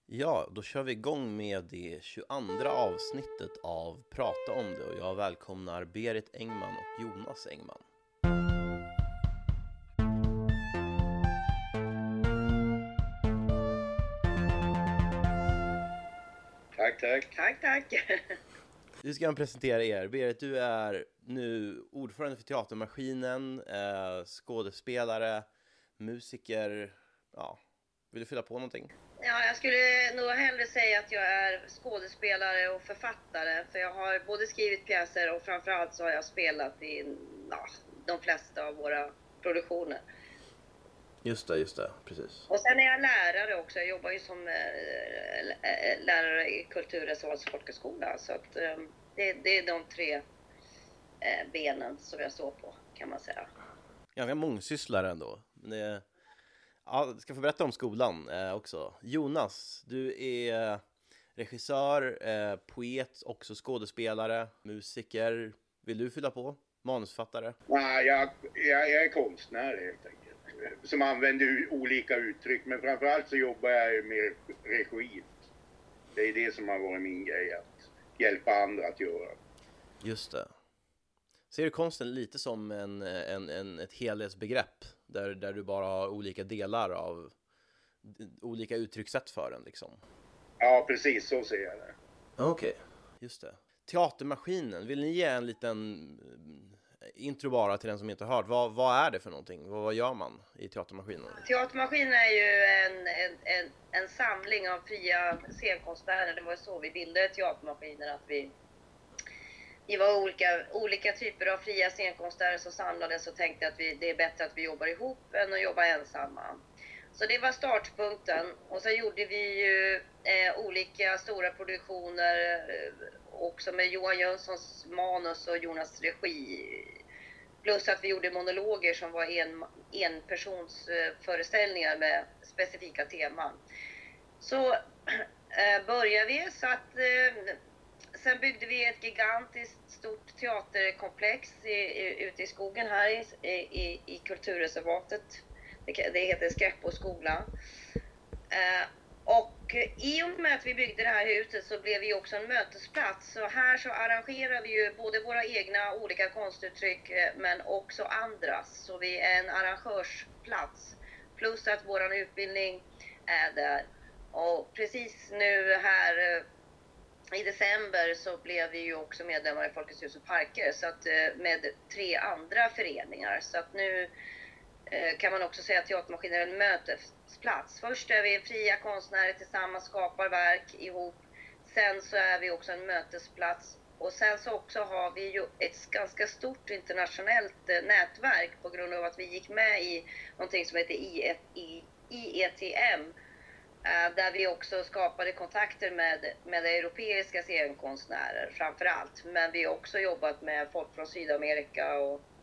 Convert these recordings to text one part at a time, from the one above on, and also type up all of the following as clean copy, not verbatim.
Ja, då kör vi igång med det 22:a avsnittet av Prata om det, och jag välkomnar Berit Engman och Jonas Engman. Tack. Vi ska presentera er. Berit, du är nu ordförande för Teatermaskinen, skådespelare, musiker. Ja, vill du fylla på någonting? Ja, jag skulle nog hellre säga att jag är skådespelare och författare. För jag har både skrivit pjäser och framförallt så har jag spelat i de flesta av våra produktioner. Just det, precis. Och sen är jag lärare också. Jag jobbar ju som lärare i Kulturens folkhögskola. Så att, det är de tre benen som jag står på, kan man säga. Ganska mångsysslare ändå. Ja, ska få berätta om skolan också. Jonas, du är regissör, poet, också skådespelare, musiker. Vill du fylla på? Manusfattare? Nej, jag är konstnär helt enkelt. Som använder olika uttryck. Men framförallt så jobbar jag med regi. Det är det som har varit min grej, att hjälpa andra att göra. Just det. Ser du konsten lite som ett helhetsbegrepp där du bara har olika delar av olika uttryckssätt för den liksom? Ja, precis så ser jag det. Okej, just det. Teatermaskinen, vill ni ge en liten intro bara till den som inte har hört? Vad är det för någonting? Vad gör man i Teatermaskinen? Teatermaskinen är ju en samling av fria scenkonstnärer. Det var så vi bildade Teatermaskinen, att vi var olika typer av fria scenkonstnärer som samlades och tänkte att det är bättre att vi jobbar ihop än att jobba ensamma. Så det var startpunkten, och så gjorde vi ju olika stora produktioner också med Johan Jönssons manus och Jonas regi. Plus att vi gjorde monologer som var enpersons föreställningar med specifika teman. Så började vi så att sen byggde vi ett gigantiskt stort teaterkomplex ute i skogen här i kulturreservatet. Det heter Skräppå skola. Och i och med att vi byggde det här huset så blev vi också en mötesplats. Så här så arrangerar vi ju både våra egna olika konstuttryck men också andras. Så vi är en arrangörsplats. Plus att våran utbildning är där. Och precis nu här i december så blev vi ju också medlemmar i Folkets hus och parker, så att, med 3 andra föreningar. Så att nu kan man också säga att Teatermaskinen är en mötesplats. Först är vi fria konstnärer tillsammans, skapar verk ihop. Sen så är vi också en mötesplats. Och sen så också har vi ju ett ganska stort internationellt nätverk på grund av att vi gick med i någonting som heter IETM. Där vi också skapade kontakter med europeiska scenkonstnärer framför allt. Men vi har också jobbat med folk från Sydamerika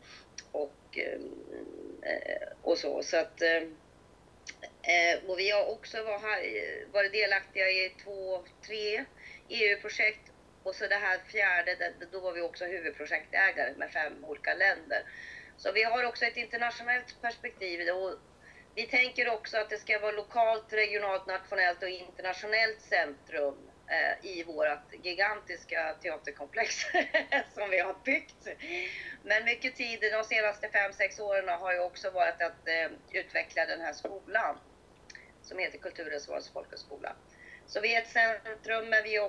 och så. Så att, och vi har också varit delaktiga i 2-3 EU-projekt. Och så det här 4:e, då var vi också huvudprojektägare med 5 olika länder. Så vi har också ett internationellt perspektiv. Och vi tänker också att det ska vara lokalt, regionalt, nationellt och internationellt centrum i vårt gigantiska teaterkomplex som vi har byggt. Men mycket tid de senaste 5-6 åren har ju också varit att utveckla den här skolan som heter Kulturens folkhögskola. Så vi är ett centrum, men vi är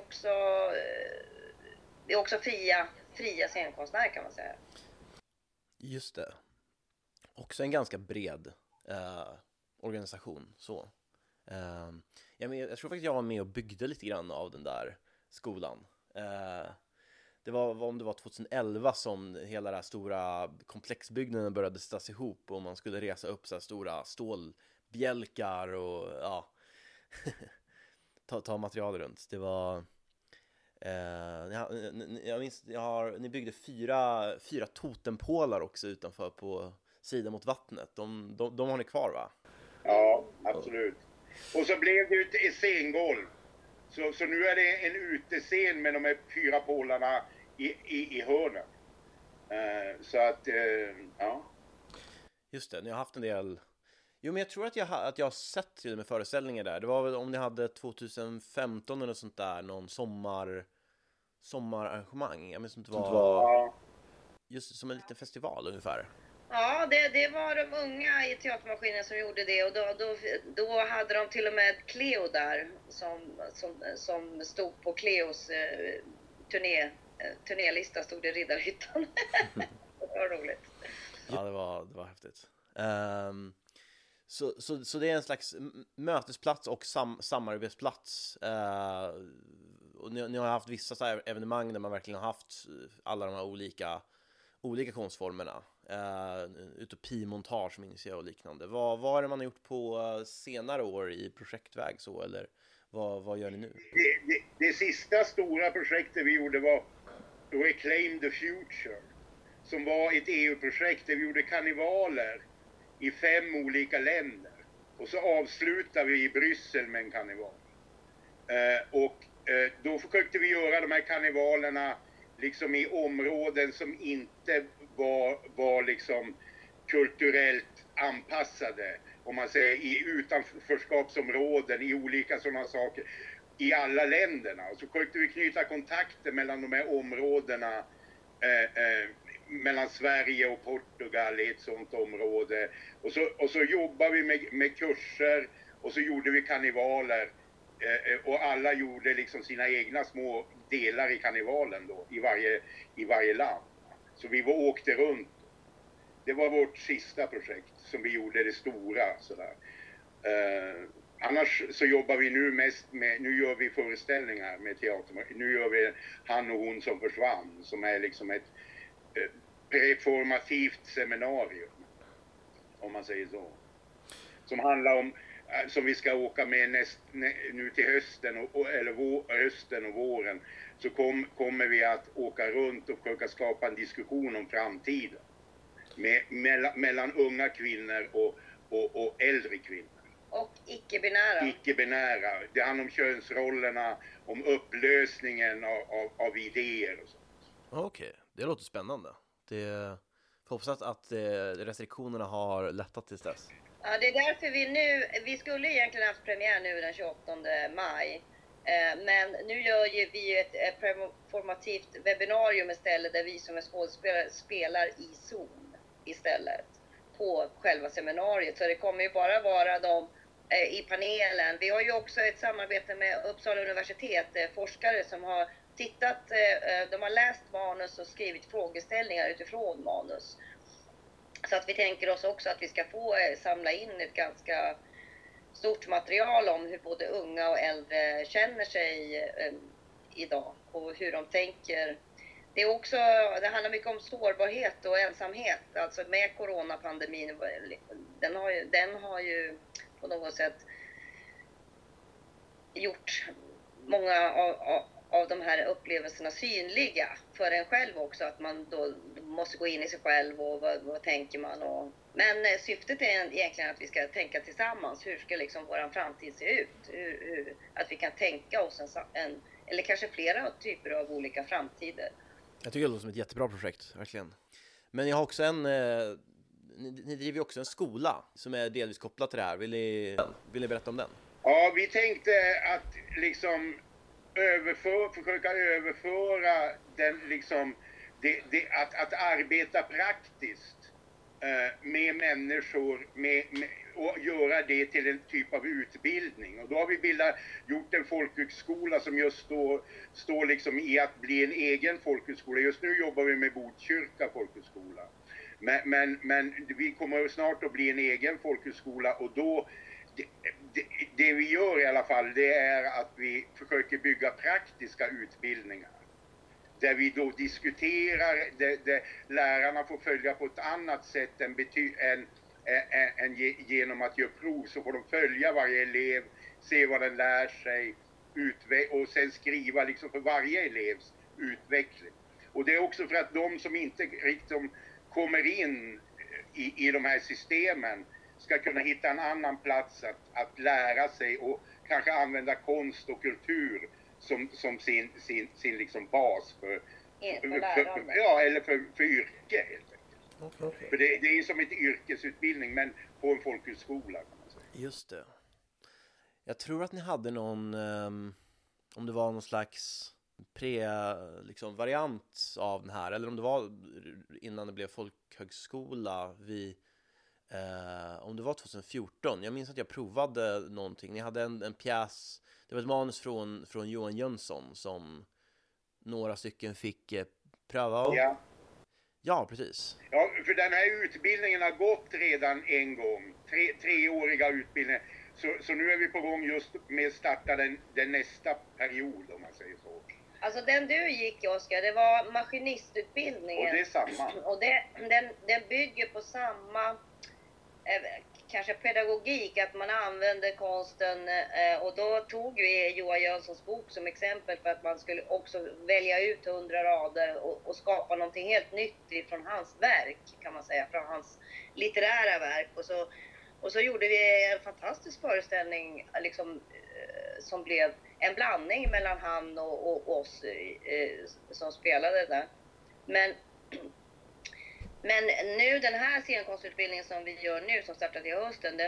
också fria scenkonstnärer, kan man säga. Just det. Också en ganska bred organisation så. Jag tror faktiskt jag var med och byggde lite grann av den där skolan. Det var 2011 som hela den här stora komplexbyggnaden började stas ihop och man skulle resa upp så här stora stålbjälkar och ja ta material runt. Det var jag minns ni byggde fyra totempålar också utanför på sidan mot vattnet. De har ni kvar, va? Ja, absolut. Och så blev det ju ett scengolv. Så nu är det en utescen med de här 4 pålarna i hörnen. Så att, ja. Just det, ni har haft en del Jo, men jag tror att jag har sett till och med föreställningar där. Det var väl om ni hade 2015 eller något sånt där, någon sommararrangemang. Jag minns inte vad, Ja, just som en liten festival ungefär. Ja, det var de unga i Teatermaskinen som gjorde det, och då hade de till och med Cleo där som stod på Cleos turnélista, stod det Riddarhyttan. Det var roligt. Ja, det var häftigt. Så det är en slags mötesplats och samarbetsplats. Och ni har haft vissa så här evenemang där man verkligen har haft alla de här olika konstformerna. Utopimontage minns jag och liknande. Vad är det man har gjort på senare år i projektväg så, eller vad gör ni nu? det sista stora projektet vi gjorde var Reclaim the Future, som var ett EU-projekt där vi gjorde karnevaler i 5 olika länder. Och så avslutade vi i Bryssel med en karneval. Då försökte vi göra de här karnevalerna liksom i områden som inte var liksom kulturellt anpassade. Om man säger i utanförskapsområden, i olika sådana saker. I alla länderna. Och så försökte vi knyta kontakter mellan de här områdena. Mellan Sverige och Portugal i ett sånt område. Och så jobbade vi med kurser, och så gjorde vi karnevaler. Och alla gjorde liksom sina egna små delar i karnevalen då, i varje land. Så vi åkte runt. Det var vårt sista projekt som vi gjorde, det stora sådär. Annars så jobbar vi nu mest med, nu gör vi föreställningar med teater. Nu gör vi Han och hon som försvann, som är liksom ett preformativt seminarium, om man säger så. Som handlar om, som vi ska åka med nu till hösten, hösten och våren, så kommer vi att åka runt och försöka skapa en diskussion om framtiden. Mellan unga kvinnor och äldre kvinnor. Och icke-binära. Icke-binära. Det handlar om könsrollerna, om upplösningen av idéer och sånt. Okej, det låter spännande. Det hoppas att restriktionerna har lättat tills dess. Ja, det är därför vi skulle egentligen haft premiär nu den 28 maj. Men nu gör ju vi ett performativt webbinarium istället, där vi som är skådespelare spelar i Zoom istället på själva seminariet. Så det kommer ju bara vara de i panelen. Vi har ju också ett samarbete med Uppsala universitet, forskare som har tittat, de har läst manus och skrivit frågeställningar utifrån manus. Så att vi tänker oss också att vi ska få samla in ett ganska stort material om hur både unga och äldre känner sig idag och hur de tänker. Det handlar mycket om sårbarhet och ensamhet, alltså med coronapandemin. Den har ju på något sätt gjort många av de här upplevelserna synliga för en själv också, att man då måste gå in i sig själv och vad tänker man. Men syftet är egentligen att vi ska tänka tillsammans. Hur ska liksom våran framtid se ut? Att vi kan tänka oss eller kanske flera typer av olika framtider. Jag tycker det låter som ett jättebra projekt, verkligen. Men jag har också ni driver ju också en skola som är delvis kopplad till det här. Vill ni berätta om den? Ja, vi tänkte att liksom försöka överföra den liksom, att arbeta praktiskt med människor och göra det till en typ av utbildning. Och då har vi gjort en folkhögskola som just står liksom i att bli en egen folkhögskola. Just nu jobbar vi med Botkyrka folkhögskola. Men vi kommer snart att bli en egen folkhögskola, och då det vi gör i alla fall, det är att vi försöker bygga praktiska utbildningar. Där vi då diskuterar, där lärarna får följa på ett annat sätt än genom att göra prov. Så får de följa varje elev, se vad den lär sig och sen skriva liksom för varje elevs utveckling. Och det är också för att de som inte riktigt kommer in i de här systemen ska kunna hitta en annan plats att lära sig och kanske använda konst och kultur som sin liksom bas för yrke helt enkelt. Okej. För det är ju som ett yrkesutbildning, men på en folkhögskola kan man säga. Just det. Jag tror att ni hade någon, om det var någon slags variant av den här, eller om det var innan det blev folkhögskola om det var 2014. Jag minns att jag provade någonting. Ni hade en pjäs, det var ett manus från Johan Jönsson som några stycken fick pröva. Ja. Ja, precis. Ja, för den här utbildningen har gått redan en gång. Treåriga utbildningar. Så nu är vi på gång just med att starta den nästa period, om man säger så. Alltså den du gick, Oskar, det var maskinistutbildningen. Och det är samma. Och den bygger på samma kanske pedagogik, att man använder konsten, och då tog vi Johan Jönssons bok som exempel för att man skulle också välja ut 100 rader och skapa någonting helt nytt från hans verk, kan man säga, från hans litterära verk. Och så gjorde vi en fantastisk föreställning liksom, som blev en blandning mellan han och oss som spelade där. Men nu den här scenkonstutbildningen som vi gör nu, som startade i hösten,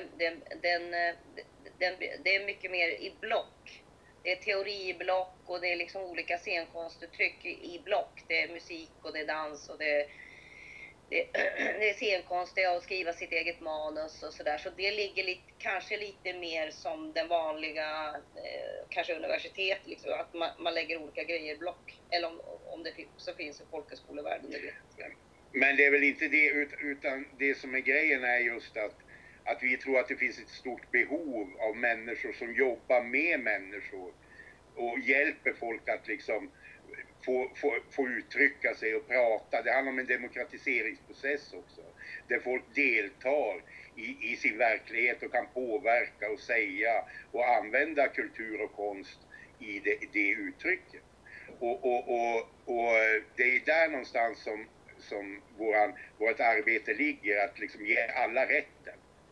det är mycket mer i block. Det är teori i block och det är liksom olika scenkonstuttryck i block. Det är musik och det är dans och det är scenkonst, det är att skriva sitt eget manus och sådär. Så det ligger kanske lite mer som den vanliga, kanske universitet, liksom, att man lägger olika grejer i block. Eller om det också finns i folkhögskolevärlden, det vet jag. Men det är väl inte det, utan det som är grejen är just att vi tror att det finns ett stort behov av människor som jobbar med människor och hjälper folk att liksom få uttrycka sig och prata. Det handlar om en demokratiseringsprocess också, där folk deltar i sin verklighet och kan påverka och säga och använda kultur och konst i det uttrycket. Och det är där någonstans som vårt arbete ligger, att liksom ge alla rätten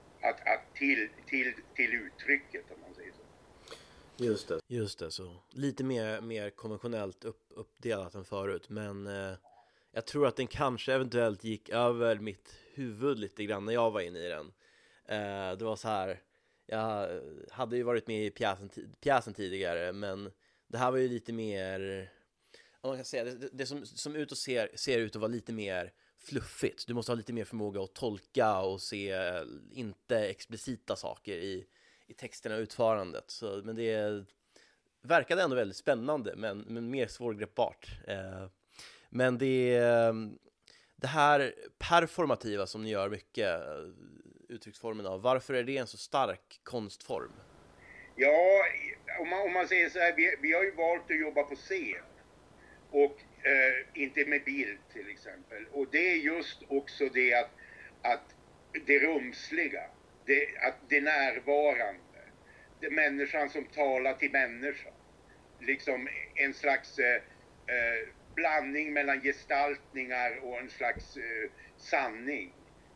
till uttrycket, om man säger så. Just det, så lite mer konventionellt uppdelat än förut, men jag tror att den kanske eventuellt gick över mitt huvud lite grann när jag var inne i den. Det var så här, jag hade ju varit med i pjäsen tidigare, men det här var ju lite mer, om man kan säga, det som ut och ser ut att vara lite mer fluffigt. Du måste ha lite mer förmåga att tolka och se inte explicita saker i texterna och utförandet. Men det verkade ändå väldigt spännande, men mer svårgreppbart. Men det här performativa som ni gör mycket, uttrycksformen av, varför är det en så stark konstform? Ja, om man säger så här, vi har ju valt att jobba på scen och inte med bild till exempel. Och det är just också det att det rumsliga, det närvarande, det människan som talar till människan. Liksom en slags blandning mellan gestaltningar och en slags sanning.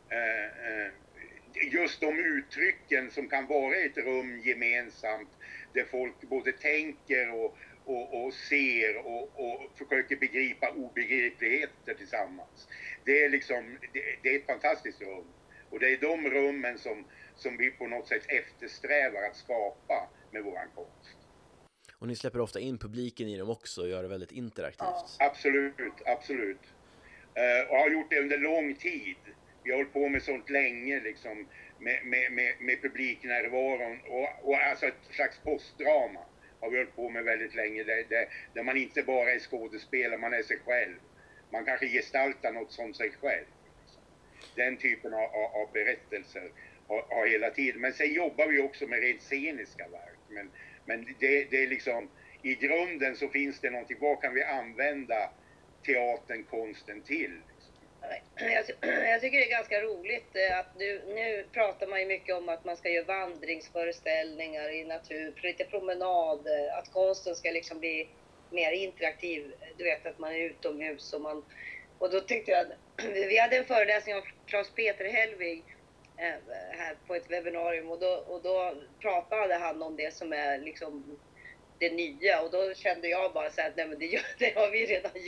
Just de uttrycken som kan vara i ett rum gemensamt, där folk både tänker och ser och försöker begripa obegripligheter tillsammans. Det är liksom, det är ett fantastiskt rum. Och det är de rummen som vi på något sätt eftersträvar att skapa med våran konst. Och ni släpper ofta in publiken i dem också och gör det väldigt interaktivt. Ja. Absolut. Och har gjort det under lång tid. Vi har hållit på med sånt länge liksom, med publiknärvaron och alltså ett slags postdrama har vi hållit på med väldigt länge, där man inte bara är skådespelare, man är sig själv. Man kanske gestaltar något som sig själv. Liksom. Den typen av berättelser har hela tiden. Men sen jobbar vi också med rent sceniska verk. Men det är liksom, i grunden så finns det någonting, vad kan vi använda teatern, konsten till? Jag tycker det är ganska roligt att nu pratar man ju mycket om att man ska göra vandringsföreställningar i natur, lite promenad, att konsten ska liksom bli mer interaktiv. Du vet att man är utomhus och då tyckte jag, vi hade en föreläsning av Claes Peter Hellvig här på ett webbinarium och då pratade han om det som är liksom det nya, och då kände jag bara så här, nej men det har vi redan gjort.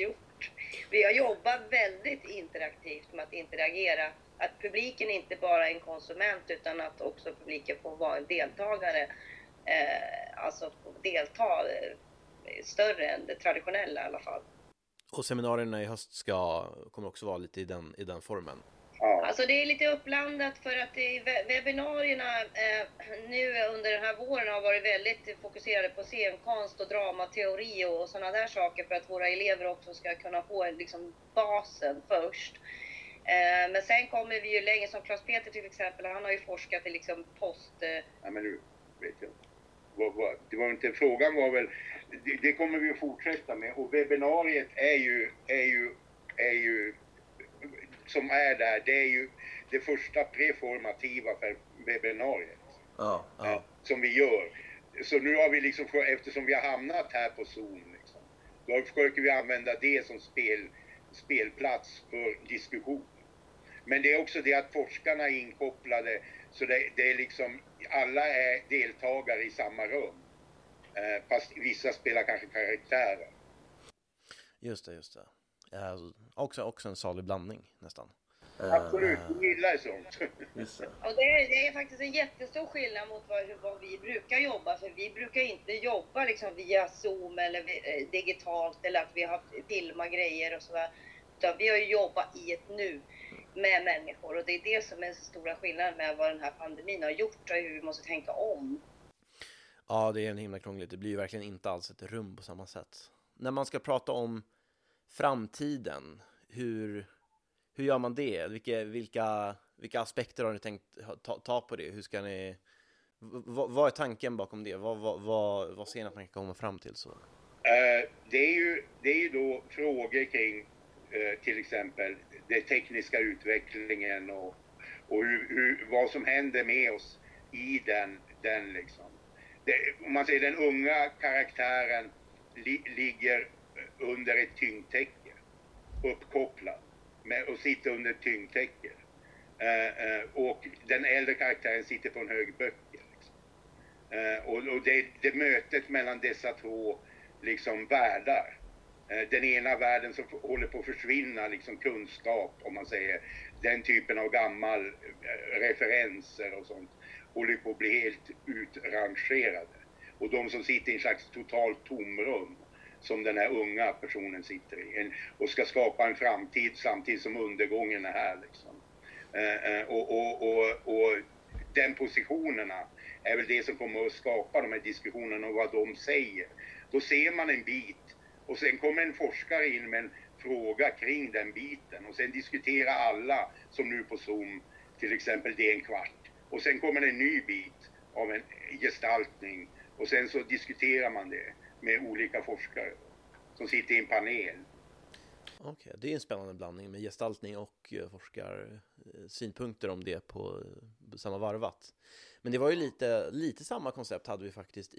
gjort. Vi har jobbat väldigt interaktivt med att interagera. Att publiken inte bara är en konsument utan att också publiken får vara en deltagare. Alltså få delta större än det traditionella i alla fall. Och seminarierna i höst kommer också vara lite i den formen. Ja. Alltså det är lite uppblandat för att webbinarierna nu under den här våren har varit väldigt fokuserade på scenkonst och dramateori och sådana där saker för att våra elever också ska kunna få liksom basen först. Men sen kommer vi ju längre, som Claes Peter till exempel, han har ju forskat i liksom Ja, men nu vet jag. Det var inte, frågan var väl, det kommer vi att fortsätta med, och webbinariet är ju som är där, det är ju det första preformativa för webbinariet. Ja. Som vi gör. Så nu har vi liksom, eftersom vi har hamnat här på Zoom liksom, då försöker vi använda det som spelplats för diskussion. Men det är också det att forskarna är inkopplade, så det är liksom, alla är deltagare i samma rum. Fast vissa spelar kanske karaktärer. Just det. Också en salig blandning nästan. Absolut, vi gillar sånt. Just det. Och det är faktiskt en jättestor skillnad mot vad vi brukar jobba. För vi brukar inte jobba liksom via Zoom eller digitalt eller att vi har filmat grejer och sådär. Utan vi har ju jobbat i ett nu med människor. Och det är det som är den stora skillnaden med vad den här pandemin har gjort och hur vi måste tänka om. Ja, det är en himla krångligt. Det blir ju verkligen inte alls ett rum på samma sätt. När man ska prata om framtiden, hur gör man det? Vilka aspekter har ni tänkt ta på det? Hur ska ni... Vad är tanken bakom det? Vad ser ni att man kan komma fram till så? Det är ju då frågor kring till exempel den tekniska utvecklingen och vad som händer med oss i den liksom. Om man säger den unga karaktären ligger under ett tyngdtäcke, uppkopplad och sitter under ett tyngdtäcke. Och den äldre karaktären sitter på en hög böcker. Liksom. Och det mötet mellan dessa två liksom världar. Den ena världen som håller på att försvinna, liksom kunskap, om man säger, den typen av gammal referenser och sånt, håller på att bli helt utrangerade. Och de som sitter i en slags totalt tomrum, som den här unga personen sitter i, och ska skapa en framtid samtidigt som undergången är här liksom. Och den positionerna är väl det som kommer att skapa de här diskussionerna och vad de säger. Då ser man en bit och sen kommer en forskare in med en fråga kring den biten och sen diskuterar alla, som nu på Zoom till exempel, det är en kvart. Och sen kommer en ny bit av en gestaltning och sen så diskuterar man det med olika forskare som sitter i en panel. Okej, det är en spännande blandning med gestaltning och forskarsynpunkter om det på samma varvat. Men det var ju lite samma koncept hade vi faktiskt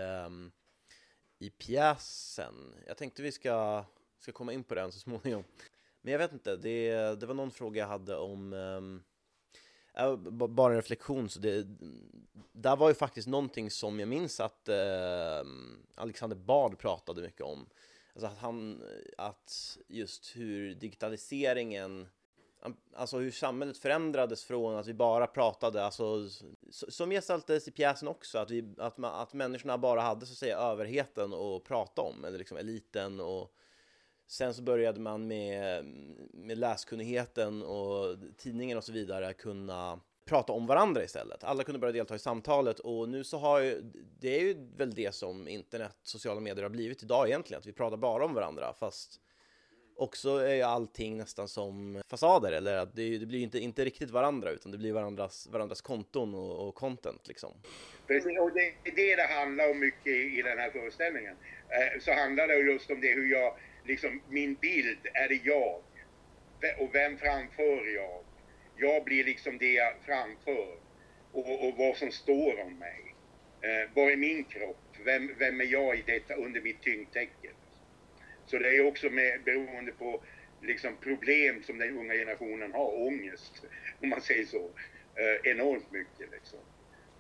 i pjäsen. Jag tänkte vi ska komma in på den så småningom. Men jag vet inte, det var någon fråga jag hade om bara en reflektion. Så där var ju faktiskt någonting som jag minns att Alexander Bard pratade mycket om. Alltså att just hur digitaliseringen, alltså hur samhället förändrades från att vi bara pratade, alltså som gestaltades i pjäsen också, att människorna bara hade så att säga överheten att prata om, eller liksom eliten, och sen så började man med läskunnigheten och tidningen och så vidare kunna prata om varandra istället. Alla kunde börja delta i samtalet, och nu så det är ju väl det som internet, sociala medier har blivit idag egentligen, att vi pratar bara om varandra, fast också är ju allting nästan som fasader, eller att det blir inte riktigt varandra, utan det blir varandras konton och content liksom. Precis, och det är det handlar om mycket i den här föreställningen. Så handlar det just om det, hur jag, liksom min bild, är det jag? Och vem framför jag? Jag blir liksom det jag framför. Och vad som står om mig. Vad är min kropp? Vem är jag i detta under mitt tyngdtäcke? Så det är också beroende på liksom problem som den unga generationen har, ångest, om man säger så, enormt mycket liksom.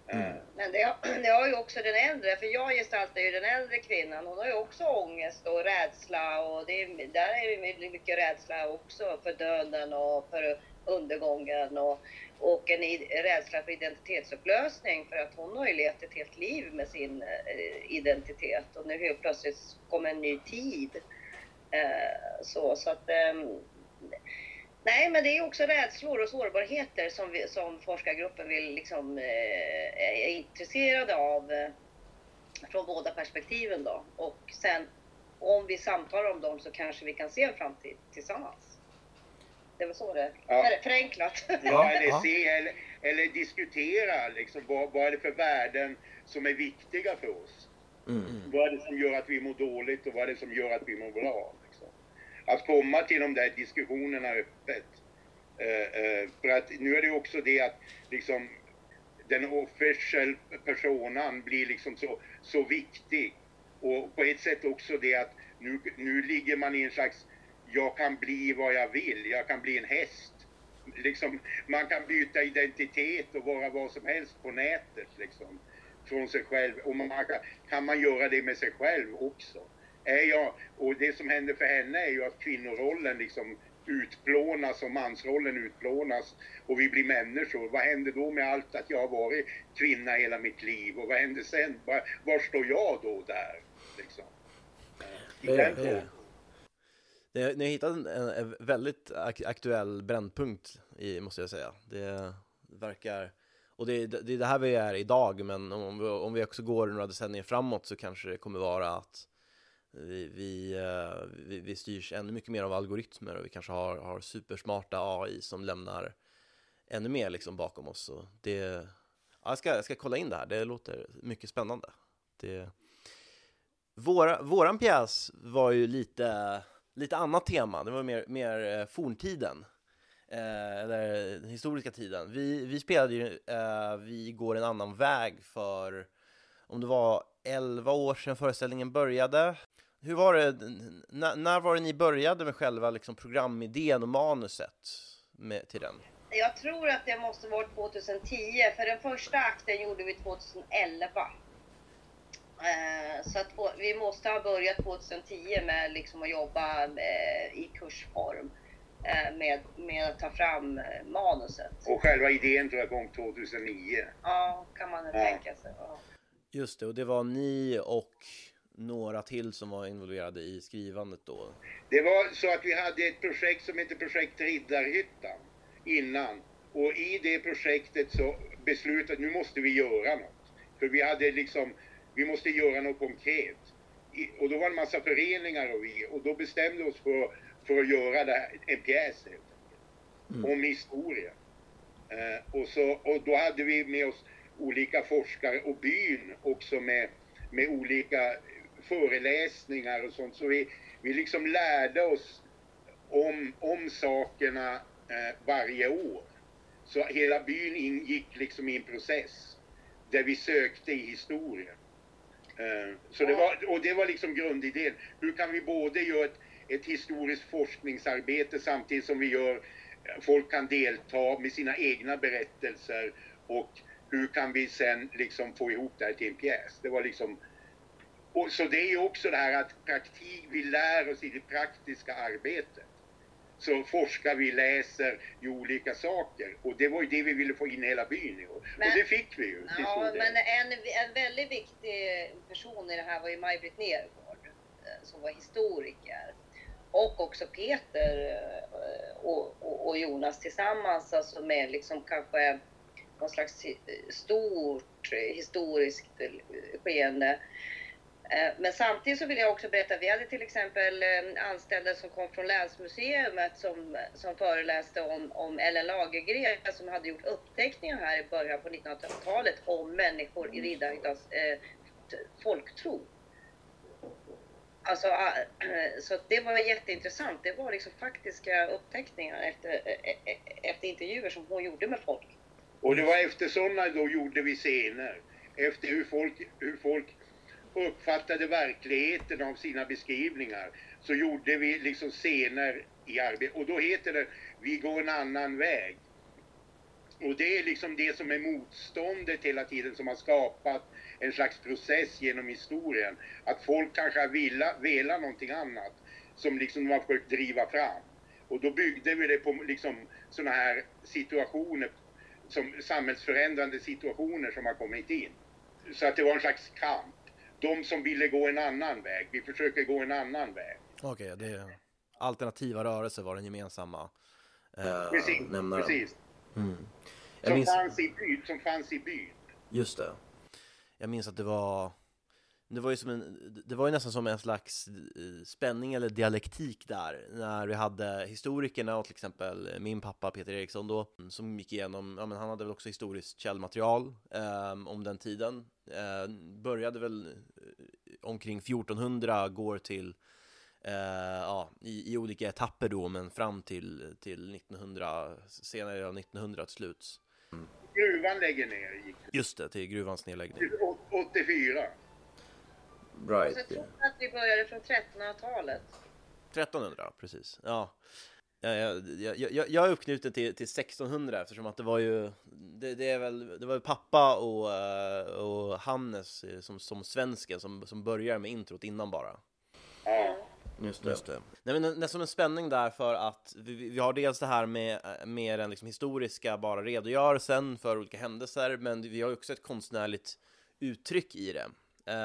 Men det har ju också den äldre, för jag gestaltar ju den äldre kvinnan. Hon har ju också ångest och rädsla, och där är det mycket rädsla också för döden och för undergången, och en rädsla för identitetsupplösning, för att hon har ju levt ett helt liv med sin identitet, och nu helt plötsligt kommer en ny tid. Så att nej, men det är också rädslor och sårbarheter som forskargruppen vill liksom, är intresserade av från båda perspektiven då. Och sen om vi samtalar om dem så kanske vi kan se en framtid tillsammans. Det var så det är förenklat. Ja, eller se eller diskutera liksom, vad är det för värden som är viktiga för oss. Vad är det som gör att vi mår dåligt och vad är det som gör att vi mår bra. Liksom. Att komma till de där diskussionerna öppet. För att nu är det också det att liksom, den official personan blir liksom så viktig. Och på ett sätt också det att nu ligger man i en slags, jag kan bli vad jag vill, jag kan bli en häst. Liksom, man kan byta identitet och vara vad som helst på nätet liksom, från sig själv. Och kan man göra det med sig själv också. Och det som händer för henne är ju att kvinnorollen liksom utplånas och mansrollen utplånas och vi blir människor. Vad händer då med allt att jag har varit kvinna hela mitt liv, och vad händer sen? Var står jag då där? Liksom? Ni har hittat en väldigt aktuell brännpunkt måste jag säga. Det verkar, och det är det här vi är idag, men om vi också går några decennier framåt så kanske det kommer vara att vi styrs ännu mycket mer av algoritmer, och vi kanske har supersmarta AI som lämnar ännu mer liksom bakom oss. Och jag ska kolla in det här, det låter mycket spännande. Våran pjäs var ju lite annat tema, det var mer forntiden, eller den historiska tiden. Vi spelade ju Vi går en annan väg för, om det var 11 år sedan föreställningen började. Hur var det, när var det ni började med själva liksom programidén och manuset till den? Jag tror att det måste vara 2010, för den första akten gjorde vi 2011. Så att vi måste ha börjat 2010 med liksom att jobba i kursform med att ta fram manuset. Och själva idén tror jag kom 2009. Ja, kan man tänka sig. Ja. Just det, och det var ni och några till som var involverade i skrivandet då? Det var så att vi hade ett projekt som heter Projekt Riddarhyttan innan. Och i det projektet så beslutade nu måste vi göra något. För vi måste göra något konkret. Och då var det en massa föreningar och då bestämde oss för att göra en pjäs helt enkelt, om historia. Och då hade vi med oss olika forskare och byn också med olika föreläsningar och sånt. Så vi liksom lärde oss om sakerna varje år. Så hela byn ingick liksom i en process där vi sökte i historien. Så det var liksom grundidén. Hur kan vi både göra ett historiskt forskningsarbete samtidigt som folk kan delta med sina egna berättelser, och hur kan vi sen liksom få ihop det här till en pjäs? Det var liksom, och så det är ju också det här att vi lär oss i det praktiska arbetet. Så forskar vi, läser ju olika saker, och det var ju det vi ville få in hela byn i. Och det fick vi ju. Ja, men en väldigt viktig person i det här var ju Maj-Britt Nergård, som var historiker. Och också Peter och Jonas tillsammans, alltså med liksom kanske någon slags stort historiskt skeende. Men samtidigt så vill jag också berätta att vi hade till exempel anställda som kom från Länsmuseet som föreläste om Ellen Lagergren, som hade gjort uppteckningar här i början på 1900-talet om människor i Riddarhyttans folktro. Alltså, så det var jätteintressant. Det var liksom faktiska uppteckningar efter intervjuer som hon gjorde med folk. Och det var efter sådana då gjorde vi scener. Efter hur folk uppfattade verkligheten av sina beskrivningar, så gjorde vi liksom scener i arbete. Och då heter det Vi går en annan väg. Och det är liksom det som är motståndet hela tiden som har skapat en slags process genom historien. Att folk kanske har velat någonting annat som liksom de har försökt driva fram. Och då byggde vi det på liksom såna här situationer, som samhällsförändrande situationer som har kommit in. Så att det var en slags kamp. De som ville gå en annan väg, vi försöker gå en annan väg. Okej, det är alternativa rörelser var den gemensamma nämnaren. Precis. Mm. Som fanns i byn. Just det. Jag minns att det var ju nästan som en slags spänning eller dialektik där, när vi hade historikerna och till exempel min pappa Peter Eriksson då, som gick igenom, ja men han hade väl också historiskt källmaterial om den tiden, började väl omkring 1400, går till i olika etapper då, men fram till 1900, senare av 1900 till slut. Gruvan lägger ner. Just det, till gruvans nedläggning. 84. Right. Och så tror jag att vi började från 1300-talet. 1300, precis. Ja. Jag är uppknuten till 1600 eftersom att det var ju det var ju pappa och Hannes som svensken som börjar med introt innan bara. Ja. Just det. Nej, men nästan en spänning där, för att vi har dels det här med den liksom historiska bara redogörelsen för olika händelser, men vi har också ett konstnärligt uttryck i det.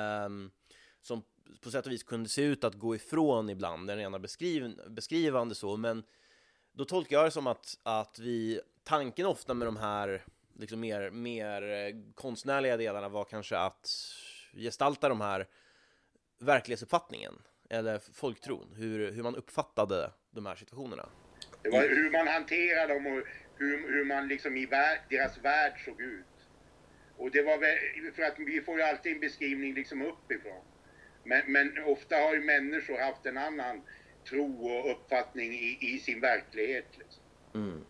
Som på sätt och vis kunde se ut att gå ifrån ibland den rena beskrivande så, men då tolkar jag det som att tanken ofta med de här liksom mer konstnärliga delarna var kanske att gestalta de här verklighetsuppfattningen eller folktron, hur man uppfattade de här situationerna. Det var hur man hanterade dem och hur man liksom i deras värld såg ut. Och det var väl, för att vi får ju alltid en beskrivning liksom uppifrån. Men ofta har ju människor haft en annan tro och uppfattning i sin verklighet. Liksom. Mm.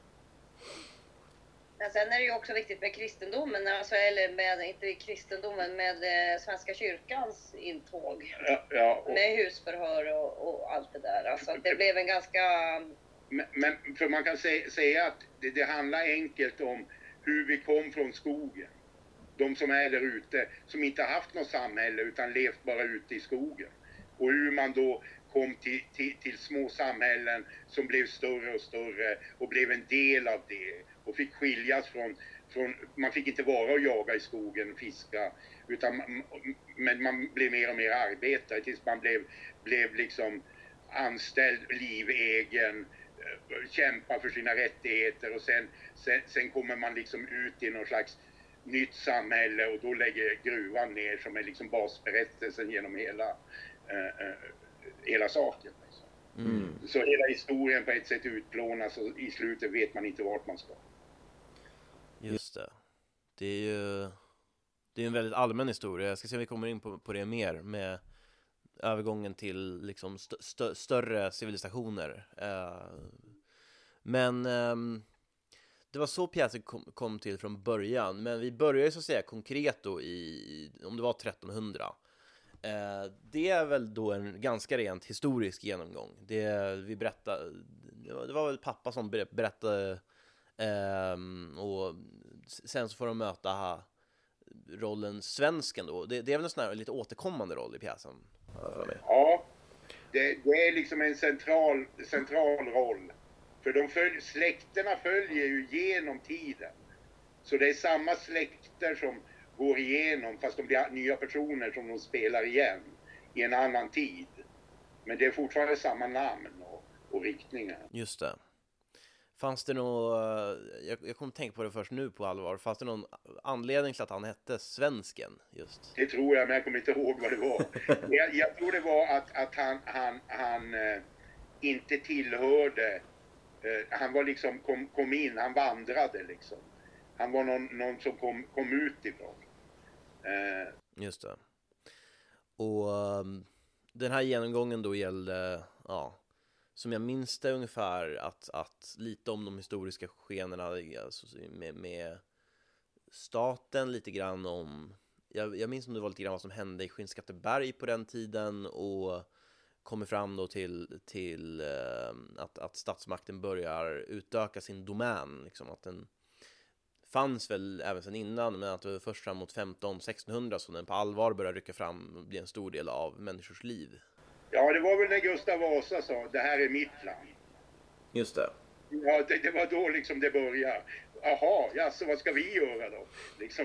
Men sen är det ju också viktigt med kristendomen, alltså, eller med, inte kristendomen, med Svenska kyrkans intåg. Ja, med husförhör och allt det där. Alltså det blev en ganska... Men för man kan säga att det handlar enkelt om hur vi kom från skogen. De som är där ute, som inte haft något samhälle utan levt bara ute i skogen. Och hur man då kom till små samhällen som blev större och större och blev en del av det. Och fick skiljas från man fick inte vara och jaga i skogen och fiska. Men man blev mer och mer arbetare tills man blev liksom anställd, livegen, kämpa för sina rättigheter. Och sen kommer man liksom ut i någon slags nytt samhälle och då lägger gruvan ner som är liksom basberättelsen genom hela saken. Mm. Så hela historien på ett sätt utplånas och i slutet vet man inte vart man ska. Just det. Det är en väldigt allmän historia. Jag ska se om vi kommer in på det mer med övergången till liksom större civilisationer. Men det var så pjäsen kom till från början. Men vi började så att säga konkret då om det var 1300. Det är väl då en ganska rent historisk genomgång. Det var väl pappa som berättade, och sen så får de möta rollen svensken då. Det är väl en sån här lite återkommande roll i pjäsen. Ja, det är liksom en central roll. För släkterna följer ju genom tiden. Så det är samma släkter som går igenom, fast de blir nya personer som de spelar igen i en annan tid. Men det är fortfarande samma namn och riktningar. Just det. Fanns det jag kommer tänka på det först nu på allvar. Fanns det någon anledning till att han hette Svensken just? Det tror jag, men jag kommer inte ihåg vad det var. jag tror det var att han inte tillhörde. Han var liksom kom in, han vandrade liksom. Han var någon som kom utifrån. Just det. Och den här genomgången då gällde, som jag minns det ungefär, att lite om de historiska skenorna, alltså med staten, lite grann om, jag minns om det var lite grann vad som hände i Skinnskatteberg på den tiden, och kommer fram då till att statsmakten börjar utöka sin domän, liksom att den fanns väl även sedan innan, men att det var först fram mot 1500-1600 som den på allvar började rycka fram och bli en stor del av människors liv. Ja, det var väl när Gustav Vasa sa, det här är mitt land. Just det. Ja, det var då liksom det började. Jaha, ja, så vad ska vi göra då? Liksom.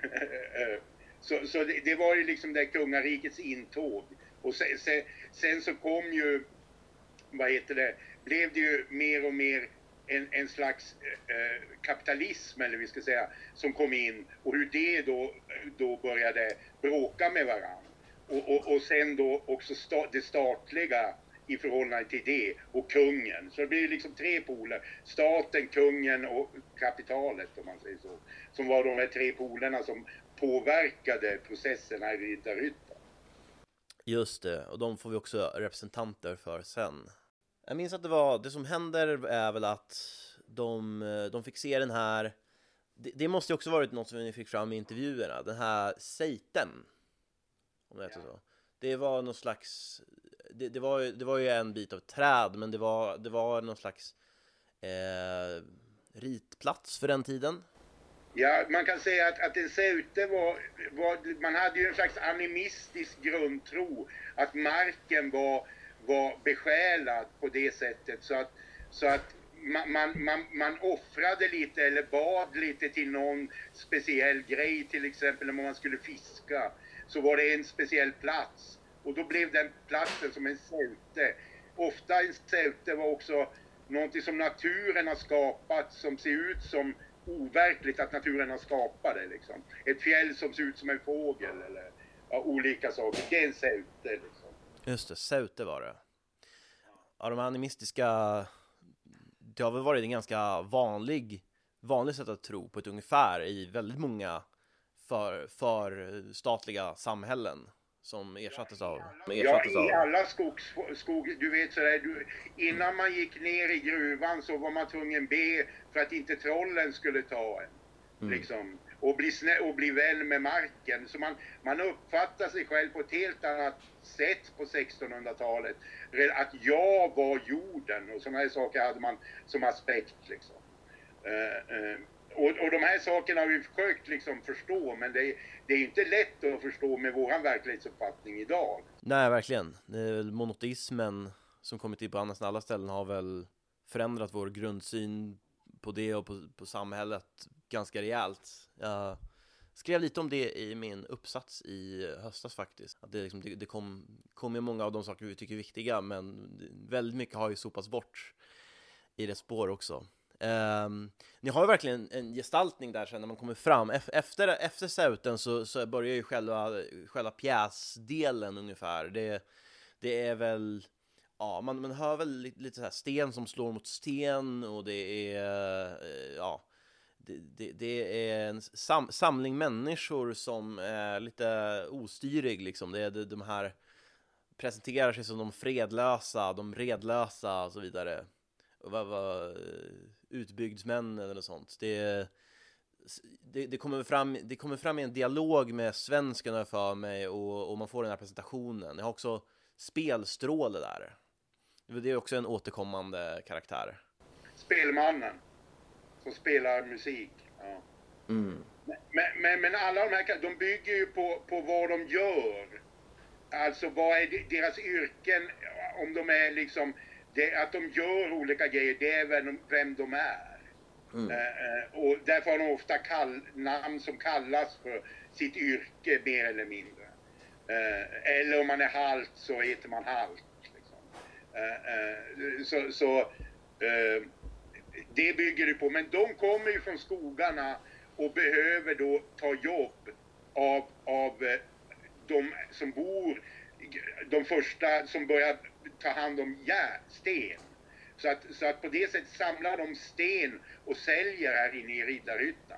Så det var ju liksom det kungarikets intåg. Och sen så kom ju, blev det ju mer och mer en slags kapitalism, eller vi ska säga, som kom in. Och hur det då började bråka med varandra. Och sen då också det statliga i förhållande till det, och kungen. Så det blir liksom tre poler. Staten, kungen och kapitalet, om man säger så. Som var de här tre polerna som påverkade processerna i Riddarhyttan. Just det, och de får vi också representanter för sen. Jag minns att det som händer är väl att de fick se den här, det måste ju också varit något som ni fick fram i intervjuerna, den här seiten, om det heter så. Det var någon slags, det var ju en bit av träd, men det var någon slags ritplats för den tiden. Ja, man kan säga att en seute var, man hade ju en slags animistisk grundtro att marken var besjälad på det sättet, så att man offrade lite eller bad lite till någon speciell grej, till exempel när man skulle fiska, så var det en speciell plats, och då blev den platsen som en seute. Ofta en seute var också någonting som naturen har skapat, som ser ut som overkligt att naturen har skapat det liksom. Ett fjäll som ser ut som en fågel, eller olika saker. Det är en seute liksom. Just det, seute var det. Ja, de animistiska, det har väl varit en ganska vanlig sätt att tro på ett ungefär i väldigt många för statliga samhällen som ersattes av. Ja, i alla skog, du vet sådär, innan man gick ner i gruvan så var man tvungen be för att inte trollen skulle ta en, liksom, och bli vän med marken. Så man uppfattar sig själv på ett helt annat sätt på 1600-talet, att jag var jorden, och sådana här saker hade man som aspekt liksom. Och de här sakerna har vi försökt liksom förstå, men det är inte lätt att förstå med våran verklighetsuppfattning idag. Nej, verkligen. Monoteismen som kommit till på nästan alla ställen har väl förändrat vår grundsyn på det och på samhället ganska rejält. Jag skrev lite om det i min uppsats i höstas faktiskt. Att det kom med många av de saker vi tycker är viktiga, men väldigt mycket har ju sopats bort i det spår också. Ni har ju verkligen en gestaltning där sen när man kommer fram. Efter seuten så börjar ju själva pjäsdelen ungefär. Det är väl, ja, man hör väl lite så här sten som slår mot sten, och det är det är en samling människor som är lite ostyrig liksom. Det är de här presenterar sig som de fredlösa, de redlösa och så vidare. Utbygdsmän eller något sånt. Det kommer fram i en dialog med svenskarna för mig, och man får den här presentationen. Jag har också Spelstråle där. Det är också en återkommande karaktär. Spelmannen som spelar musik. Ja. Men alla de här, de bygger ju på vad de gör. Alltså vad är deras yrken, om de är liksom att de gör olika grejer, det är vem de är. Och därför har de ofta namn som kallas för sitt yrke mer eller mindre. Eller om man är halt så heter man halt. Liksom. Det bygger det på. Men de kommer ju från skogarna och behöver då ta jobb av de som bor, de första som börjar ta hand om sten. Så att på det sättet samlar de sten och säljer här inne i Riddarhyttan.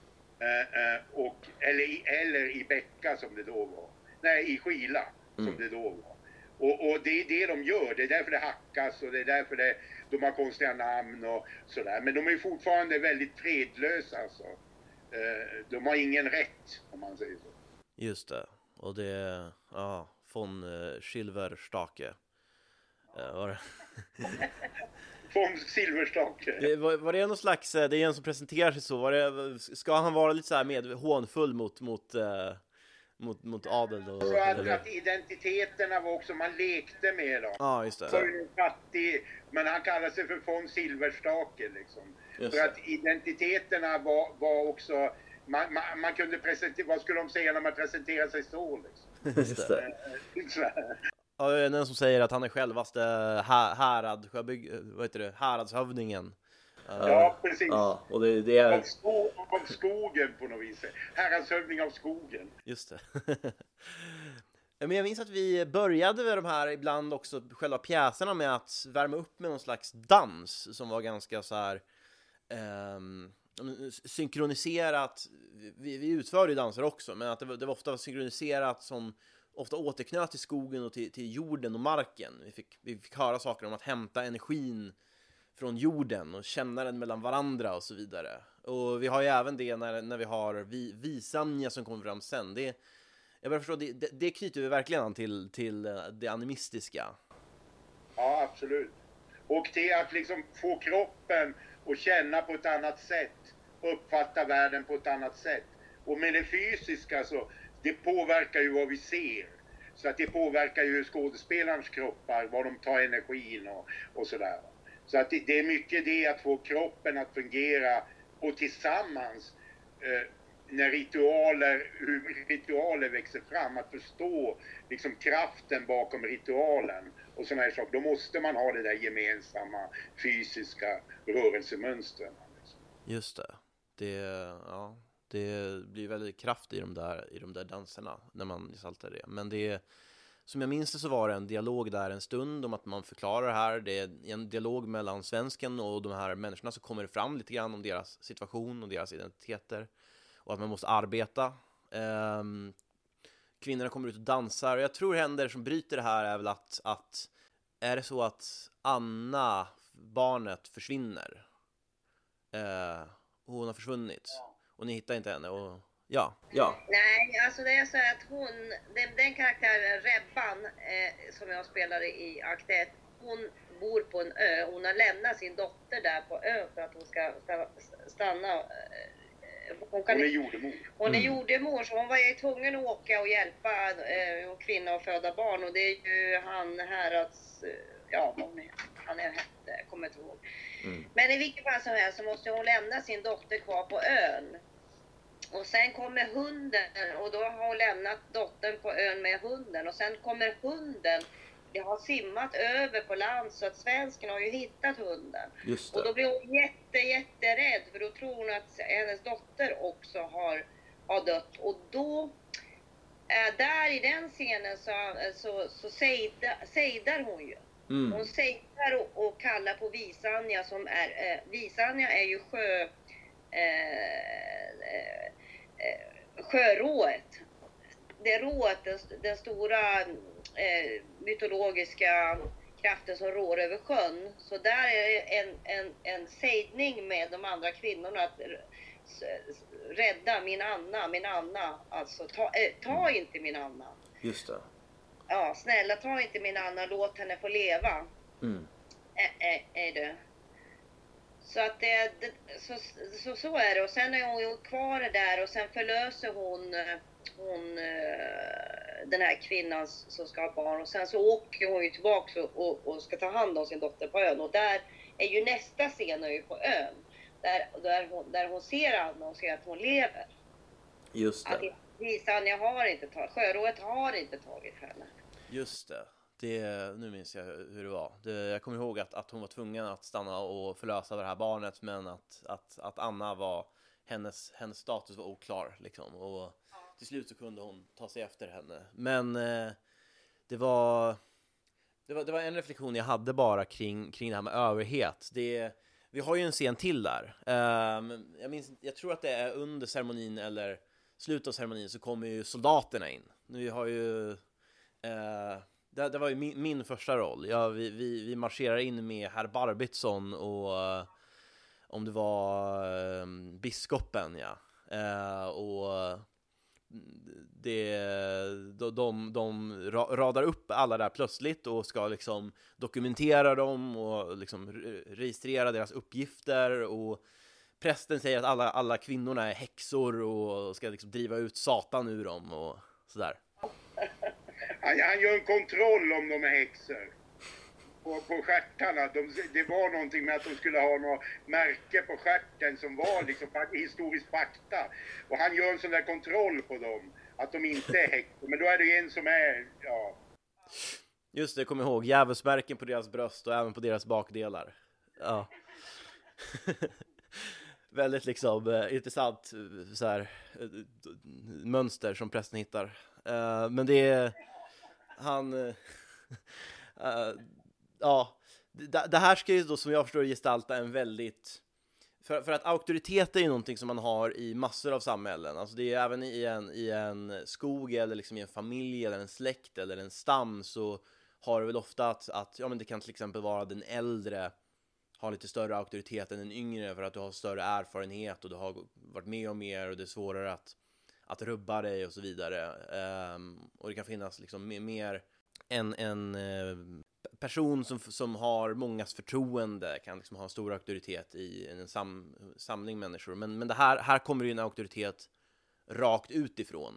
Eller i Bäcka som det då var. Nej, i Skila som det då var. Och det är det de gör. Det är därför det hackas, och det är därför de har konstiga namn och sådär. Men de är fortfarande väldigt fredlösa alltså. De har ingen rätt, om man säger så. Just det. Och det är von Schilverstake. Var det? Von Silverstake. Var det någon slags, det är en som presenterar sig så, ska han vara lite så här med hånfull mot adel då? Så att identiteterna var också, man lekte med dem. Ja, just det. Så är fattig, men han kallar sig för von Silverstake liksom. Just För att identiteterna var också, man kunde presentera, vad skulle de säga när man presenterar sig så liksom? Just det. Ja, det är någon som säger att han är självaste häradshövdingen. Ja, precis. Ja, och det är... Av skogen på något vis. Häradshövding av skogen. Just det. Men jag minns att vi började med de här ibland också själva pjäserna med att värma upp med någon slags dans som var ganska så här synkroniserat. Vi utförde ju danser också, men att det var ofta synkroniserat som ofta återknöt till skogen och till jorden och marken. Vi fick höra saker om att hämta energin från jorden och känna den mellan varandra och så vidare. Och vi har ju även det när vi har Visanja som kommer fram sen. Jag börjar förstå, det knyter vi verkligen an till det animistiska. Ja, absolut. Och till att liksom få kroppen att känna på ett annat sätt. Uppfatta världen på ett annat sätt. Och med det fysiska så, det påverkar ju vad vi ser. Så att det påverkar ju skådespelarens kroppar, var de tar energin och sådär. Så att det är mycket det att få kroppen att fungera och tillsammans när hur ritualer växer fram, att förstå liksom kraften bakom ritualen och sådana här saker. Då måste man ha det där gemensamma fysiska rörelsemönstren. Just det. Det blir väldigt kraft i de där danserna när man gestaltar det. Men som jag minns det så var det en dialog där en stund om att man förklarar det här. Det är en dialog mellan svensken och de här människorna som kommer fram lite grann om deras situation och deras identiteter. Och att man måste arbeta. Kvinnorna kommer ut och dansar. Och jag tror händer som bryter det här är väl att är det så att Anna, barnet, försvinner. Hon har försvunnit. Och ni hittar inte henne. Och ja. Nej, alltså det är så att den karaktären Rebban som jag spelade i akt 1, hon bor på en ö. Hon har lämnat sin dotter där på ön för att hon ska stanna. Hon är jordemor. Hon är jordemor, så hon var ju tvungen att åka och hjälpa en kvinna att föda barn. Och det är ju han härads... han är hette, kommer inte ihåg. Men i vilket fall som helst så måste hon lämna sin dotter kvar på ön. Och sen kommer hunden och då har hon lämnat dottern på ön med hunden. Och sen kommer hunden, det har simmat över på land så att svensken har ju hittat hunden. Just det. Och då blir hon jätterädd för då tror hon att hennes dotter också har dött. Och då, där i den scenen så sejdar hon ju. Hon sejdar och kallar på Visanja som är, Visanja är ju sjörået. Det är rået, den stora mytologiska kraften som rår över sjön. Så där är det en sejdning med de andra kvinnorna att rädda min Anna. Alltså ta inte min Anna. Just det. Ja, snälla ta inte min Anna, låt henne få leva. Är det. Så att så är det. Och sen är hon kvar där och sen förlöser hon den här kvinnan som ska ha barn. Och sen så åker hon ju tillbaka och ska ta hand om sin dotter på ön. Och där är ju nästa scen är ju på ön. Där hon ser Anna och ser att hon lever. Just det. Att Visanja sjörået har inte tagit henne. Just det. Nu minns jag hur det var. Jag kommer ihåg att hon var tvungen att stanna och förlösa det här barnet, men att Anna var hennes status var oklar liksom, och till slut så kunde hon ta sig efter henne. Men det var en reflektion jag hade bara kring det här med överhet. Vi har ju en scen till där. Jag tror att det är under ceremonin eller slutet av ceremonin så kommer ju soldaterna in. Vi har ju det var ju min första roll. Vi marscherar in med herr Barbitsson och om det var biskopen, och de radar upp alla där plötsligt och ska liksom dokumentera dem och liksom registrera deras uppgifter, och prästen säger att alla kvinnorna är häxor och ska liksom driva ut Satan ur dem och sådär. Han gör en kontroll om de är häxor. På stjärtarna. Det var någonting med att de skulle ha något märke på stjärten som var liksom historisk fakta. Och han gör en sån där kontroll på dem. Att de inte är häxor. Men då är det en som är, ja. Just det, kom ihåg. Djävulsmärken på deras bröst och även på deras bakdelar. Ja. Väldigt liksom intressant så här, mönster som prästen hittar. Men det är han ja, det här ska ju då, som jag förstår, gestalta en väldigt, för att auktoritet är ju någonting som man har i massor av samhällen. Alltså det är även i en skog eller liksom i en familj eller en släkt eller en stam, så har det väl ofta att ja, men det kan till exempel vara den äldre har lite större auktoritet än den yngre för att du har större erfarenhet och du har varit med om mer och det är svårare att rubba dig och så vidare. Och det kan finnas liksom mer en person som har mångas förtroende kan liksom ha stor auktoritet i en samling människor. Men det här kommer ju en auktoritet rakt utifrån.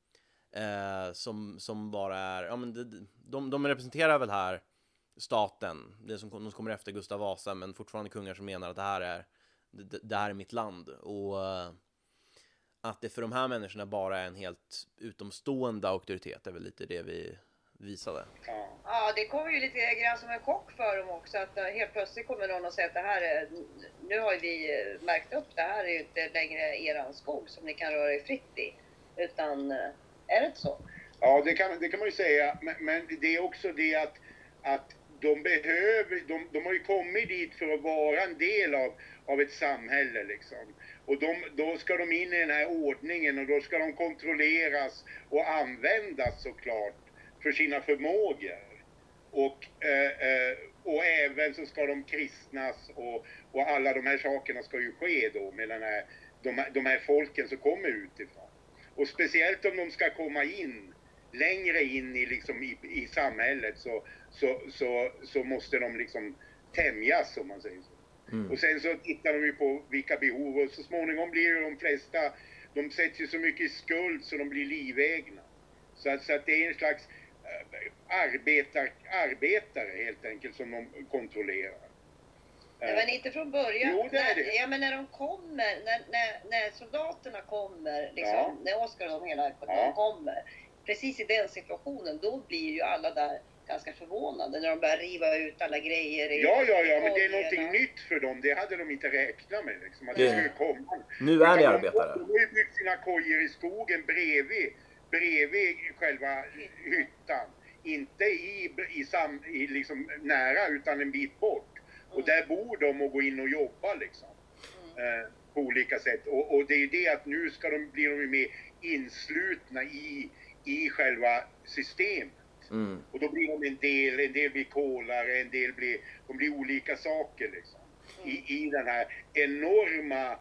Som bara är, ja, men de representerar väl här staten, det som de kommer efter Gustav Vasa, men fortfarande kungar som menar att det här är mitt land, och att det för de här människorna bara är en helt utomstående auktoritet är väl lite det vi visade. Ja, det kommer ju lite grann som en chock för dem också, att helt plötsligt kommer någon och säger att det här är, nu har vi märkt upp, det här är ju inte längre eran skog som ni kan röra er fritt i, utan är det inte så? Ja, det kan man ju säga, men det är också det att de har ju kommit dit för att vara en del av ett samhälle liksom. Och då ska de in i den här ordningen, och då ska de kontrolleras och användas såklart för sina förmågor. Och även så ska de kristnas och alla de här sakerna ska ju ske då med de här folken som kommer utifrån. Och speciellt om de ska komma in längre in i samhället så måste de liksom tämjas, om man säger så. Och sen så tittar de ju på vilka behov, och så småningom blir ju de flesta, de sätts ju så mycket i skuld så de blir livägna. Så att det är en slags arbetare helt enkelt som de kontrollerar. Ja, men inte från början. Jo, det är det. Ja, men när de kommer, när soldaterna kommer, liksom, när Oskar och de kommer, precis i den situationen, då blir ju alla där ganska förvånade när de börjar riva ut alla grejer. Ja, men det är någonting nytt för dem. Det hade de inte räknat med liksom, att det skulle komma. Nu är ni arbetare. De har ju byggt sina kojor i skogen bredvid själva hyttan. Inte i liksom nära, utan en bit bort. Och där bor de och går in och jobbar liksom. På olika sätt. Och det är det att nu blir de mer inslutna i själva systemet. Och då blir de en del blir kolare, de blir olika saker liksom. I den här enorma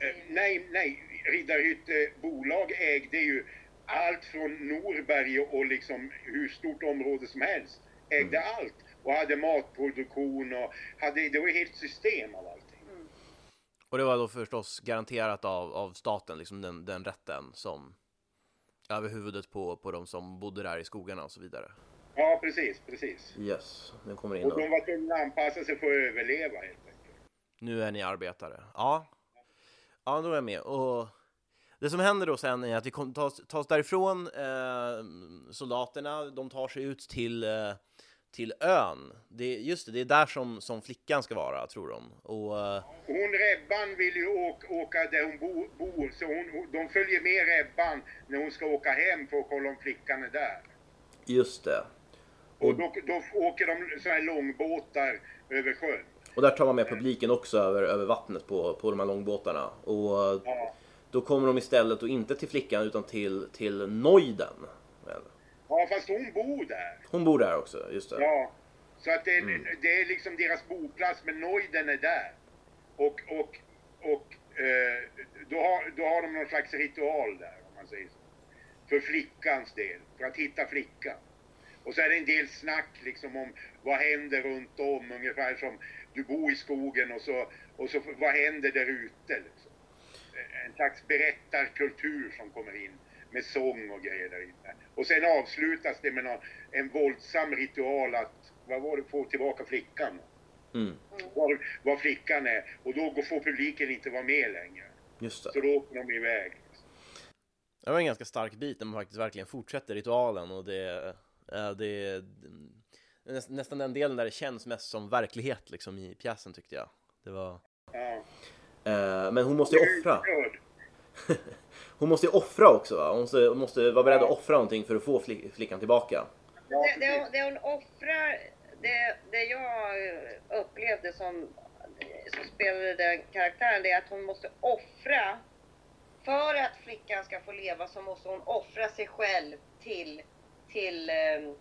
Riddarhytte bolag ägde ju allt från Norberg och liksom hur stort område som helst. Ägde allt och hade matproduktion och det var ett helt system av allting. Och det var då förstås garanterat av staten, liksom den rätten som över huvudet på de som bodde där i skogarna och så vidare. Ja, precis. Yes, den kommer in. Och de var tvungna att anpassa sig för att överleva helt enkelt. Nu är ni arbetare. Ja, då är jag med. Och det som händer då sen är att vi tas därifrån. Soldaterna, de tar sig ut till ön. Det är där som flickan ska vara, tror de. Och hon Rebban vill ju åka där hon bor, så de följer med Rebban när hon ska åka hem för att kolla om flickan är där. Just det. Och då åker de så här långbåtar över sjön. Och där tar man med publiken också över vattnet på de här långbåtarna. Och då kommer de istället och inte till flickan utan till Neuden. Ja, fast hon bor där. Hon bor där också, just det. Ja, så att det är liksom deras boplats, men Neuden är där. Och då har de någon slags ritual där, om man säger så. för flickans del, för att hitta flickan. Och så är det en del snack liksom om vad händer runt om, ungefär som du bor i skogen och så vad händer där ute liksom. En slags berättarkultur som kommer in med sång och grejer där inne. Och sen avslutas det med en våldsam ritual att, vad var det, få tillbaka flickan. Var flickan är. Och då får publiken inte vara med längre. Just det. Så då åker de iväg. Det var en ganska stark bit när man faktiskt verkligen fortsätter ritualen, och det är nästan den delen där det känns mest som verklighet liksom i pjäsen, tyckte jag. Det var... Ja. Men hon måste ju offra. Hon måste ju offra också, va? Hon måste vara beredd att offra någonting för att få flickan tillbaka. Det hon offrar, det jag upplevde som spelade den karaktären, det är att hon måste offra. För att flickan ska få leva så måste hon offra sig själv till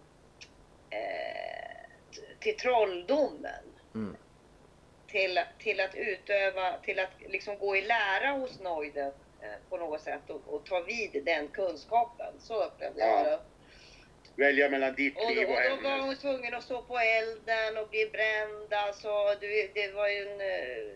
trolldomen. Till att utöva, till att liksom gå i lära hos Noiden på något sätt och ta vid den kunskapen. Så upplevde jag det. Välja mellan ditt liv och hennes. Och då var hon tvungen att stå på elden och bli bränd. Alltså, det var ju en...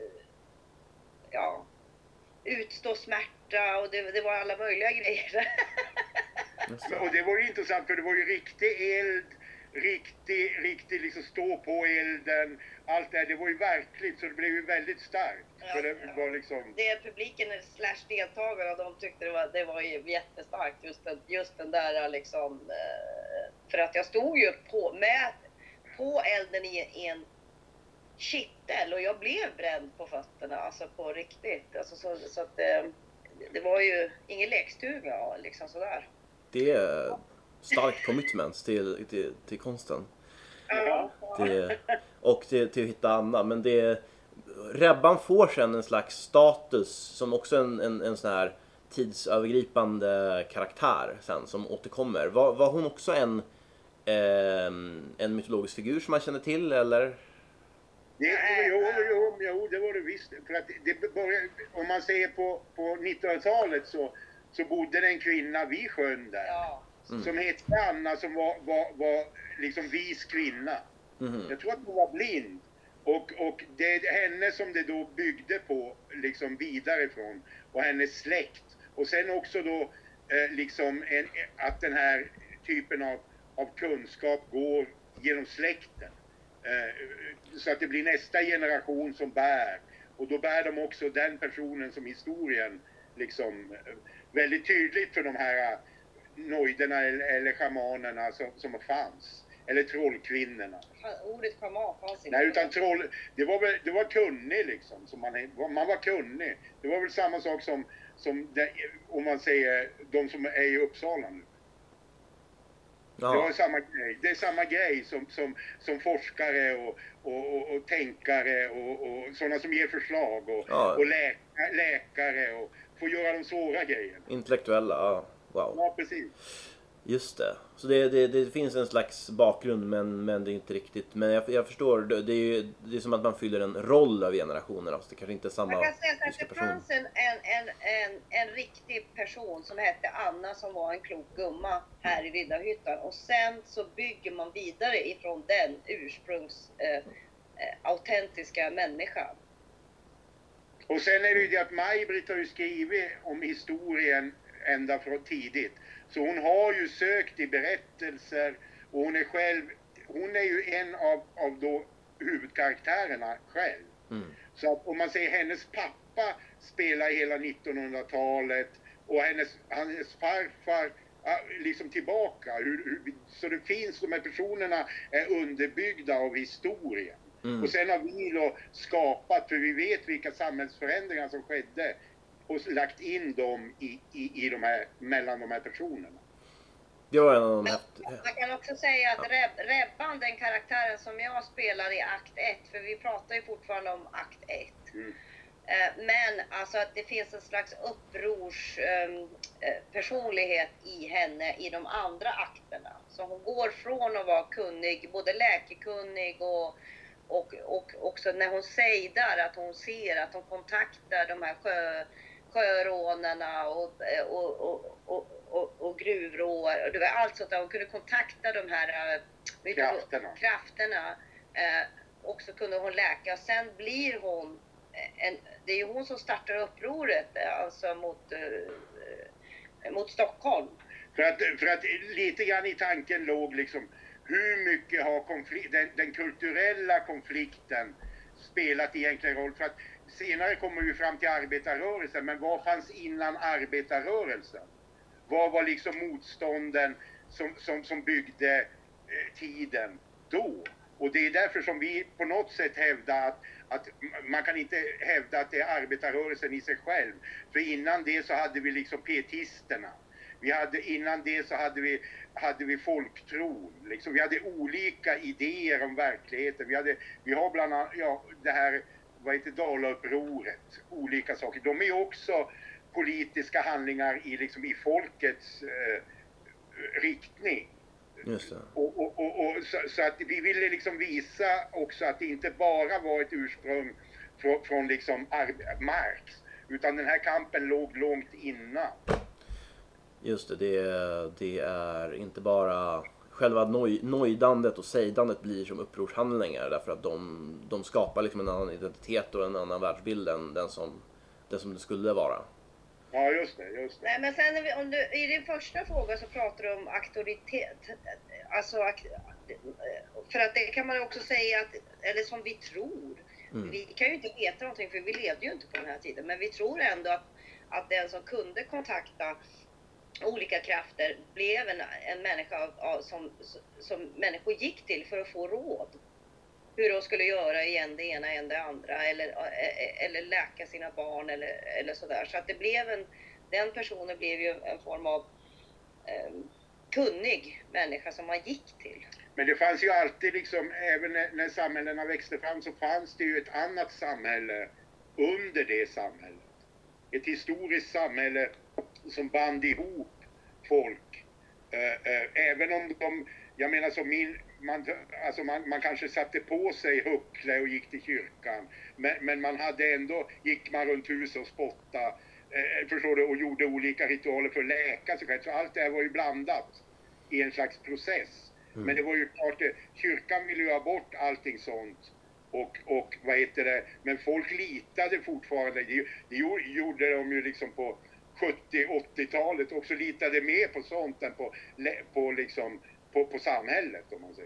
utstå smärta och det var alla möjliga grejer. Och det var ju intressant, för det var ju riktig eld, riktig liksom stå på elden, allt det var ju verkligt, så det blev ju väldigt starkt. Ja, för det var liksom... Det publiken / deltagarna, de tyckte det var ju jättestarkt, just den där liksom, för att jag stod ju på elden i en kittel och jag blev bränd på fötterna, alltså på riktigt, alltså så att det var ju ingen lekstuga liksom sådär. Det är starkt commitment till konsten. Ja. Och till att hitta Anna, men Rebban får sen en slags status som också en sån här tidsövergripande karaktär sen som återkommer. Var hon också en mytologisk figur som man känner till, eller? Jo, det var det visst. För att om man ser på 1900-talet så bodde det en kvinna vid sjön där. Ja. Som hette Anna, som var liksom vis kvinna. Jag tror att hon var blind. Och det är henne som det då byggde på liksom vidare ifrån. Och hennes släkt. Och sen också då liksom att den här typen av kunskap går genom släkten. Så att det blir nästa generation som bär. Och då bär de också den personen som historien liksom väldigt tydligt för de här noiderna eller shamanerna som fanns. Eller trollkvinnorna. Ordet shaman fanns inte. Nej, utan troll, det var kunnig liksom. Man var kunnig. Det var väl samma sak som om man säger de som är i Uppsala nu. Ja. Det var samma grej. Det är samma grej som forskare och tänkare och sådana som ger förslag och läkare och får göra de svåra grejerna. Intellektuella, ja. Wow. Ja, precis. Just det. Så det finns en slags bakgrund, men det är inte riktigt. Men jag förstår, det är som att man fyller en roll av generationer. Alltså det kanske inte är samma. Man kan säga att det fanns en riktig person som hette Anna, som var en klok gumma här i Riddarhyttan. Och sen så bygger man vidare ifrån den autentiska människan. Och sen är det ju det att Maj-Britt har ju skrivit om historien ända från tidigt. Så hon har ju sökt i berättelser och hon är ju en av då huvudkaraktärerna själv. Så att om man säger hennes pappa spelar hela 1900-talet och hennes farfar liksom tillbaka. Så det finns, de här personerna är underbyggda av historien. Och sen har vi då skapat, för vi vet vilka samhällsförändringar som skedde och lagt in dem i de här, mellan de här personerna. Det var en av de Man kan också säga att Rebban, den karaktären som jag spelar i akt 1, för vi pratar ju fortfarande om akt 1. Men alltså att det finns en slags upprors personlighet i henne i de andra akterna. Så hon går från att vara kunnig, både läkekunnig och också när hon sejdar, att hon ser att hon kontaktar de här sjörånarna och gruvråar. Och det var allt sånt där. Hon kunde kontakta de här krafterna. Och så kunde hon läka. Och sen blir hon, det är ju hon som startar upproret alltså mot Stockholm. För att lite grann i tanken låg liksom, hur mycket har den kulturella konflikten spelat egentligen roll? För att senare kommer vi fram till arbetarrörelsen, men vad fanns innan arbetarrörelsen? Vad var liksom motstånden som byggde tiden då? Och det är därför som vi på något sätt hävdar att man kan inte hävda att det är arbetarrörelsen i sig själv. För innan det så hade vi liksom pietisterna. Innan det så hade vi folktron. Liksom, vi hade olika idéer om verkligheten. Vi har bland annat det här, vad heter Dalaupproret, olika saker. De är också politiska handlingar i folkets riktning. Just det. Så att vi ville liksom visa också att det inte bara var ett ursprung från liksom Marx, utan den här kampen låg långt innan. Just det är inte bara själva nojdandet och sejdandet blir som upprorshandlingar, därför att de skapar liksom en annan identitet och en annan världsbild än den som det skulle vara. Ja, just det. Nej, men sen i din första fråga så pratar du om auktoritet. Alltså, för att det kan man också säga eller som vi tror. Vi kan ju inte veta någonting, för vi levde ju inte på den här tiden. Men vi tror ändå att den som kunde kontakta olika krafter blev en människa som människor gick till för att få råd. Hur de skulle göra igen det ena än det andra, eller läka sina barn eller sådär. Så att det blev den personen blev ju en form av kunnig människa som man gick till. Men det fanns ju alltid liksom, även när samhällena växte fram, så fanns det ju ett annat samhälle under det samhället. Ett historiskt samhälle som band ihop folk. Även om jag menar som man kanske satte på sig huckle och gick till kyrkan. Men man hade ändå, gick man runt huset och spotta, förstår du, och gjorde olika ritualer för att läka sig själv. Så allt det här var ju blandat i en slags process. Men det var ju klart, kyrkan ville ju ha bort allting sånt. Och vad heter det, men folk litade fortfarande, det gjorde de ju liksom på 70-80-talet, också litade mer på sånt än på samhället, om man säger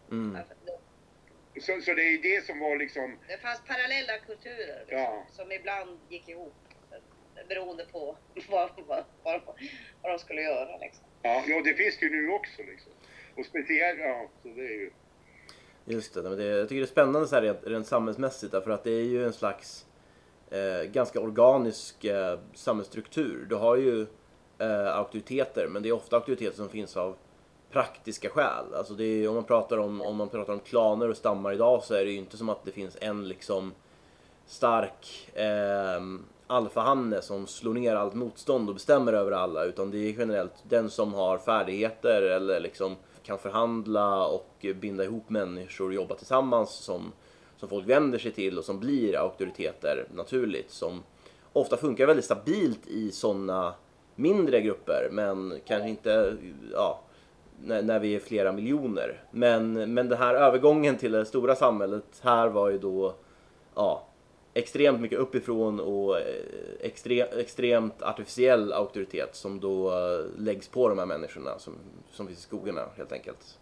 så. Så det är det som var liksom... Det fanns parallella kulturer liksom, som ibland gick ihop beroende på vad de skulle göra liksom. Ja, det finns ju nu också liksom. Och speciellt, så det är ju... Just det, men jag tycker det är spännande så här rent samhällsmässigt, därför att det är ju en slags ganska organisk samhällsstruktur. Du har ju auktoriteter, men det är ofta auktoriteter som finns av praktiska skäl. Alltså det är, om man pratar om klaner och stammar idag, så är det ju inte som att det finns en liksom stark alfahanne som slår ner allt motstånd och bestämmer över alla, utan det är generellt den som har färdigheter eller liksom kan förhandla och binda ihop människor och jobba tillsammans som folk vänder sig till och som blir auktoriteter naturligt, som ofta funkar väldigt stabilt i sådana mindre grupper, men kanske inte när vi är flera miljoner. Men den här övergången till det stora samhället här var ju då extremt mycket uppifrån och extremt artificiell auktoritet som då läggs på de här människorna som finns i skogarna helt enkelt.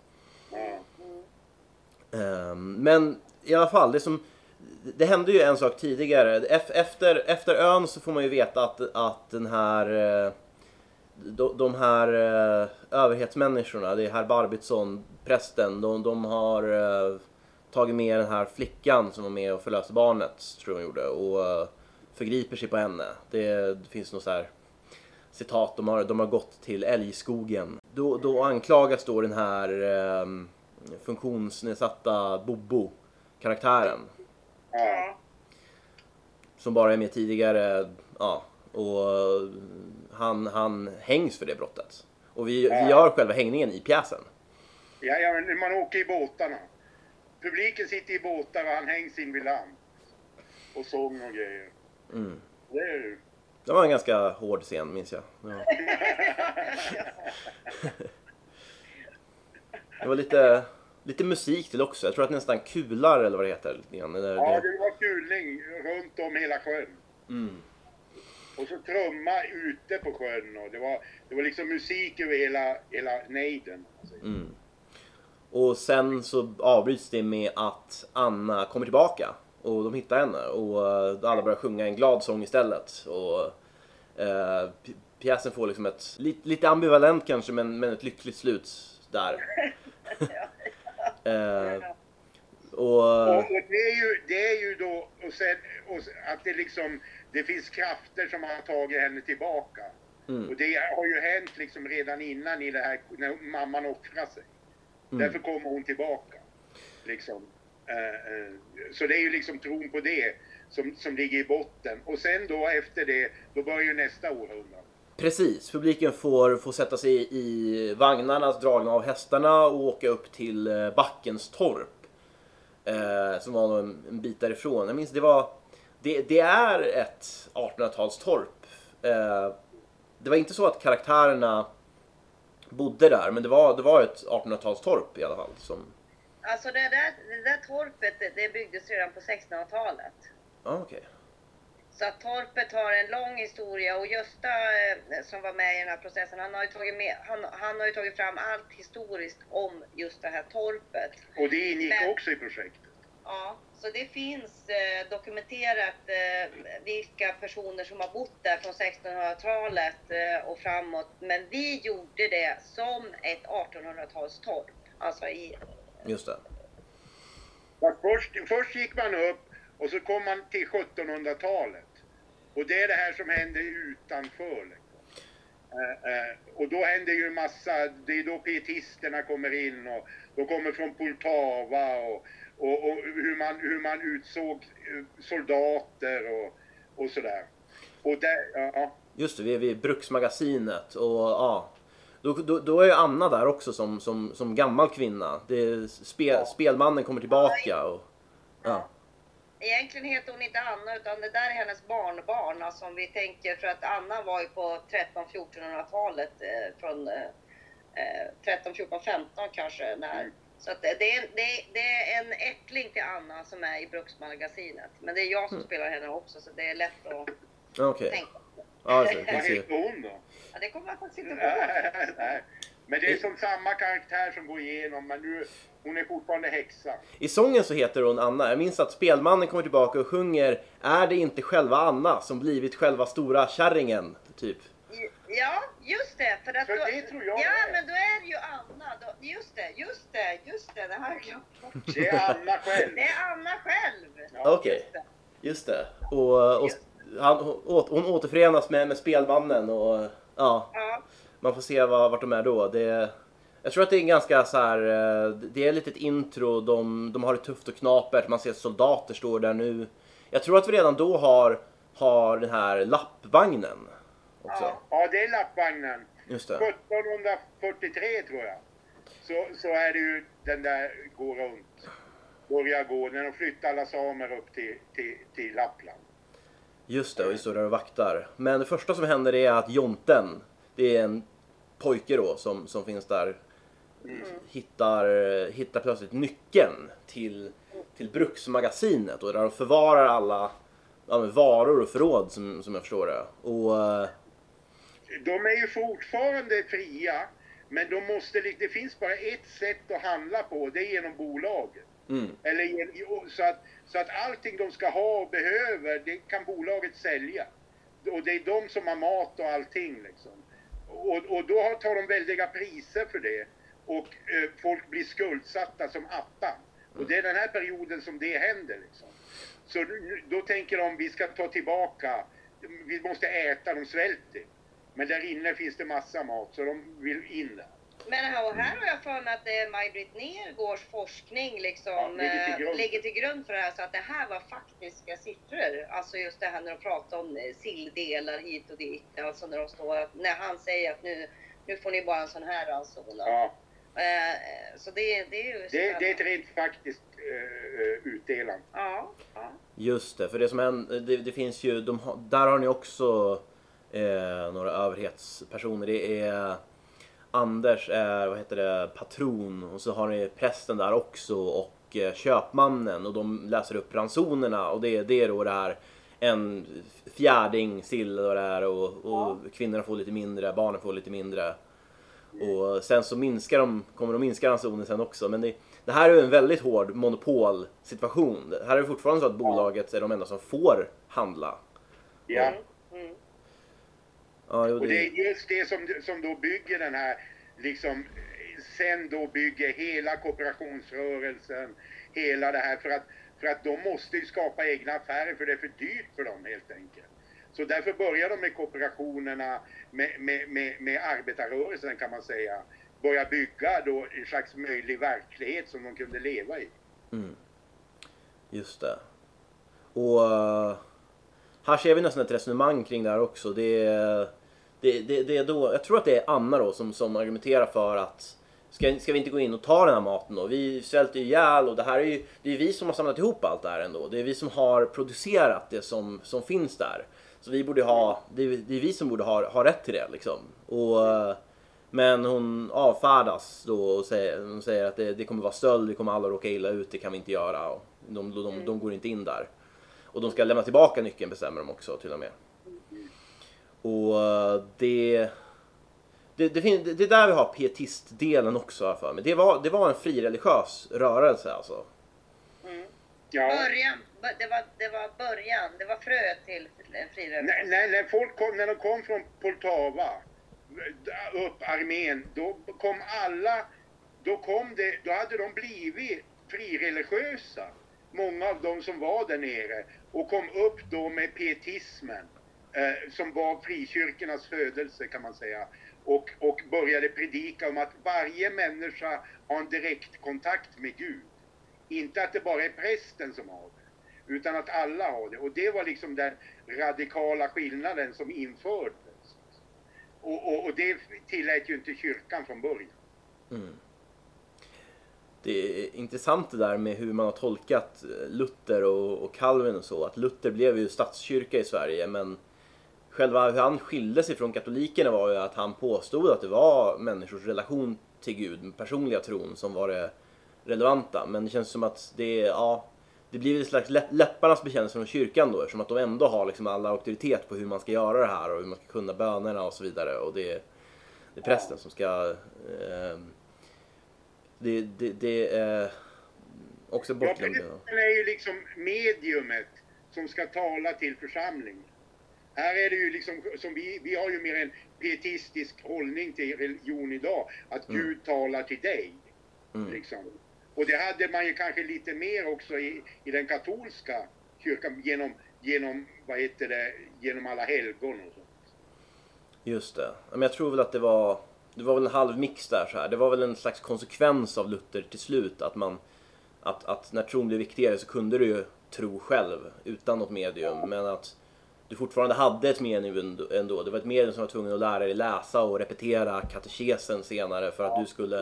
Men i alla fall, det hände ju en sak tidigare. Efter ön så får man ju veta att den här de här överhetsmänniskorna, det är herr Barbitsson, prästen, de har tagit med den här flickan som var med och förlöste barnet, tror jag gjorde, och förgriper sig på henne. Det finns något så här citat, de har gått till älgskogen. Då anklagas då den här funktionsnedsatta Bobo-karaktären. Som bara är med tidigare, och han hängs för det brottet. Och vi gör själva hängningen i pjäsen. Ja, men man åker i båtarna. Publiken sitter i båtar och han hängs in vid land. Och sång och grejer. Det är ju... Det var en ganska hård scen, minns jag. Ja. Det var lite musik till också. Jag tror att nästan kular eller vad det heter. Ja, det var kulning runt om hela sjön. Mm. Och så trumma ute på sjön. Och det var liksom musik över hela nejden. Mm. Och sen så avbryts det med att Anna kommer tillbaka. Och de hittar henne. Och alla börjar sjunga en glad sång istället. Och pjäsen får liksom ett lite ambivalent kanske, men ett lyckligt slut där. Och det är ju då och att det liksom det finns krafter som har tagit henne tillbaka. Och det har ju hänt liksom redan innan i det här när mamman offrar sig. Därför kommer hon tillbaka liksom. Så det är ju liksom tron på det som ligger i botten. Och sen då efter det då börjar ju nästa århundrade. Precis, publiken får sätta sig i vagnarna dragna av hästarna och åka upp till Backenstorp. Som var en bit därifrån. Jag minns det är ett 1800-talstorp. Det var inte så att karaktärerna bodde där, men det var ett 1800-talstorp i alla fall. Alltså det där torpet det byggdes redan på 1600-talet. Okej. Så att torpet har en lång historia och Gösta som var med i den här processen, han har ju tagit fram allt historiskt om just det här torpet. Och det ingick också i projektet. Ja, så det finns dokumenterat vilka personer som har bott där från 1600-talet och framåt. Men vi gjorde det som ett 1800-talstorp. Alltså Just det. Först gick man upp och så kom man till 1700-talet. Och det är det här som händer utanför. Liksom. Och då händer ju massa, det är då pietisterna kommer in och de kommer från Poltava och hur man utsåg soldater och sådär. Och där, ja. Just det, vi är vid Bruksmagasinet och ja. Då är ju Anna där också som gammal kvinna. Spelmannen kommer tillbaka och ja. Egentligen heter hon inte Anna utan det där är hennes barnbarn. Alltså om vi tänker, för att Anna var ju på 13-1400-talet från 13, 14, 15 kanske. Så att det är en ättling till Anna som är i Bruksmagasinet. Men det är jag som spelar henne också så det är lätt att tänka på. Ja, vad heter hon då? Ja, det kommer jag faktiskt inte ihåg. Men det är som samma karaktär som går igenom, men nu, hon är fortfarande häxa. I sången så heter hon Anna. Jag minns att spelmannen kommer tillbaka och sjunger: är det inte själva Anna som blivit själva stora kärringen, typ? Ja, just det. För det tror jag men då är det ju Anna. Just det. Det här har jag glömt bort. Det är Anna själv. Det är Anna själv. Ja, okej. Just det. Och hon återförenas med spelmannen och ja. Man får se vart de är då. Jag tror att det är ganska så här. Det är lite ett intro. De har det tufft och knapert. Man ser soldater står där nu. Jag tror att vi redan då har den här lappvagnen också. Ja, det är lappvagnen. Just det. 1743 tror jag. Så är det ju den där går runt. Börjar gå när de flyttar alla samer upp till Lappland. Just det, och vi står där och vaktar. Men det första som händer är att Jonten, det är en pojke då som finns där, hittar plötsligt nyckeln till Bruksmagasinet och där de förvarar alla varor och förråd som jag förstår det. Och de är ju fortfarande fria, men det finns bara ett sätt att handla på, det är genom bolaget. Eller så att allting de ska ha och behöver, det kan bolaget sälja. Och det är de som har mat och allting liksom. Och då tar de väldiga priser för det. Och folk blir skuldsatta som attan. Och det är den här perioden som det händer liksom. Så då tänker de, vi ska ta tillbaka, vi måste äta, de svälter. Men där inne finns det massa mat så de vill in där. Men här har jag för mig att det är Maj-Britt Nergårds forskning liksom, ligger till grund för det här. Så att det här var faktiska siffror. Alltså just det här när de pratar om silldelar hit och dit. Alltså när de står, när han säger att nu får ni bara en sån här ranson. Ja. Så det är ju... Det är ett rent faktiskt utdelande. Ja. Just det, för det som händer, det finns ju, där har ni också några överhetspersoner. Det är Anders är, vad heter det, patron, och så har ni prästen där också och köpmannen, och de läser upp ransonerna, och det är då det här en fjärding sill och det här, och kvinnorna får lite mindre, barnen får lite mindre. Och sen så kommer de minska ransonen sen också. Men det här är ju en väldigt hård monopolsituation. Det här är fortfarande så att bolaget är de enda som får handla. Ja. Ja, Och det är just det som då bygger den här, liksom, sen då bygger hela kooperationsrörelsen, hela det här, för att de måste ju skapa egna affärer, för det är för dyrt för dem helt enkelt. Så därför börjar de med kooperationerna, med arbetarrörelsen kan man säga, börja bygga då en slags möjlig verklighet som de kunde leva i. Just det. Och här ser vi nästan ett resonemang kring det här också. Det är då, jag tror att det är Anna då som argumenterar för att ska vi inte gå in och ta den här maten då? Vi svälter ju ihjäl, och det här är vi som har samlat ihop allt det här ändå. Det är vi som har producerat det som finns där. Så vi borde det är vi som borde ha rätt till det liksom. Men hon avfärdas då och säger att det kommer vara stöld, vi kommer alla råka illa ut, det kan vi inte göra. Och de går inte in där. Och de ska lämna tillbaka nyckeln, bestämmer de också till och med. Och det är där vi har pietistdelen också för mig. Det var en frireligiös rörelse alltså. Ja. Det var början, det var fröet till en frireligiös. När de kom från Poltava upp armén, då hade de blivit frireligiösa, många av dem som var där nere, och kom upp då med pietismen, som var frikyrkornas födelse kan man säga, och började predika om att varje människa har en direkt kontakt med Gud, inte att det bara är prästen som har det, utan att alla har det. Och det var liksom den radikala skillnaden som infördes. Och det tillät ju inte kyrkan från början. Det är intressant det där med hur man har tolkat Luther och Calvin och så. Att Luther blev ju statskyrka i Sverige, men själva hur han skilde sig från katolikerna var ju att han påstod att det var människors relation till Gud, den personliga tron, som var det relevanta. Men det känns som att det blir en slags läpparnas bekännelse från kyrkan då, eftersom att de ändå har liksom alla auktoritet på hur man ska göra det här och hur man ska kunna bönerna och så vidare. Och det är prästen som ska... Det är också bortglömt. Ja, prästen är ju liksom mediumet som ska tala till församlingen. Här är det ju liksom, som vi har ju mer en pietistisk hållning till religion idag, att Gud talar till dig. Liksom. Och det hade man ju kanske lite mer också i den katolska kyrkan genom alla helgon och sånt. Just det. Men jag tror väl att det var väl en halv mix där så här. Det var väl en slags konsekvens av Luther till slut, att när tron blev viktigare så kunde du ju tro själv utan något medium, men att du fortfarande hade ett medium ändå. Det var ett medium som var tvungen att lära dig läsa och repetera katekesen senare för att du skulle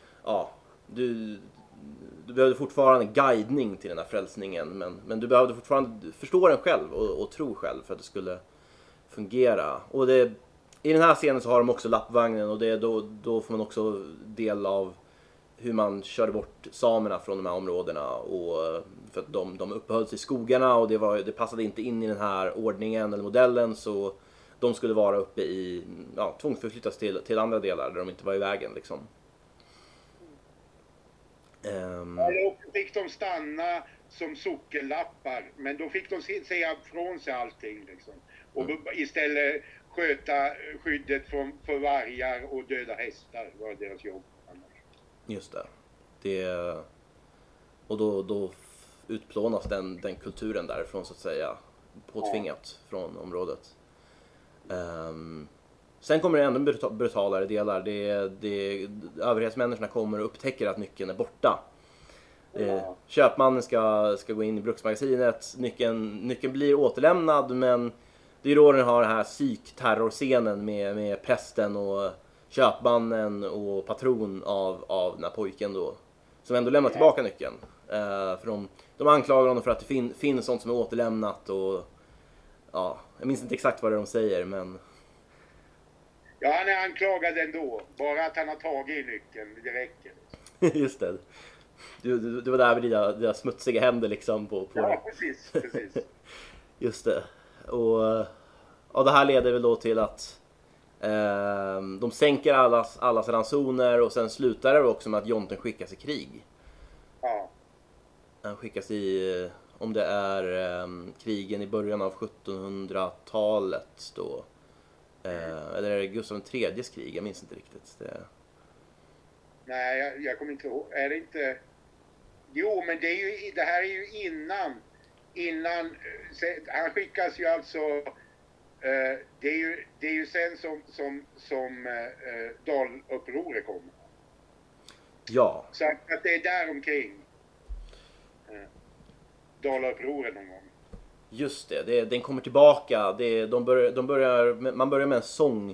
du behövde fortfarande guidning till den här frälsningen, men du behövde fortfarande förstå den själv och tro själv för att det skulle fungera. Och i den här scenen så har de också lappvagnen, och då får man också del av hur man körde bort samerna från de här områdena, och för att de uppehöll sig i skogarna, och det passade inte in i den här ordningen eller modellen, så de skulle vara uppe i tvångsförflyttas till andra delar där de inte var i vägen liksom. Då fick de stanna som sockenlappar, men då fick de säga från sig allting liksom. Och istället sköta skyddet för vargar och döda hästar var deras jobb annars. Just det. Och då utplånas den kulturen därifrån så att säga, påtvingat från området. Sen kommer det ännu brutalare delar. Överhetsmänniskorna kommer och upptäcker att nyckeln är borta. Köpmannen ska gå in i bruksmagasinet. Nyckeln blir återlämnad, men det är då den har den här psykterrorscenen med prästen och köpmannen och patron av den här pojken då, som ändå lämnar tillbaka nyckeln. För de anklagar honom för att det finns sånt som är återlämnat, och jag minns inte exakt vad det de säger, men Ja, han är anklagad ändå. Bara att han har tagit i nyckeln, det räcker. Just det. Du var där med dina smutsiga händer liksom på Ja, precis. Just det. Och ja, det här leder väl då till att de sänker allas ransoner och sen slutar det också med att Jonten skickas i krig. Ja. Han skickas i, om det är krigen i början av 1700-talet då. Eller är det Gustav III:s krig? Jag minns inte riktigt. Nej, jag kommer inte ihåg. Är det inte... Jo, men det här är ju innan han skickas ju alltså... Det är ju sen som Dalupproret kommer. Ja. Så att det är där omkring Dalupproret någon gång. Just det, den kommer tillbaka. Man börjar med en sång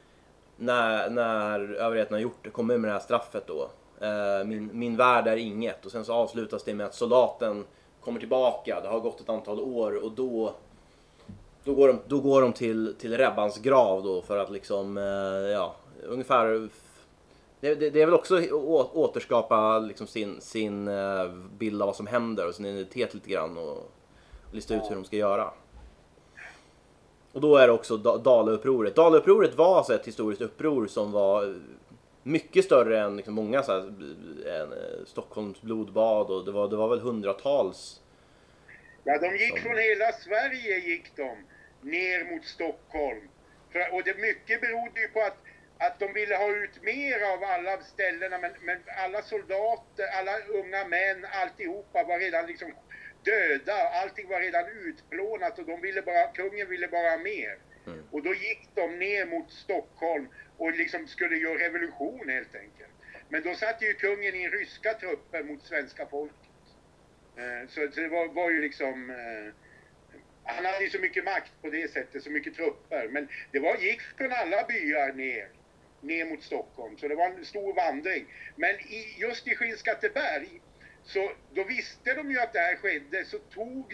när överheten har gjort det, kommer med det här straffet då. Min värld är inget. Och sen så avslutas det med att soldaten kommer tillbaka. Det har gått ett antal år och då går de till Rebbans grav då för att liksom, ungefär... Det är väl också återskapa liksom sin bild av vad som händer och sin identitet lite grann och lista ut hur de ska göra. Och då är det också Dalaupproret. Dalaupproret var alltså ett historiskt uppror som var mycket större än liksom många så här, Stockholms blodbad och det var väl hundratals. Ja, de gick från hela Sverige ner mot Stockholm. Och det mycket berodde ju på att de ville ha ut mer av alla ställena, men alla soldater, alla unga män, alltihopa var redan liksom döda, allting var redan utplånat och kungen ville bara ha mer. Och då gick de ner mot Stockholm och liksom skulle göra revolution helt enkelt. Men då satt ju kungen in ryska trupper mot svenska folket. Så det var ju liksom... Han hade ju så mycket makt på det sättet, så mycket trupper. Men gick från alla byar ner mot Stockholm. Så det var en stor vandring. Men just i Skinnskatteberg, så då visste de ju att det här skedde. Så tog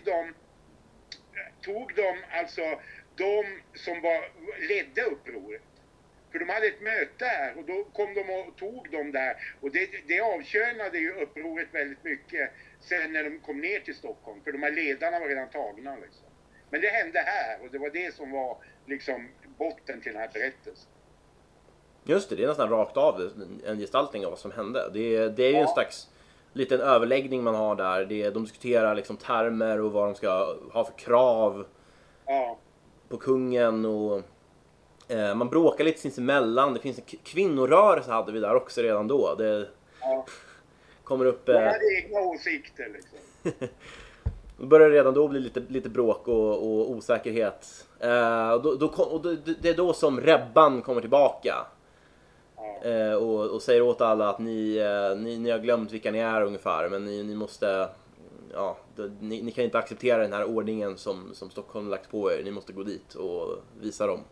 de alltså de som ledde upproret. För de hade ett möte här och då kom de och tog dem där. Och det avkönade ju upproret väldigt mycket sen när de kom ner till Stockholm. För de här ledarna var redan tagna liksom. Men det hände här och det var det som var liksom botten till den här berättelsen. Just det är nästan rakt av en gestaltning av vad som hände. Det är ju en slags liten överläggning man har där. De diskuterar liksom termer och vad de ska ha för krav på kungen och man bråkar lite sinsemellan. Det finns en kvinnorörelse hade vi där också redan då. Det kommer upp... De hade egna åsikter liksom. Det börjar redan då bli lite bråk och osäkerhet. Det är då som Rebban kommer tillbaka. Och säger åt alla att ni har glömt vilka ni är ungefär. Men ni måste... Ja, ni kan inte acceptera den här ordningen som Stockholm lagt på er. Ni måste gå dit och visa dem.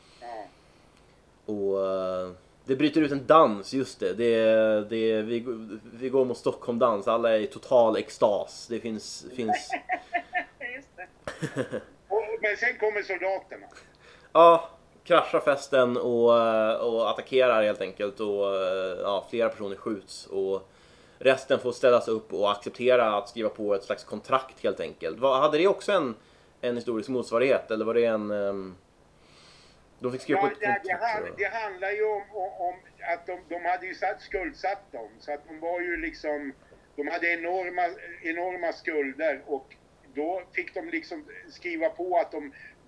Och det bryter ut en dans, just det. Vi går mot Stockholm-dans. Alla är i total extas. Det finns... Just det. Men sen kommer soldaterna. Ja, kraschar festen och attackerar helt enkelt. Och flera personer skjuts. Och resten får ställas upp och acceptera att skriva på ett slags kontrakt helt enkelt. Hade det också en historisk motsvarighet? Eller var det en... De fick skriva på ett kontrakt? Det handlar ju om att de hade ju skuldsatt dem. Så att de var ju liksom... De hade enorma skulder och då fick de liksom skriva på att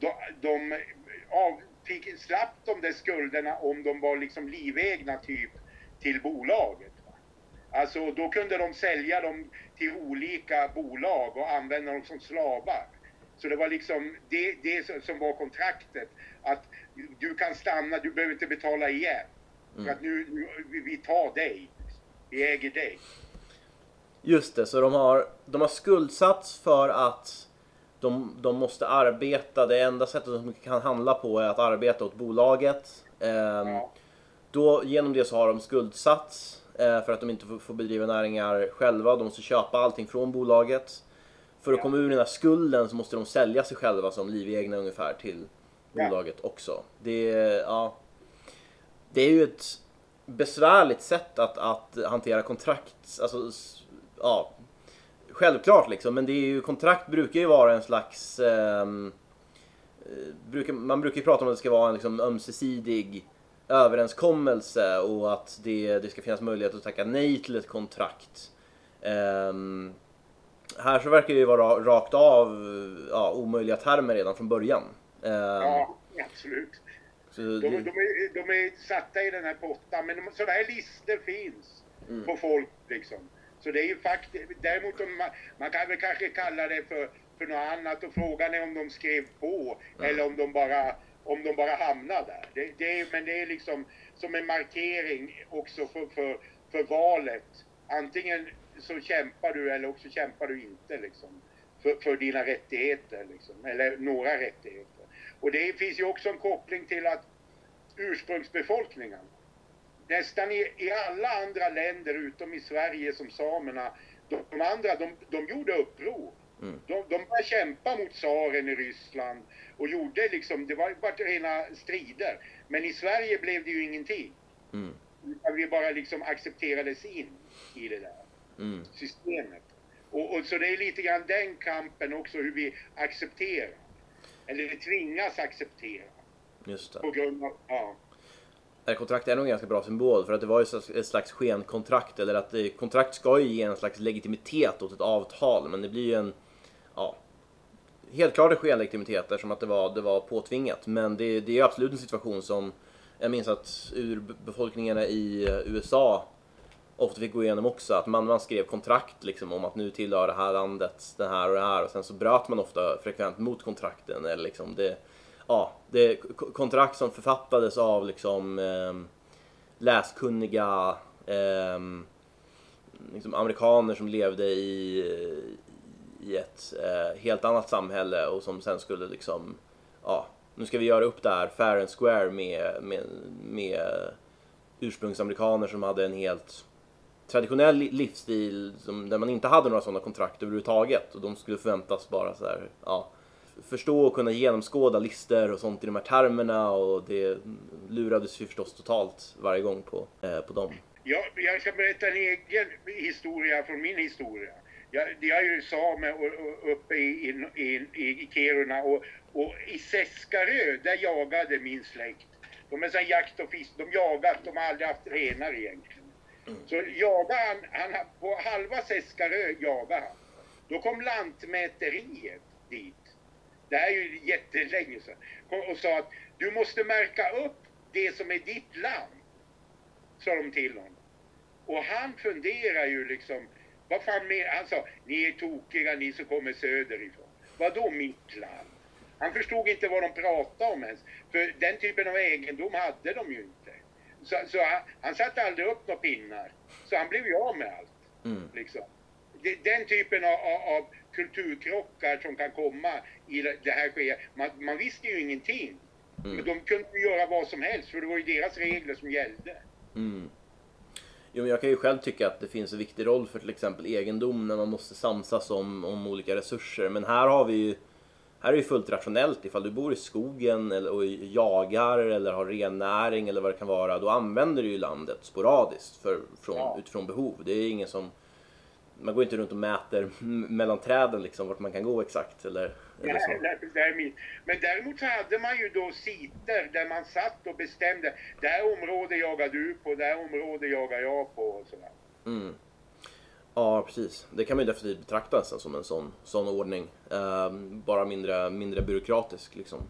slapp de där skulderna om de var liksom livegna typ till bolaget. Alltså då kunde de sälja dem till olika bolag och använda dem som slavar. Så det var liksom det som var kontraktet. Att du kan stanna, du behöver inte betala igen. För att nu vi tar dig. Vi äger dig. Just det, så de har skuldsatts för att de måste arbeta. Det enda sättet de kan handla på är att arbeta åt bolaget. Då, genom det så har de skuldsatts för att de inte får bedriva näringar själva. De måste köpa allting från bolaget. För att komma ur den här skulden så måste de sälja sig själva som livegna ungefär till bolaget också. det är ju ett besvärligt sätt att hantera kontrakt. Alltså, ja, självklart liksom. Men det är ju, kontrakt brukar ju vara en slags... man brukar ju prata om att det ska vara en liksom ömsesidig överenskommelse och att det ska finnas möjlighet att tacka nej till ett kontrakt. Här så verkar det ju vara rakt av omöjliga termer redan från början. Ja, absolut. Så de är satta i den här pottan, men sådana här listor finns på folk liksom. Så det är ju faktiskt, däremot man kan väl kanske kalla det för något annat, och frågan är om de skrev på eller om de bara hamnar där. Men det är liksom som en markering också för valet. Antingen så kämpar du eller också kämpar du inte liksom för dina rättigheter liksom, eller några rättigheter. Och det finns ju också en koppling till att ursprungsbefolkningen nästan i alla andra länder utom i Sverige som samerna, de andra de gjorde uppror. De började kämpa mot tsaren i Ryssland och gjorde liksom, det var bara rena strider. Men i Sverige blev det ju ingenting. Vi bara liksom accepterades in i det där systemet. Och så det är lite grann den kampen också, hur vi accepterar. Eller tvingas acceptera. Just det. På grund av, Kontrakt är nog en ganska bra symbol, för att det var ju ett slags skenkontrakt, eller att kontrakt ska ju ge en slags legitimitet åt ett avtal, men det blir ju en helt klart en skenlegitimitet eftersom att det var påtvingat. Men det är ju absolut en situation som jag minns att urbefolkningarna i USA ofta fick gå igenom också, att man skrev kontrakt liksom om att nu tillhör det här landet det här och det här, och sen så bröt man ofta frekvent mot kontrakten, eller liksom det är kontrakt som författades av liksom läskunniga liksom amerikaner som levde i ett helt annat samhälle, och som sen skulle liksom nu ska vi göra upp där fair and square med ursprungsamerikaner som hade en helt traditionell livsstil där man inte hade några sådana kontrakt överhuvudtaget, och de skulle förväntas bara så här, förstå och kunna genomskåda lister och sånt i de här termerna, och det lurades ju förstås totalt varje gång på dem. Ja, jag ska berätta en egen historia från min historia. Jag är ju same uppe i Kiruna, och i Seskarö, där jagade min släkt. De är så jakt och fisk, de jagat, de har aldrig haft renar egentligen. Så jagade han på halva Seskarö jagade han. Då kom Lantmäteriet dit. Det här är ju jättelänge sedan. Och sa att du måste märka upp det som är ditt land. Sa de till honom. Och han funderar ju liksom, vad fan med, han sa, ni är tokiga, ni som kommer söderifrån. Vadå mitt land? Han förstod inte vad de pratade om ens. För den typen av egendom hade de ju inte. Så han satte aldrig upp några pinnar. Så han blev ju av med allt. Liksom. Den typen av kulturkrockar som kan komma i det här sker. Man visste ju ingenting. Men de kunde ju göra vad som helst, för det var ju deras regler som gällde. Jo, men jag kan ju själv tycka att det finns en viktig roll för till exempel egendom när man måste samsas om olika resurser. Men här är det fullt rationellt. Ifall du bor i skogen och jagar eller har rennäring eller vad det kan vara, då använder du ju landet sporadiskt utifrån behov. Det är ingen som, man går inte runt och mäter mellan träden liksom vart man kan gå exakt eller så. Men däremot så hade man ju då siter där man satt och bestämde, det här område jagar du på, det här område jagar jag på och sådär. Ja, precis. Det kan man ju definitivt betrakta som en sån ordning. Bara mindre byråkratisk liksom.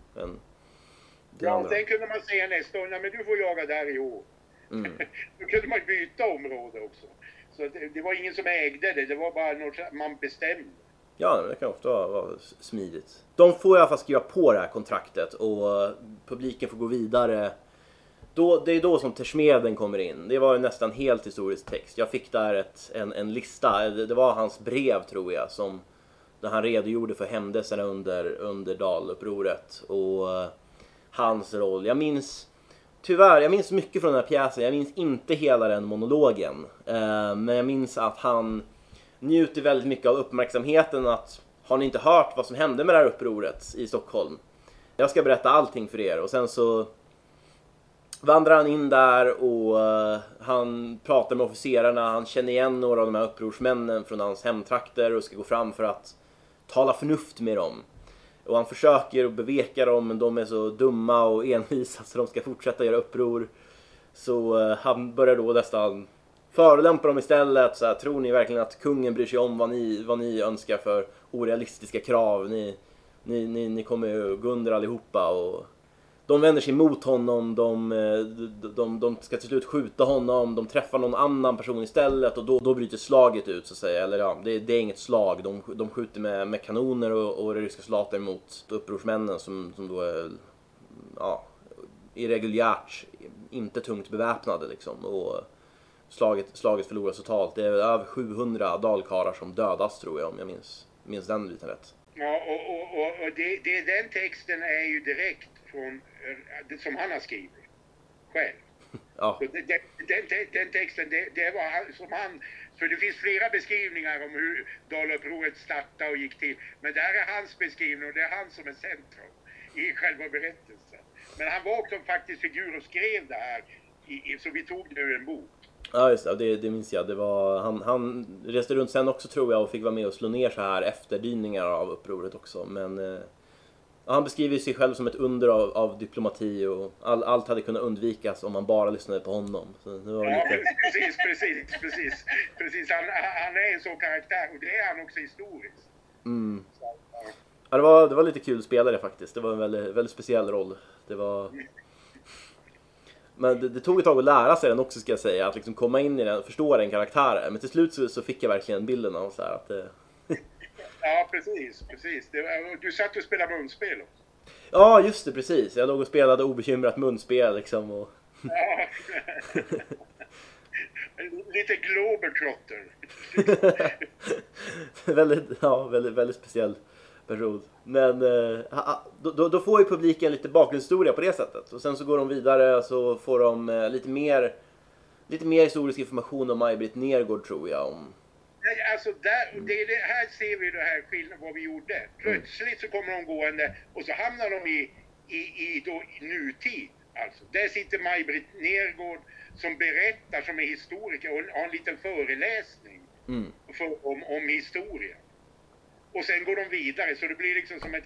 Sen kunde man säga nästa år, nej men du får jaga där i år. Då kunde man byta område också. Så det var ingen som ägde det var bara något man bestämde. Ja, det kan ofta vara smidigt. De får i alla fall skriva på det här kontraktet och publiken får gå vidare. Det är då som Tersmeden kommer in. Det var ju nästan helt historisk text. Jag fick där en lista. Det var hans brev tror jag, där han redogjorde för händelserna under Dalupproret och hans roll. Jag minns mycket från den här pjäsen. Jag minns inte hela den monologen. Men jag minns att han njuter väldigt mycket av uppmärksamheten. Att har ni inte hört vad som hände med det här upproret i Stockholm? Jag ska berätta allting för er. Och sen så vandrar han in där och han pratar med officerarna. Han känner igen några av de här upprorsmännen från hans hemtrakter och ska gå fram för att tala förnuft med dem. Och han försöker att beveka dem, men de är så dumma och envisa så de ska fortsätta göra uppror. Så han börjar då nästan förolämpa dem istället. Så här, tror ni verkligen att kungen bryr sig om vad ni önskar för orealistiska krav? Ni kommer ju gå under allihopa. Och de vänder sig mot honom. De ska till slut skjuta honom. De träffar någon annan person istället. Och då bryter slaget ut, så att säga. Eller ja, det är inget slag. De skjuter med kanoner och ryska soldater mot upprorsmännen som då är irreguljärt inte tungt beväpnade liksom. Och slaget förloras totalt. Det är över 700 dalkarlar som dödas, tror jag, om jag minns den lite rätt. Ja, och den texten är ju direkt från som han har skrivit själv. Ja. Den texten, det var som han, för det finns flera beskrivningar om hur Dalupproret startade och gick till. Men det här är hans beskrivning och det är han som är centrum i själva berättelsen. Men han var också faktiskt figur och skrev det här, så vi tog det ur en bok. Ja, just det minns jag. Det var, han reste runt sen också, tror jag, och fick vara med och slå ner så här efterdyningar av upproret också. Men han beskriver sig själv som ett under av diplomati, och allt hade kunnat undvikas om man bara lyssnade på honom. Så det var lite... Precis. Han är en sån karaktär, och det är han också historiskt. Mm. Ja, det var lite kul spelare faktiskt. Det var en väldigt, väldigt speciell roll. Det var... Men det tog ett tag att lära sig den också, ska jag säga. Att liksom komma in i den och förstå den karaktären. Men till slut så fick jag verkligen bilden av så här att det... Ja, precis. Du satt och spelade munspel också. Ja, just det, precis. Jag låg och spelade obekymrat munspel liksom. Och... Ja. Lite globetrotter. väldigt speciell person. Men då får ju publiken lite bakgrundshistoria på det sättet. Och sen så går de vidare, så får de lite mer historisk information om Maj-Britt Nergård, tror jag. Alltså här ser vi det här skillnaden vad vi gjorde. Plötsligt så kommer de gående och så hamnar de i nutid. Alltså, där sitter Maj-Britt Nergård som berättar, som är historiker, och har en liten föreläsning om historia. Och sen går de vidare, så det blir liksom som ett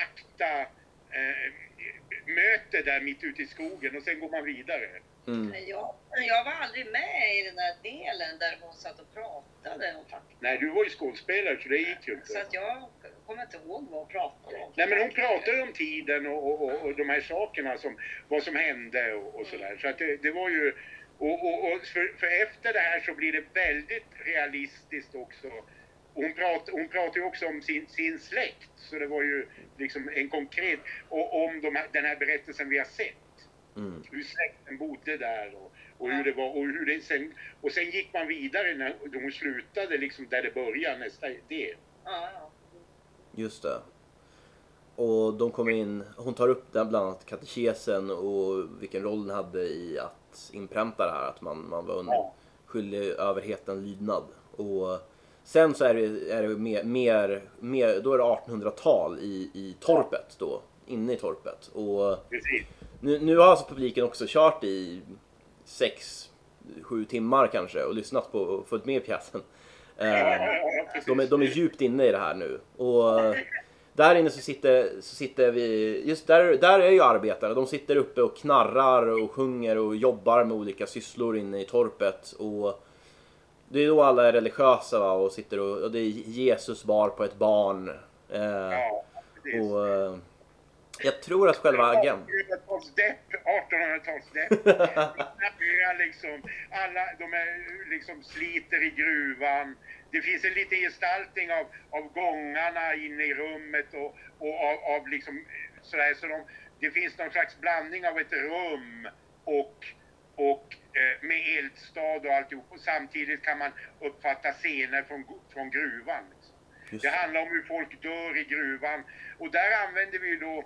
möte där mitt ute i skogen, och sen går man vidare. Jag var aldrig med i den där delen där hon satt och pratade om fakta. Nej, du var ju skådespelare, så det gick ju inte. Så att jag kommer inte ihåg vad hon pratade om. Nej, men hon pratade om tiden och de här sakerna, vad som hände och sådär. Så att det var ju... Och för efter det här så blir det väldigt realistiskt också. Hon pratar ju också om sin släkt, så det var ju liksom en konkret, och om den här berättelsen vi har sett. Hur släkten bodde där och hur det var, och hur det sen gick man vidare när hon slutade liksom där det började nästa del. Ja. Just det. Och de kommer in, hon tar upp där bland annat katekesen och vilken roll den hade i att inpränta det här, att man var skyldig överheten lydnad. Och sen så är det mer då är det 1800-tal i torpet då, inne i torpet. Och nu har alltså publiken också kört i 6-7 timmar kanske och lyssnat på och följt med i pjäsen. De är djupt inne i det här nu. Och där inne så sitter vi, just där är ju arbetare. De sitter uppe och knarrar och sjunger och jobbar med olika sysslor inne i torpet. Och det är då alla är religiösa, va? Och sitter och det är Jesus bar på ett barn. Och jag tror att själva agenten... 1800-talsdepp. Liksom, alla de är liksom sliter i gruvan. Det finns en liten gestaltning av gångarna inne i rummet och av liksom sådär, så det finns någon slags blandning av ett rum och med eldstad och alltihop, och samtidigt kan man uppfatta scener från gruvan. Liksom. Det handlar om hur folk dör i gruvan, och där använder vi då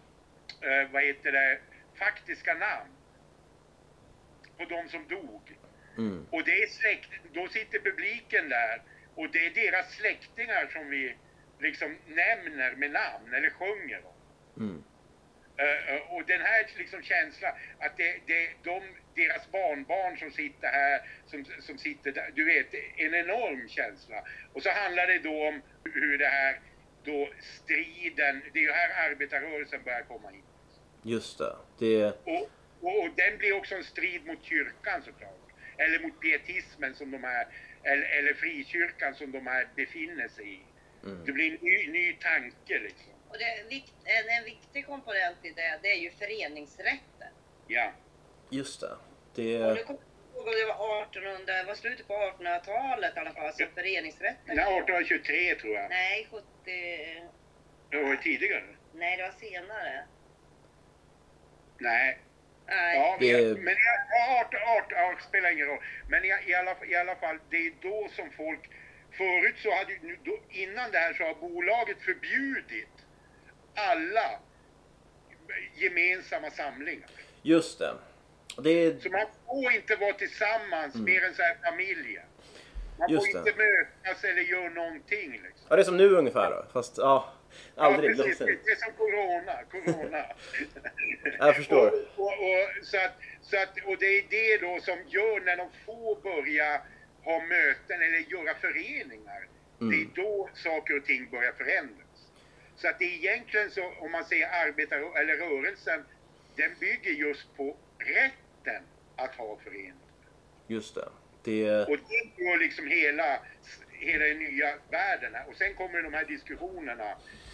faktiska namn på de som dog. Och det är då sitter publiken där, och det är deras släktingar som vi liksom nämner med namn eller sjunger om. Och den här liksom känslan att deras barnbarn som sitter här, som sitter där, du vet, en enorm känsla. Och så handlar det då om hur det här då striden, det är ju här arbetarrörelsen börjar komma in. Just det. Och den blir också en strid mot kyrkan såklart. Eller mot pietismen som de här, eller frikyrkan som de här befinner sig i. Det blir en ny tanke liksom. Och en viktig komponent i det är ju föreningsrätten. Ja. Just det. Och det kommer ihåg att det var slutet på 1800-talet i alla fall, så föreningsrätten. Nej, 1823 tror jag. Nej, 70... Det var tidigare. Nej, det var senare. Nej. Nej. Ja, men 18 spelar ingen roll. Men i alla fall, det är då som folk... Förut så hade innan det här så har bolaget förbjudit alla gemensamma samlingar. Just det. Så man får inte vara tillsammans mer än så här familjer. Man Just får inte mötas eller göra någonting liksom. Ja, det är som nu ungefär då. Fast aldrig. Ja, precis. Det är som corona. Jag förstår. Och det är det då som gör när de får börja ha möten eller göra föreningar. Det är då saker och ting börjar förändras. Så att det är egentligen så, om man säger eller rörelsen, den bygger just på rätten att ha föreningar. Just det. Och det går liksom hela den nya världen här. Och sen kommer de här diskussionerna.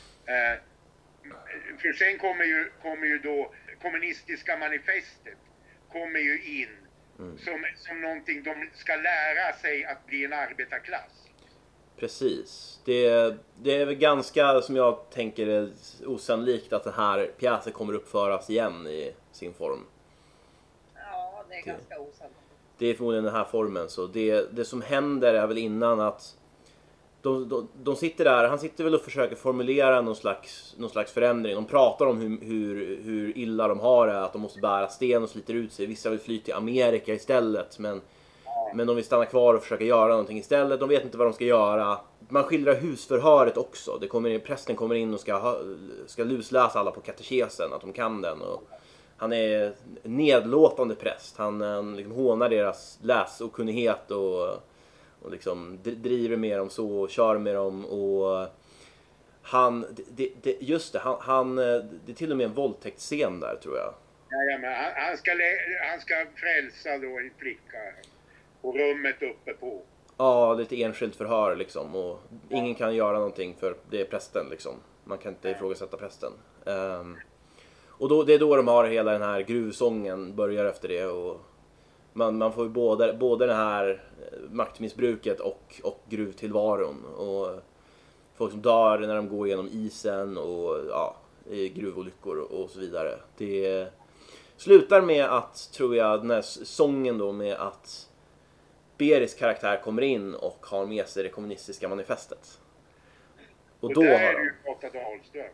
För sen kommer ju då kommunistiska manifestet kommer ju in som någonting de ska lära sig att bli en arbetarklass. Precis. Det är väl ganska, som jag tänker, osannolikt att den här pjäsen kommer uppföras igen i sin form. Ja, det är ganska osannolikt. Det är förmodligen den här formen. Så det som händer är väl innan att de sitter där, han sitter väl och försöker formulera någon slags förändring. De pratar om hur illa de har det, att de måste bära sten och sliter ut sig. Vissa vill fly till Amerika istället, men de vill stanna kvar och försöka göra någonting istället. De vet inte vad de ska göra. Man skildrar husförhöret också. Prästen kommer in och ska lusläsa alla på katekesen, att de kan den. Och han är nedlåtande präst. Han liksom hånar deras läsokunnighet och liksom driver med dem så och kör med dem. Och det är till och med en våldtäktsscen där, tror jag. Ja, men han ska frälsa då en flicka och rummet uppe på. Ja, lite enskilt förhör liksom, och ingen kan göra någonting för det är prästen liksom. Man kan inte ifrågasätta prästen. Och det är då de har hela den här gruvsången börjar efter det, och man får ju både det här maktmissbruket och gruvtillvaron, och folk som dör när de går igenom isen och i gruvolyckor och så vidare. Det slutar med att, tror jag, den här sången då med att Beris karaktär kommer in och har med sig det kommunistiska manifestet. Och då där har är de... det ju Lotta Dahlström.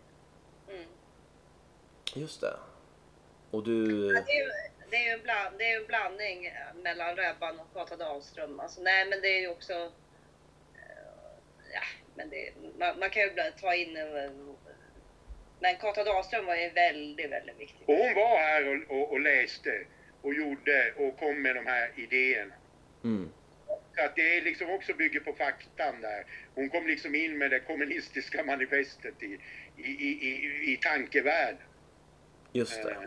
Just det. Och du... Ja, det är ju en blandning mellan Rebban och Kata Dahlström. Alltså, nej, men det är ju också... man kan ju ta in... Men Kata Dahlström var ju väldigt, väldigt viktig. Och hon var här och läste och gjorde och kom med de här idéerna. Så att det liksom också bygger på faktan där. Hon kom liksom in med det kommunistiska manifestet i tankevärlden. Just det.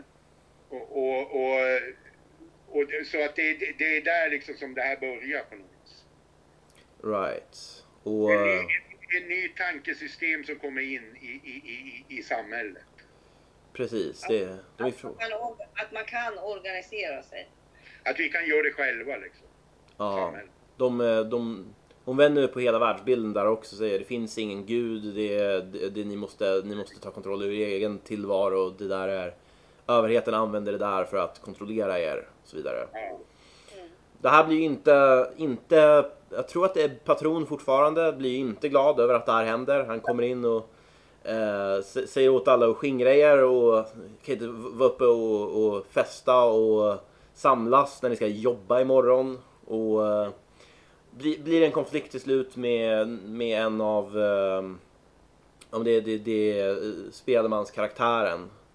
Och så att det är där liksom som det här börjar på något vis. Right. Och... En ny tankesystem som kommer in i samhället. Precis. Att man kan organisera sig. Att vi kan göra det själva liksom. Ja. Hon vänder på hela världsbilden där också, säger det finns ingen gud, ni måste ta kontroll över er egen tillvaro, det där är överheten använder det där för att kontrollera er och så vidare. Det här blir ju inte jag tror att det är Patron fortfarande blir inte glad över att det här händer. Han kommer in och säger åt alla att skingra er och kan inte vara uppe och festa och samlas när ni ska jobba imorgon. Och blir en konflikt till slut med en av om det är Spelmanskaraktären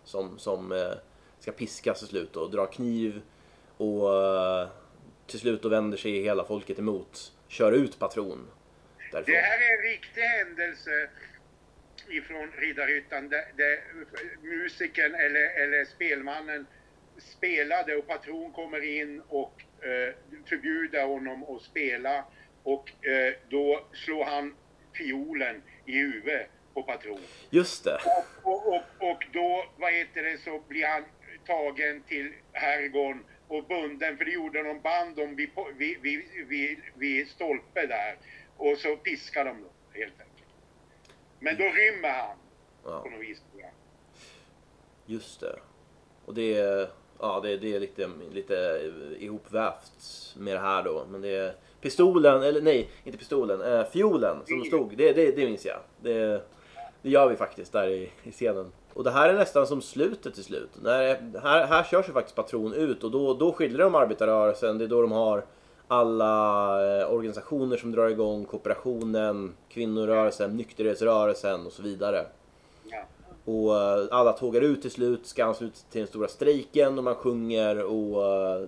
som ska piskas till slut och dra kniv och till slut då vänder sig hela folket emot, kör ut patron därifrån. Det här är en riktig händelse ifrån Riddarhyttan där musikern eller spelmannen spelade och patron kommer in och förbjuder honom att spela och då slår han fiolen i huvudet på patron. Just det. Och då, så blir han tagen till herrgården och bunden, för det gjorde de band om vid stolpe där. Och så piskar de då, helt enkelt. Men då rymmer han på något vis. Just det. Och det är lite ihopvävt med det här då. Men det är pistolen, eller nej, inte pistolen, fiolen som stod. Det minns jag. Det gör vi faktiskt där i scenen. Och det här är nästan som slutet till slut. Här körs ju faktiskt patron ut och då skildrar de arbetarrörelsen. Det är då de har alla organisationer som drar igång, kooperationen, kvinnorörelsen, nykterhetsrörelsen och så vidare. Ja. Och alla tågar ut till slut, ska ansluta till den stora strejken och man sjunger och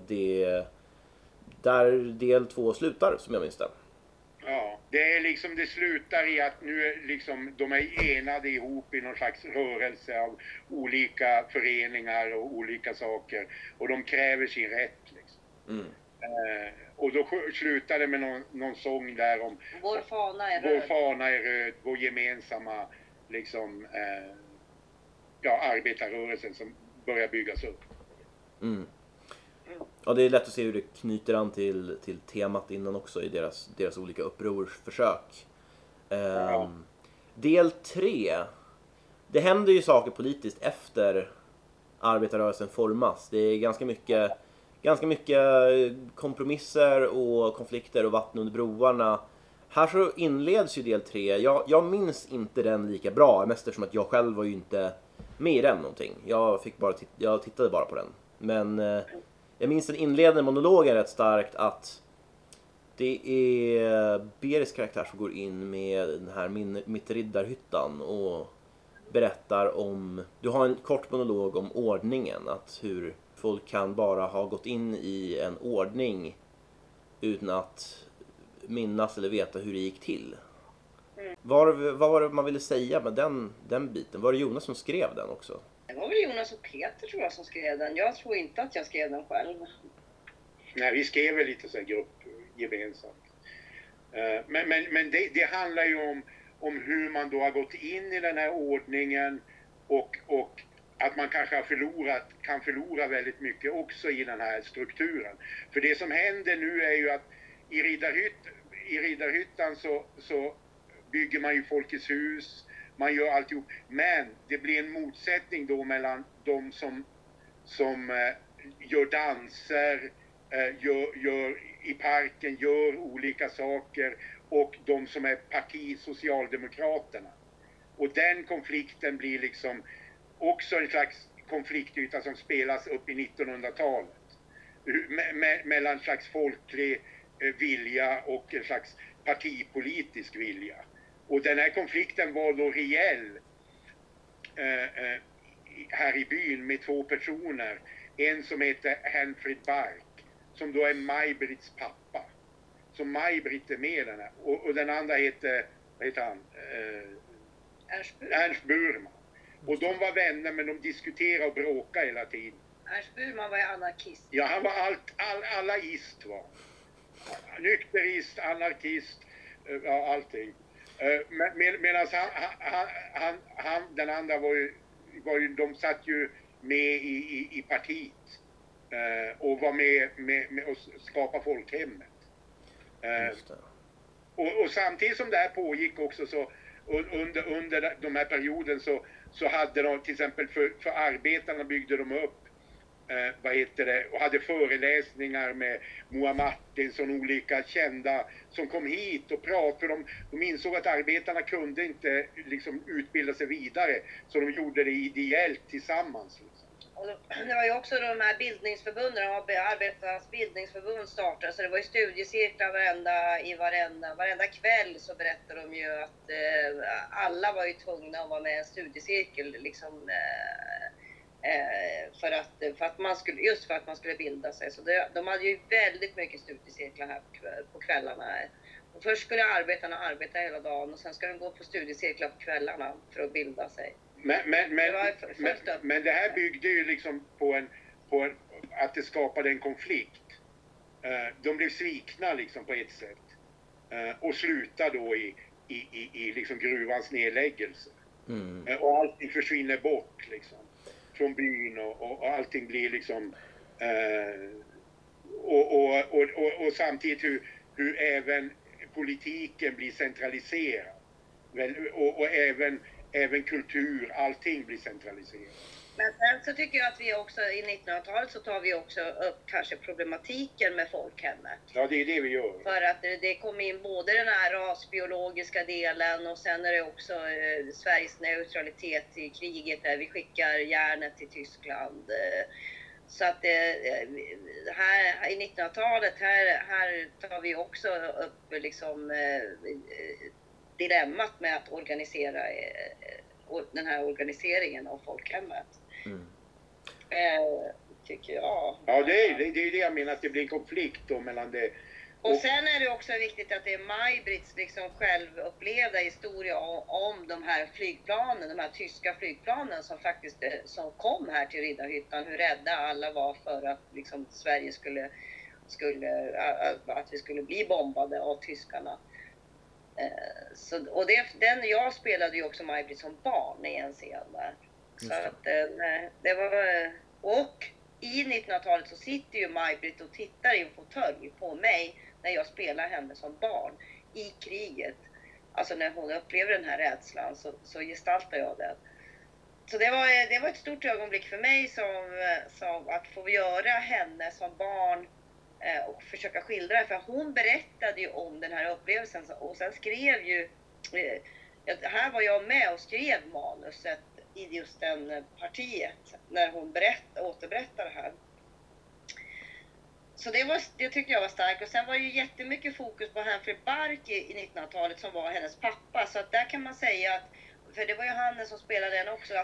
där del 2 slutar som jag minns det. Ja, det är liksom, det slutar i att nu är liksom, de är enade ihop i någon slags rörelse av olika föreningar och olika saker. Och de kräver sin rätt liksom. Mm. Och då slutar det med någon sång där om Vår fana är vår röd. fana är röd, vår gemensamma liksom, arbetarrörelsen som börjar byggas upp. Mm. Ja, det är lätt att se hur det knyter an till temat innan också i deras olika upprorsförsök. Del 3. Det händer ju saker politiskt efter arbetarrörelsen formas. Det är ganska mycket kompromisser och konflikter och vatten under broarna. Här så inleds ju del 3. Jag minns inte den lika bra, mest eftersom att jag själv var ju inte med i den någonting. Jag tittade bara på den. Men jag minns den inledande monologen rätt starkt, att det är Beris karaktär som går in med den här mitt riddarhyttan och berättar om, du har en kort monolog om ordningen, att hur folk kan bara ha gått in i en ordning utan att minnas eller veta hur det gick till. Vad var det man ville säga med den biten? Var det Jonas som skrev den också? Det var väl Jonas och Peter tror jag som skrev den. Jag tror inte att jag skrev den själv. Nej, vi skrev väl lite så här grupp gemensamt. Men det handlar ju om hur man då har gått in i den här ordningen och att man kanske kan förlora väldigt mycket också i den här strukturen. För det som händer nu är ju att i Riddarhyttan så bygger man ju Folkets hus, man gör alltihop. Men det blir en motsättning då mellan de som gör danser, gör i parken, gör olika saker, och de som är Socialdemokraterna. Och den konflikten blir liksom också en slags konfliktyta som spelas upp i 1900-talet. Mellan en slags folklig vilja och en slags partipolitisk vilja. Och den här konflikten var då reell här i byn med 2 personer. En som heter Henfrid Bark, som då är Maj-Britts pappa. Så Maj-Britt är med den här. Och den andra heter, vad heter han? Ernst Burman. Och de var vänner, men de diskuterade och bråkade hela tiden. Ernst Burman var ju anarkist. Ja, han var alla ist var. Nykterist, anarkist, ja, allting. Medan han, den andra var ju, de satt ju med i partiet och var med att skapa folkhemmet. Och samtidigt som det här pågick också, så under de här perioden så hade de till exempel för arbetarna byggde de upp och hade föreläsningar med Moa Martinsson, olika kända som kom hit och pratade, för de insåg att arbetarna kunde inte liksom utbilda sig vidare, så de gjorde det ideellt tillsammans liksom. Och det var ju också de här bildningsförbunden, Arbetarnas bildningsförbund startade, så det var ju studiecirklar varenda kväll, så berättade de ju att alla var ju tvungna att vara med i en studiecirkel liksom, För att man skulle, just för att man skulle bilda sig. Så de hade ju väldigt mycket studiecirklar här på kvällarna. Och först skulle arbetarna arbeta hela dagen och sen ska de gå på studiecirklar på kvällarna för att bilda sig. Men det här byggde ju liksom på en att det skapade en konflikt. De blev svikna liksom på ett sätt. Och slutade då i liksom gruvans nedläggelse. Och allting försvinner bort liksom. Från byn och allting blir liksom och samtidigt hur även politiken blir centraliserad. Och även kultur, allting blir centraliserat. Men sen så tycker jag att vi också i 1900-talet så tar vi också upp kanske problematiken med folkhemmet. Ja, det är det vi gör. För att det kommer in både den här rasbiologiska delen och sen är det också Sveriges neutralitet i kriget där vi skickar järnet till Tyskland. Så att här i 1900-talet här tar vi också upp liksom dilemmat med att organisera den här organiseringen av folkhemmet. Tycker jag. Ja, det är det jag menar, att det blir en konflikt då mellan det. Och sen är det också viktigt att det är Maj-Britts liksom självupplevda historia om de här flygplanen, de här tyska flygplanen som faktiskt som kom här till Riddarhyttan, hur rädda alla var för att liksom Sverige att vi skulle bli bombade av tyskarna. Och jag spelade ju också Maj-Britt som barn i en scen där. Så att det var, och i 1900-talet så sitter ju Maj-Britt och tittar i en fåtölj på mig när jag spelar henne som barn i kriget. Alltså när hon upplever den här rädslan så gestaltar jag det. Så det var ett stort ögonblick för mig som att få göra henne som barn och försöka skildra det. För hon berättade ju om den här upplevelsen och sen skrev ju, här var jag med och skrev manuset i just den partiet när hon återberättade det här. Så det tyckte jag var starkt. Och sen var ju jättemycket fokus på Humphrey Bark i 1900-talet som var hennes pappa. Så att där kan man säga att, för det var ju han som spelade den också,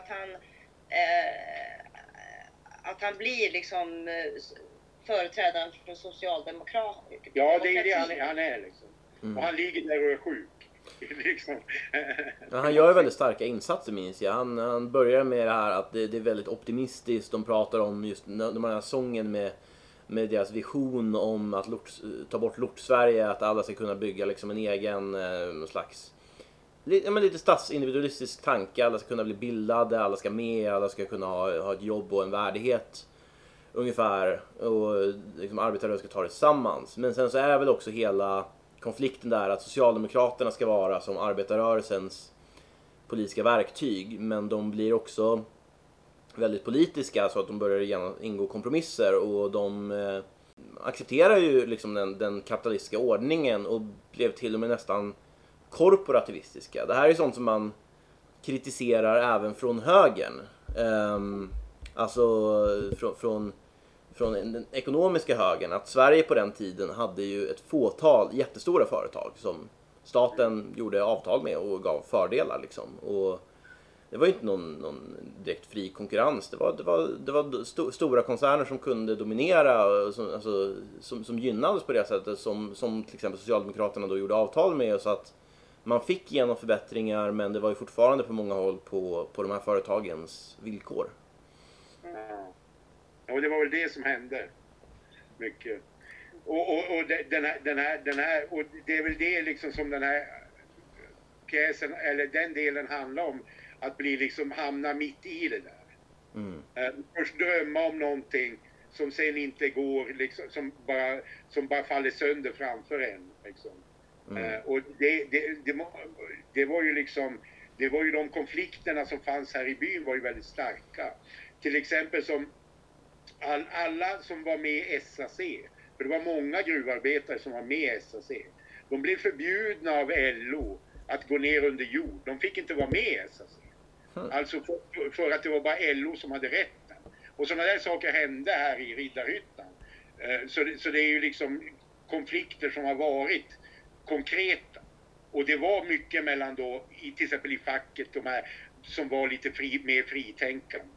att han blir liksom företrädaren för socialdemokrater. Ja, det är det han är liksom. Och han ligger där och är sjuk. Liksom. Ja, han gör väldigt starka insatser, minns jag. Han börjar med det här att det är väldigt optimistiskt. De pratar om just den här sången med deras vision om att ta bort Lort-Sverige, att alla ska kunna bygga liksom en egen slags lite statsindividualistisk tanke. Alla ska kunna bli bildade, alla ska med, alla ska kunna ha ett jobb och en värdighet ungefär, och liksom arbetarrörelsen ska ta det tillsammans. Men sen så är väl också hela konflikten där att Socialdemokraterna ska vara som arbetarrörelsens politiska verktyg, men de blir också väldigt politiska så att de börjar ingå kompromisser, och de accepterar ju liksom den kapitalistiska ordningen och blev till och med nästan korporativistiska. Det här är sånt som man kritiserar även från högern. Alltså från den ekonomiska högern, att Sverige på den tiden hade ju ett fåtal jättestora företag som staten gjorde avtal med och gav fördelar liksom. Och det var ju inte någon direkt fri konkurrens. Det var stora koncerner som kunde dominera, som gynnades på det sättet, som till exempel Socialdemokraterna då gjorde avtal med, så att man fick igenom förbättringar, men det var ju fortfarande på många håll på de här företagens villkor. Och det var väl det som hände mycket. Och den här och det är väl det liksom som den här pjäsen eller den delen handlar om, att bli liksom hamna mitt i det där. Först drömma om någonting som sen inte går liksom, som bara faller sönder framför en liksom. Och det var ju liksom, det var ju de konflikterna som fanns här i byn var ju väldigt starka. Till exempel som alla som var med i SAC, för det var många gruvarbetare som var med i SAC, de blev förbjudna av LO att gå ner under jord. De fick inte vara med i SAC. Alltså för att det var bara LO som hade rätten. Och sådana där saker hände här i Riddarhyttan. Så det är ju liksom konflikter som har varit konkreta. Och det var mycket mellan då, till exempel i facket, de här som var lite mer fritänkande.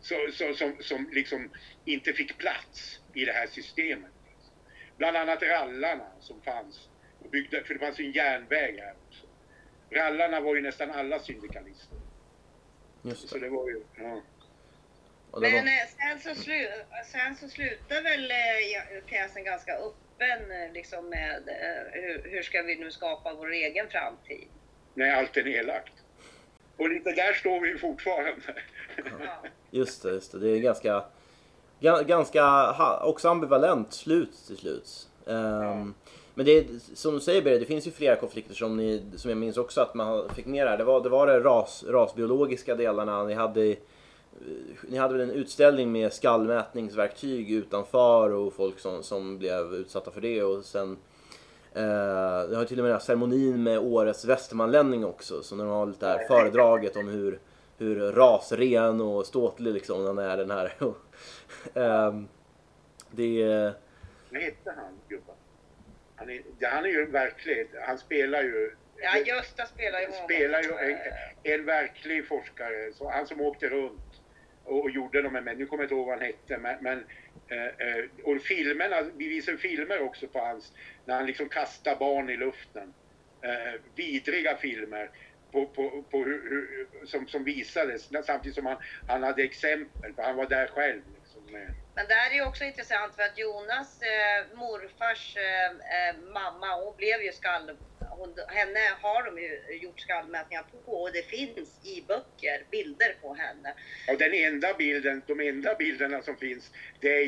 som liksom inte fick plats i det här systemet. Bland annat rallarna som fanns och byggde, för det fanns ju en järnväg här också. Rallarna var ju nästan alla syndikalister. Just det. Så det var ju, ja. Men sen så slutar väl pjäsen ganska öppen liksom med hur ska vi nu skapa vår egen framtid? När allt är nedlagt. Och lite där står vi fortfarande. Ja. Just det. Det är ganska också ambivalent slut till slut. Men det är, som du säger Berre, det finns ju flera konflikter som jag minns också att man fick med här. Det var det rasbiologiska delarna. Ni hade väl en utställning med skallmätningsverktyg utanför och folk som blev utsatta för det. Och sen det har till och med den här ceremonin med årets västermanlänning också. Så när de har lite här föredraget om hur rasren och ståtlig liksom den är den här. Vad heter han, gubben? Han är ju verkligen, han spelar ju... Ja, Gösta spelar ju en verklig forskare, så han som åkte runt och gjorde de här, men nu kommer jag inte ihåg vad han hette, men och filmerna, vi visar filmer också på hans, när han liksom kastar barn i luften, vidriga filmer på hur, som visades, samtidigt som han hade exempel, för han var där själv liksom, med. Men det här är ju också intressant för att Jonas morfars mamma, hon blev ju henne har de ju gjort skallmätningar på och det finns i böcker bilder på henne. Och de enda bilderna som finns, det är i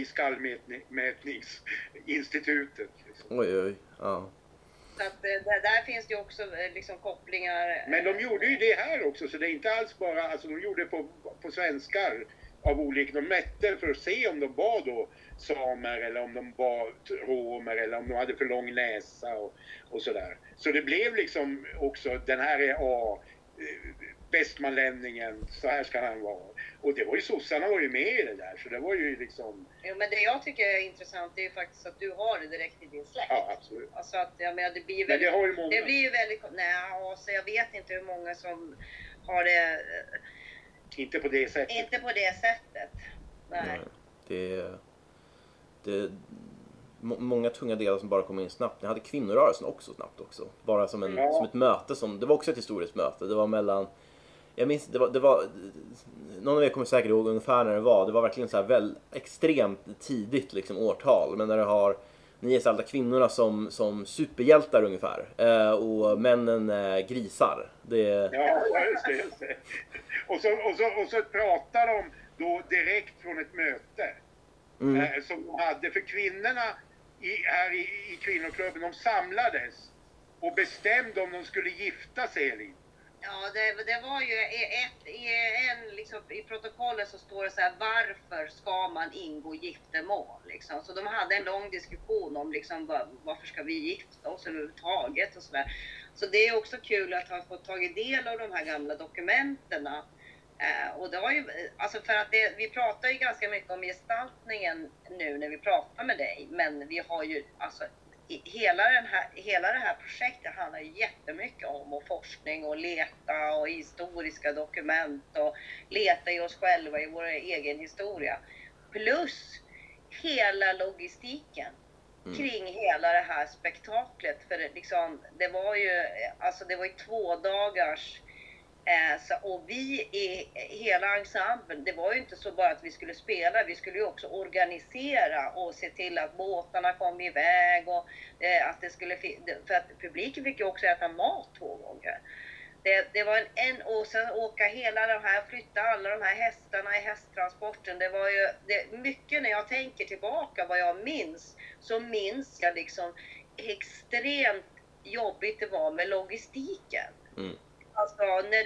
skallmätningsinstitutet. Liksom. Oj, ja. Så att där finns det ju också liksom kopplingar. Men de gjorde ju det här också, så det är inte alls bara, alltså de gjorde på svenskar av olika, de mätte för att se om de var då samer eller om de var romer eller om de hade för lång näsa och sådär. Så det blev liksom också, den här är västmanlänningen, så här ska han vara. Och det var ju, sossarna var ju med i det där, så det var ju liksom... Ja, men det jag tycker är intressant det är ju faktiskt att du har det direkt i din släkt. Ja, absolut. Alltså att, jag menar, det blir väldigt... Men det har ju många. Det blir ju väldigt... Nej, alltså jag vet inte hur många som har det... Inte på det sättet. Inte på det sättet. Nej. Det är många tunga delar som bara kommer in snabbt. Ni hade kvinnorörelsen också snabbt också. Bara som ett möte det var också ett historiskt möte. Det var mellan, jag minns, det var någon av er kommer säkert ihåg ungefär när det var verkligen så här extremt tidigt liksom årtal, men där ni gestaltar kvinnorna som superhjältar ungefär och männen grisar. Ja, just det. Och så pratar de då direkt från ett möte som de hade för kvinnorna här i kvinnoklubben. De samlades och bestämde om de skulle gifta sig eller inte. Ja, det var ju liksom, i protokollet så står det så här: varför ska man ingå giftermål liksom. Så de hade en lång diskussion om liksom, varför ska vi gifta oss överhuvudtaget och sådär. Så det är också kul att ha fått tagit del av de här gamla dokumenterna. Och det var ju, alltså för att vi pratar ju ganska mycket om gestaltningen nu när vi pratar med dig, men vi har ju, alltså hela det här projektet handlar ju jättemycket om och forskning och leta och historiska dokument och leta i oss själva i vår egen historia. Plus hela logistiken kring hela det här spektaklet, för det var ju 2 dagars och vi i hela ensemblen, det var ju inte så bara att vi skulle spela, vi skulle ju också organisera och se till att båtarna kom iväg och att det skulle, för att publiken fick ju också äta mat 2 gånger. Det var och sen åka hela de här, flytta alla de här hästarna i hästtransporten. Det var ju mycket, när jag tänker tillbaka vad jag minns, så minns jag liksom extremt jobbigt det var med logistiken. Alltså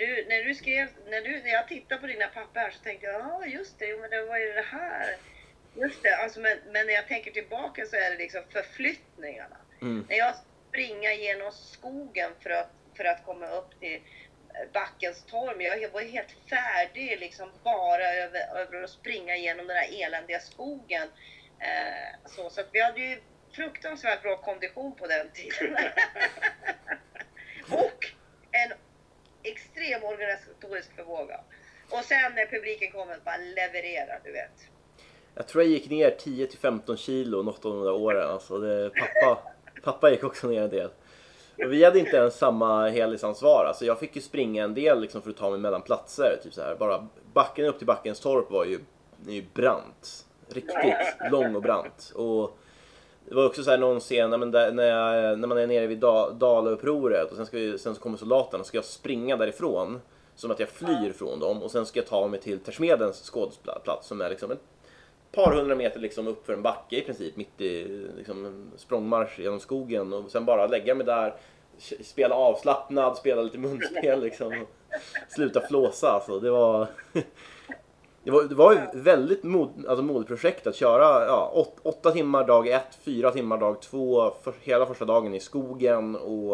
när jag tittade på dina papper här så tänkte jag, ja just det, men det var ju det här. Just det, alltså men när jag tänker tillbaka så är det liksom förflyttningarna. När jag springer genom skogen för att komma upp till backens torg, jag var helt färdig liksom bara över att springa genom den där eländiga skogen. Så att vi hade ju fruktansvärt bra kondition på den tiden. Och en extrem organisatorisk förmåga. Och sen när publiken kommer bara levererar, du vet. Jag tror jag gick ner 10-15 kilo något av de där åren. Alltså pappa gick också ner en del. Och vi hade inte ens samma helhetsansvar. Alltså jag fick ju springa en del liksom för att ta mig mellan platser. Typ så här. Bara backen upp till Backenstorp var ju brant. Riktigt lång och brant. Och det var också så här någon scen när man är nere vid Dalaupproret. Och sen så kommer soldaterna och ska jag springa därifrån. Som att jag flyr från dem. Och sen ska jag ta mig till Tersmedens skådesplats som är liksom ett par hundra meter liksom upp för en backe i princip. Mitt i liksom en språngmarsch genom skogen. Och sen bara lägga mig där. Spela avslappnad, spela lite munspel liksom. Och sluta flåsa. Alltså, det var... Det var ju väldigt modprojekt att köra 8 timmar dag 1, 4 timmar dag 2, hela första dagen i skogen och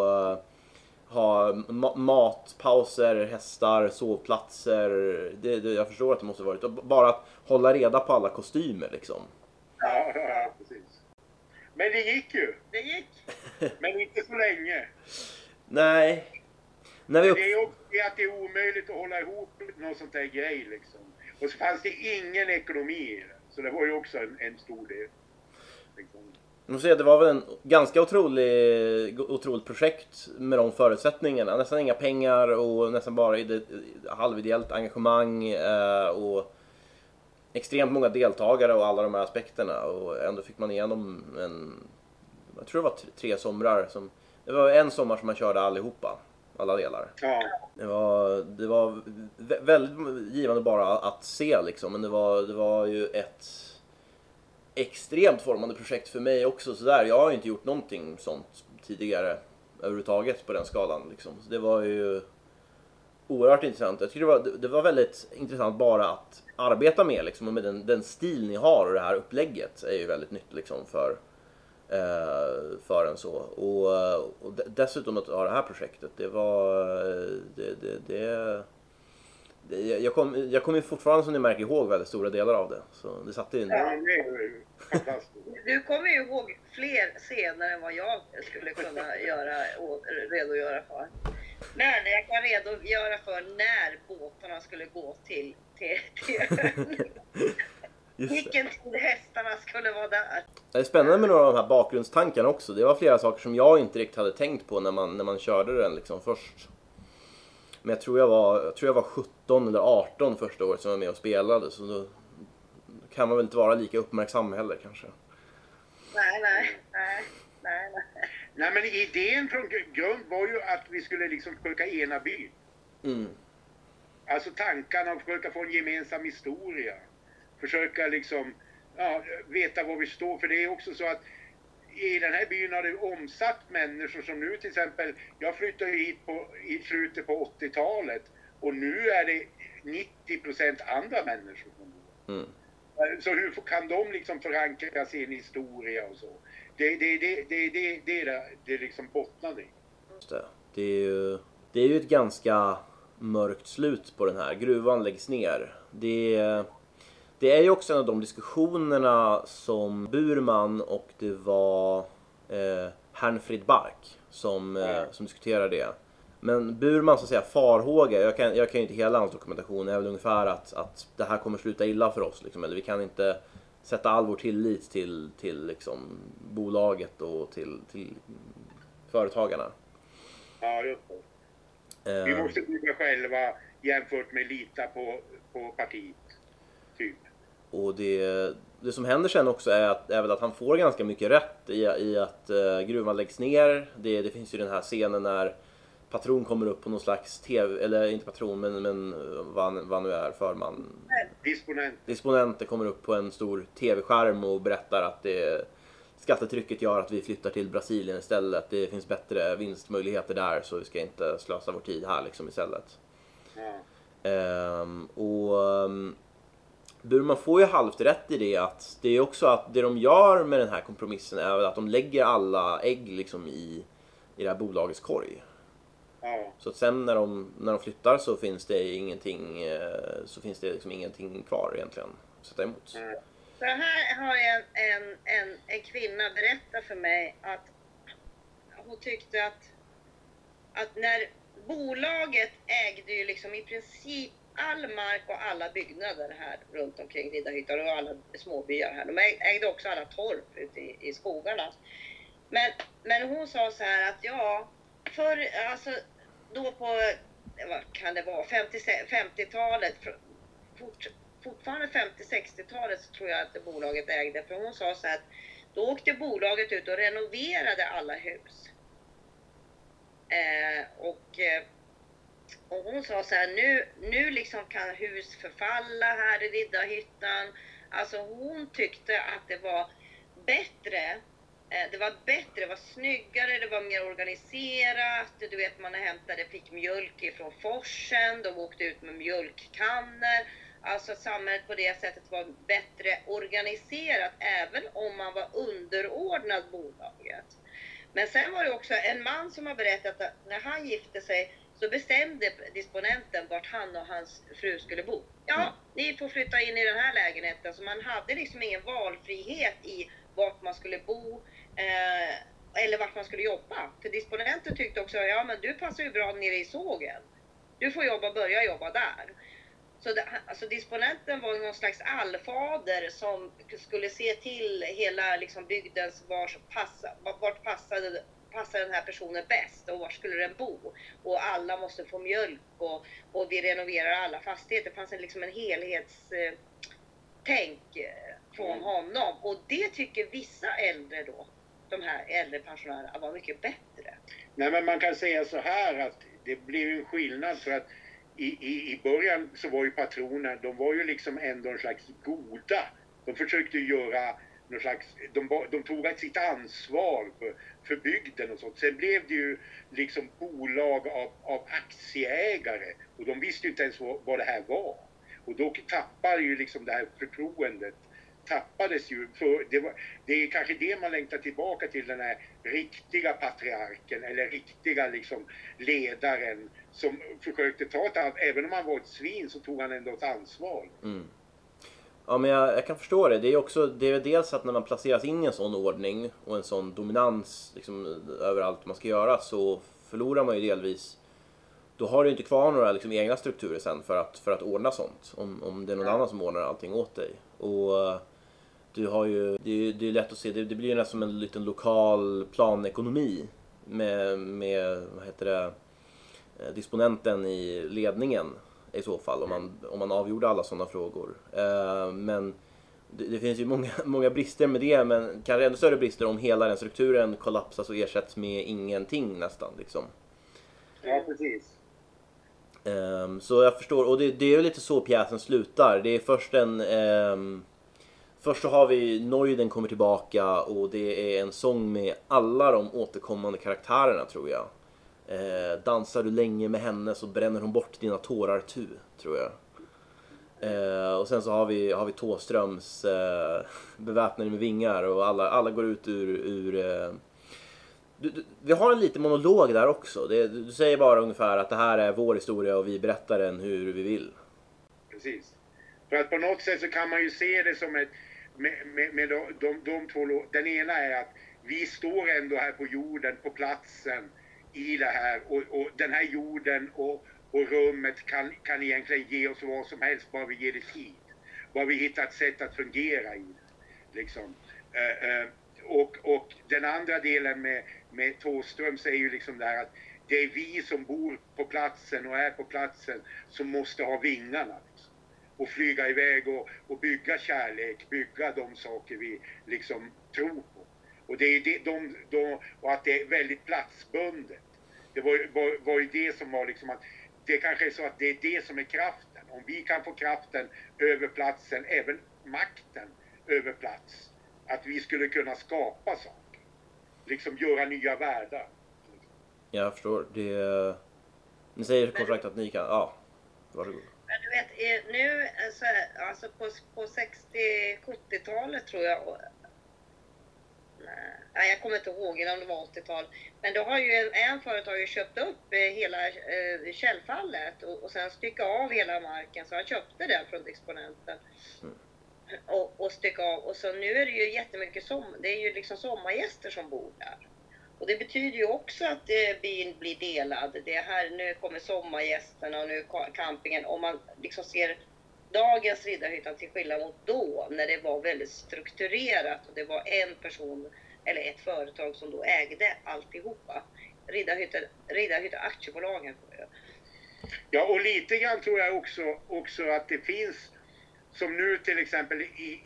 ha matpauser, hästar, sovplatser. Jag förstår att det måste varit. Och bara att hålla reda på alla kostymer liksom. Ja, precis. Men det gick ju. Det gick. Men inte så länge. Nej. Det är också att det är omöjligt att hålla ihop något sånt där grej liksom. Och så fanns det ingen ekonomi i det. Så det var ju också en stor del. Liksom. Det var väl en ganska otroligt projekt med de förutsättningarna. Nästan inga pengar och nästan bara halvideellt engagemang och extremt många deltagare och alla de här aspekterna. Och ändå fick man igenom jag tror det var 3 somrar. Det var en sommar som man körde allihopa. Alla delar. Ja. Det var väldigt givande bara att se liksom. Men det var ju ett extremt formande projekt för mig också. Så jag har inte gjort någonting sånt tidigare överhuvudtaget på den skalan liksom. Så det var ju oerhört intressant. Jag tycker det var väldigt intressant bara att arbeta med liksom. Och med den stil ni har och det här upplägget är ju väldigt nytt liksom för en så. Och dessutom att ha det här projektet, det var jag kommer fortfarande som ni märker ihåg väldigt stora delar av det. Så det satte in. Ja, det är ju fantastiskt. Du kommer ju ihåg fler scener än vad jag skulle kunna göra och redogöra för. Men jag kan redogöra för när båtarna skulle gå till vilken tid hästarna skulle vara där. Det är spännande med några av de här bakgrundstankarna också. Det var flera saker som jag inte riktigt hade tänkt på när man körde den liksom först. Men jag tror jag var 17 eller 18 första året som jag var med och spelade. Så då kan man väl inte vara lika uppmärksam heller kanske. Nej. Nej, men idén från grund var ju att vi skulle liksom försöka ena byn. Mm. Alltså tankarna att försöka få en gemensam historia. Försöka liksom veta var vi står. För det är också så att i den här byn har det omsatt människor som nu till exempel, jag flyttade hit i slutet på 80-talet och nu är det 90% andra människor som bor. Mm. Så hur kan de liksom förankra sin historia och så? Det liksom bottnade i. Just det är ju ett ganska mörkt slut på den här. Gruvan läggs ner. Det är ju också en av de diskussionerna som Burman och det var Hernfrid Bark som diskuterar det. Men Burman så att säga farhåga, jag kan ju inte hela hans dokumentation, är väl ungefär att det här kommer sluta illa för oss liksom, eller vi kan inte sätta all vår tillit till liksom bolaget och till företagarna. Ja, just det. Vi måste bygga själva jämfört med lita på partiet. Typ. Och det som händer sen också är väl att han får ganska mycket rätt i att gruvan läggs ner. Det finns ju den här scenen när Patron kommer upp på någon slags tv, eller inte Patron men vad nu är förman. Disponenter kommer upp på en stor tv-skärm och berättar att skattetrycket gör att vi flyttar till Brasilien istället. Det finns bättre vinstmöjligheter där så vi ska inte slösa vår tid här liksom istället. Ja. Burman får ju halvt rätt i det, att det är också att det de gör med den här kompromissen är att de lägger alla ägg liksom i det här bolagets korg. Ja. Så att sen när de flyttar så finns det ingenting kvar egentligen att sätta emot. Så här har jag en kvinna berättat för mig att hon tyckte att när bolaget ägde ju liksom i princip all mark och alla byggnader här runt omkring Riddarhyttan och alla småbyar här. De ägde också alla torp ute i skogarna. Men hon sa så här att ja, för alltså då på, vad kan det vara, 50-talet, fortfarande 50-60-talet så tror jag att bolaget ägde. För hon sa så här att då åkte bolaget ut och renoverade alla hus. Och hon sa så här, nu liksom kan hus förfalla här i Riddarhyttan. Alltså hon tyckte att det var bättre. Det var snyggare, det var mer organiserat. Du vet, man fick mjölk ifrån forsen, de åkte ut med mjölkkannor. Alltså samhället på det sättet var bättre organiserat, även om man var underordnad bolaget. Men sen var det också en man som har berättat att när han gifte sig så bestämde disponenten vart han och hans fru skulle bo. Ja, ni får flytta in i den här lägenheten. Så man hade liksom ingen valfrihet i vart man skulle bo eller vart man skulle jobba. För disponenten tyckte också, ja men du passar ju bra nere i sågen. Du får börja jobba där. Så alltså disponenten var någon slags allfader som skulle se till hela liksom bygdens vart passade den här personen bäst och var skulle den bo. Och alla måste få mjölk och vi renoverar alla fastigheter. Det fanns liksom en helhetstänk från honom. Och det tycker vissa äldre då, de här äldre pensionärerna, var mycket bättre. Nej, men man kan säga så här att det blir en skillnad för att i början så var ju patroner, de var ju liksom ändå en slags goda. De försökte göra någon slags, de tog sitt ansvar för bygden och sånt. Sen blev det ju liksom bolag av aktieägare och de visste ju inte ens vad det här var. Och då tappade ju liksom det här förtroendet. Tappades ju, det är kanske det man längtar tillbaka till, den här riktiga patriarken eller riktiga liksom ledaren som försökte ta ett ansvar. Även om han var ett svin så tog han ändå ett ansvar. Mm. Ja, men jag kan förstå det. Det är dels att när man placeras in i en sån ordning och en sån dominans liksom, över allt man ska göra, så förlorar man ju delvis. Då har du inte kvar några liksom, egna strukturer sen för att ordna sånt. Om det är någon annan som ordnar allting åt dig. Och du har ju, det är lätt att se, det blir ju nästan som en liten lokal planekonomi med vad heter det, disponenten i ledningen i så fall, om man avgjorde alla sådana frågor. Men det finns ju många brister med det, men kanske ännu större brister om hela den strukturen kollapsas och ersätts med ingenting nästan liksom. Ja, precis. Så jag förstår, och det är ju lite så pjäsen slutar. Det är först så har vi Neuden kommer tillbaka och det är en sång med alla de återkommande karaktärerna, tror jag. Dansar du länge med henne så bränner hon bort dina tårar tu, tror jag. Och sen så har vi Thåströms beväpnade med vingar och alla går ut ur vi har en liten monolog där också. Du säger bara ungefär att det här är vår historia och vi berättar den hur vi vill. Precis. För att på något sätt så kan man ju se det som ett med de två. Den ena är att vi står ändå här på jorden, på platsen i det här, och den här jorden och rummet kan egentligen ge oss vad som helst, bara vi ger det tid. Bara vi hittar ett sätt att fungera i det. Liksom. Och den andra delen med Thåströms är ju liksom det här att det är vi som bor på platsen och är på platsen som måste ha vingarna. Liksom. Och flyga iväg och bygga kärlek, bygga de saker vi liksom tror på. Och det är och att det är väldigt platsbundet. Det var ju det som var liksom att det kanske är så att det är det som är kraften. Om vi kan få kraften över platsen, även makten över plats, att vi skulle kunna skapa saker. Liksom göra nya världar. Jag förstår. Ni säger kort sagt att ni kan. Ja, varsågod. Men du vet, nu alltså på 60-70-talet tror jag. Nej, jag kommer inte ihåg innan det var 80-tal. Men då har ju en företag köpt upp hela källfallet och sen stycka av hela marken. Så han köpte den från disponenten. Och stycka av. Och så nu är det ju jättemycket det är ju liksom sommargäster som bor där. Och det betyder ju också att byn blir delad. Det här, nu kommer sommargästerna och nu campingen. Om man liksom ser dagens Riddarhyttan till skillnad mot då, när det var väldigt strukturerat och det var en person eller ett företag som då ägde alltihopa. Riddarhyttan aktiebolagen. Ja, och lite grann tror jag också att det finns, som nu till exempel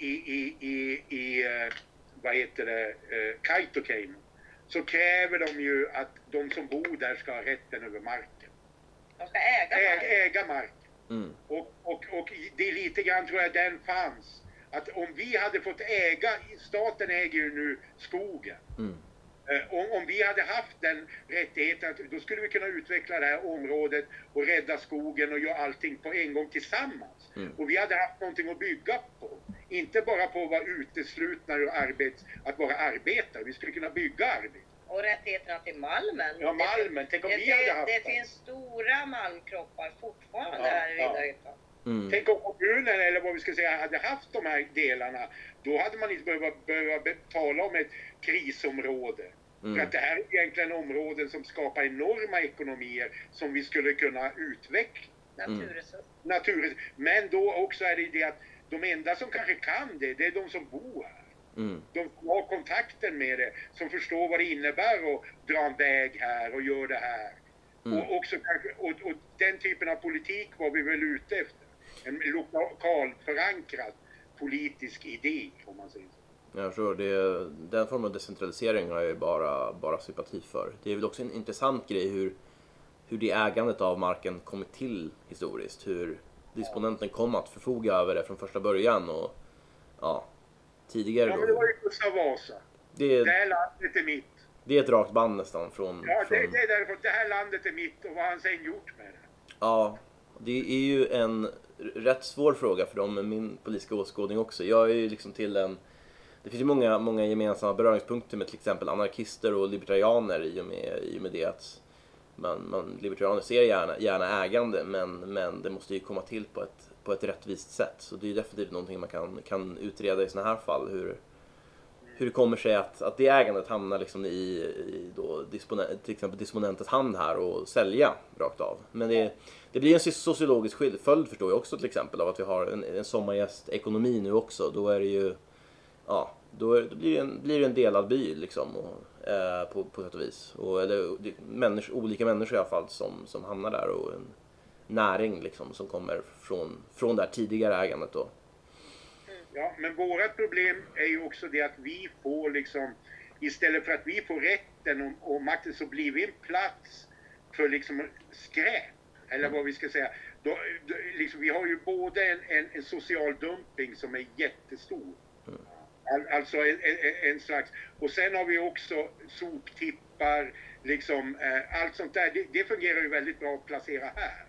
i vad heter det, Kaitokeino, så kräver de ju att de som bor där ska ha rätten över marken. De ska äga marken. Mm. Och det är lite grann tror jag den fanns. Att om vi hade fått äga, staten äger ju nu skogen. Mm. Om vi hade haft den rättigheten, då skulle vi kunna utveckla det här området och rädda skogen och göra allting på en gång tillsammans. Mm. Och vi hade haft någonting att bygga på. Inte bara på att vara uteslutna ur att vara arbetare. Vi skulle kunna bygga arbete. Och rättigheterna till malmen. Ja, malmen. Tänk om vi hade haft det finns stora malmkroppar fortfarande här i Riddarhyttan. Mm. Tänk om kommunen, eller vad vi ska säga, hade haft de här delarna. Då hade man inte behövt tala om ett krisområde. Mm. För att det här är egentligen områden som skapar enorma ekonomier som vi skulle kunna utveckla. Naturresurser. Men då också är det att de enda som kanske kan det är de som bor här. Mm. De som har kontakten med det, som förstår vad det innebär att dra en väg här och göra det här. Mm. Och också och den typen av politik var vi väl ute efter. En lokal förankrad politisk idé, om man säger så. Jag tror den formen av decentralisering har jag ju bara sympati för. Det är väl också en intressant grej hur det ägandet av marken kommit till historiskt. Hur disponenten kom att förfoga över det från första början och ja, tidigare Ja, då. men det var ju Gustav Vasa. Det här landet är mitt. Det är ett rakt band nästan från... Ja, det är därför att det här landet är mitt och vad han sen gjort med det. Ja, det är ju en rätt svår fråga för dem med min politiska åskådning också. Jag är ju liksom till en... Det finns ju många gemensamma beröringspunkter med till exempel anarkister och libertarianer i och med det att libertarianer ser gärna ägande men det måste ju komma till på ett rättvist sätt. Så det är ju definitivt någonting man kan utreda i såna här fall, hur det kommer sig att det ägandet hamnar liksom i då till exempel disponentens hand här och sälja rakt av. Men det blir en sociologisk följd förstår jag också till exempel av att vi har en sommargästekonomi nu också. Då är det ju då blir det en delad by liksom på sätt och vis. Eller olika människor i alla fall som hamnar där och en näring liksom som kommer från det här tidigare ägandet då. Ja, men vårat problem är ju också det att vi får liksom, istället för att vi får rätten och makten så blir vi en plats för liksom skräp. Eller vad vi ska säga. Liksom, vi har ju både en social dumping som är jättestor. Alltså en slags, och sen har vi också soptippar, liksom, allt sånt där, det fungerar ju väldigt bra att placera här.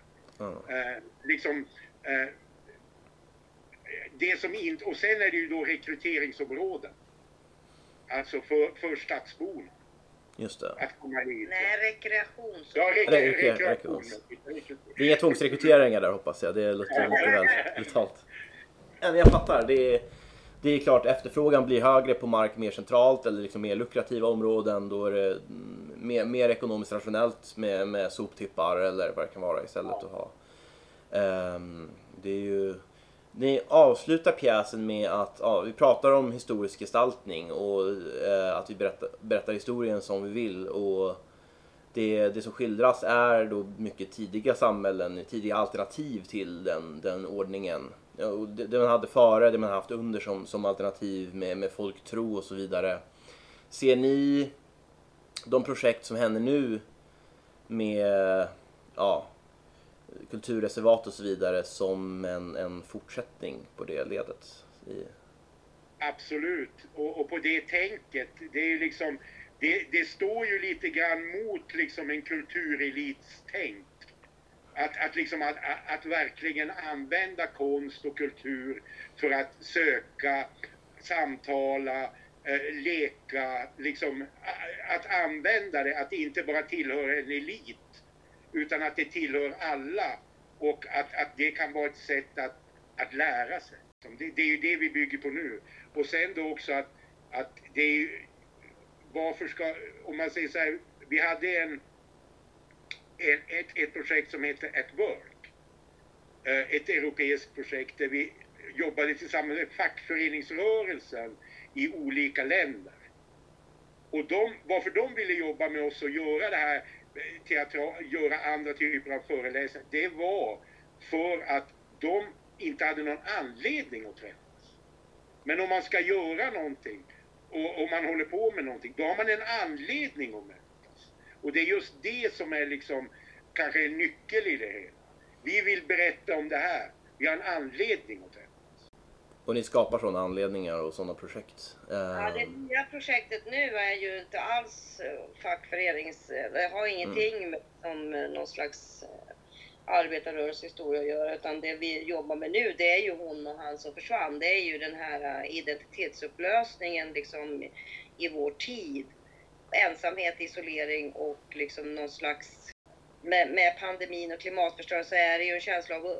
Det som inte, och sen är det ju då rekryteringsområden. Alltså för stadsborna. Just det. Att komma hit. Nej, rekreation. Ja, rekreation. Det är inga tvångsrekryteringar där hoppas jag, det låter lite väl brutalt. Men jag fattar, det är klart efterfrågan blir högre på mark mer centralt eller liksom mer lukrativa områden. Då är det mer ekonomiskt rationellt med soptippar eller vad det kan vara istället att ha. Det är ju... Ni avslutar pjäsen med att vi pratar om historisk gestaltning och att vi berättar historien som vi vill. Och det som skildras är då mycket tidiga samhällen, tidiga alternativ till den ordningen. Det man hade före, det man haft under som alternativ med folktro och så vidare. Ser ni de projekt som händer nu med kulturreservat och så vidare som en fortsättning på det ledet? Absolut, och på det tänket, det är ju liksom, det står ju lite grann mot liksom en kulturelitstänk. Att verkligen använda konst och kultur för att söka, samtala, leka, liksom att använda det, att det inte bara tillhör en elit utan att det tillhör alla och att det kan vara ett sätt att lära sig. Det är ju det vi bygger på nu. Och sen då också att det är ju, varför ska, om man säger så här, vi hade ett projekt som heter At Work. Ett europeiskt projekt där vi jobbade tillsammans med fackföreningsrörelsen i olika länder. Och varför de ville jobba med oss och göra det här, göra andra typer av föreläsningar, det var för att de inte hade någon anledning att träffas. Men om man ska göra någonting och om man håller på med någonting, då har man en anledning att mötas. Och det är just det som är liksom kanske en nyckel i det hela. Vi vill berätta om det här. Vi har en anledning att träffas. Och ni skapar sådana anledningar och sådana projekt? Ja, det nya projektet nu är ju inte alls det har ingenting med någon slags arbetarrörelsehistoria att göra, utan det vi jobbar med nu, det är ju hon och han som försvann. Det är ju den här identitetsupplösningen liksom i vår tid. Ensamhet, isolering och liksom någon slags, med pandemin och klimatförstörelse så är det ju en känsla av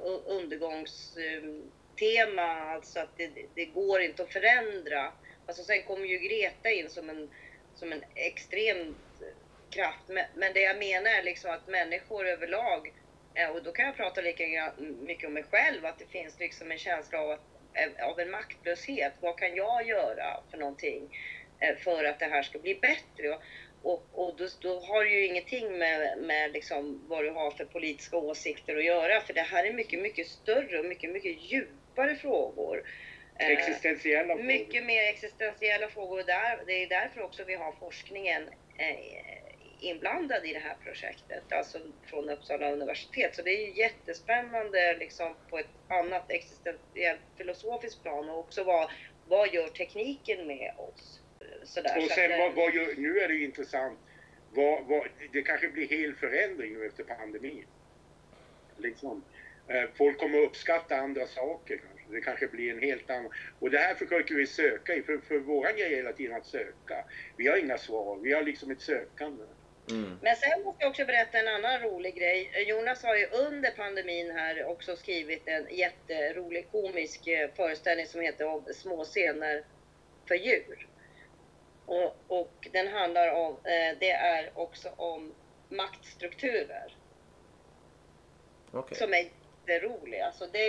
undergångstema, alltså att det går inte att förändra. Alltså sen kommer ju Greta in som en extrem kraft, men det jag menar är liksom att människor överlag, och då kan jag prata lika mycket om mig själv, att det finns liksom en känsla av en maktlöshet. Vad kan jag göra för någonting för att det här ska bli bättre? Och då har det ju ingenting med liksom vad du har för politiska åsikter att göra, för det här är mycket, mycket större och mycket, mycket djupare frågor. Existentiella frågor. Mycket mer existentiella frågor. Det är därför också vi har forskningen inblandad i det här projektet, alltså från Uppsala universitet. Så det är ju jättespännande liksom på ett annat existentiellt filosofiskt plan, och också vad gör tekniken med oss? Sådär, och sen nu är det ju intressant, det kanske blir hel förändring nu efter pandemin. Liksom, folk kommer uppskatta andra saker kanske. Det kanske blir en helt annan. Och det här försöker vi söka i, för våran grej är hela tiden att söka. Vi har inga svar, vi har liksom ett sökande. Mm. Men sen måste jag också berätta en annan rolig grej. Jonas har ju under pandemin här också skrivit en jätterolig komisk föreställning som heter Små scener för djur. Och den handlar om, det är också om maktstrukturer. Okay. Som är jätterolig. Alltså det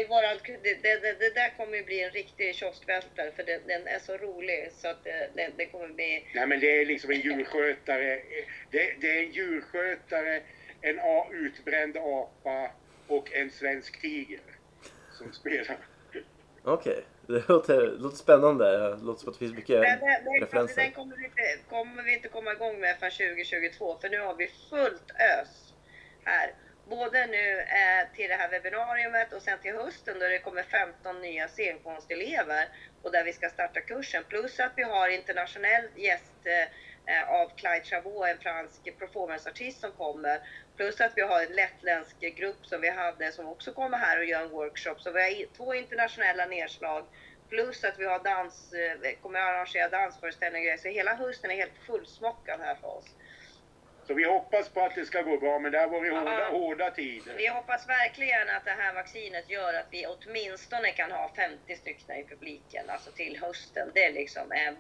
där kommer ju bli en riktig kioskvältare, för den är så rolig så att det kommer bli... Nej, men det är liksom en djurskötare. Det är en djurskötare, en utbränd apa och en svensk tiger som spelar. Okej. Det låter spännande. Det låter som att det finns mycket referenser. Den kommer vi inte komma igång med för 2022. För nu har vi fullt ös här. Både nu till det här webbinariumet och sen till hösten då det kommer 15 nya scenkonstelever. Och där vi ska starta kursen. Plus att vi har internationell gäst av Clyde Chabot, en fransk performanceartist som kommer. Plus att vi har en lettländsk grupp som vi hade som också kommer här och gör en workshop. Så vi har 2 internationella nedslag. Plus att vi har kommer att arrangera dansföreställningar. Så hela hösten är helt fullsmockad här för oss. Så vi hoppas på att det ska gå bra, men det har varit hårda tider. Vi hoppas verkligen att det här vaccinet gör att vi åtminstone kan ha 50 stycken i publiken, alltså till hösten. Det liksom är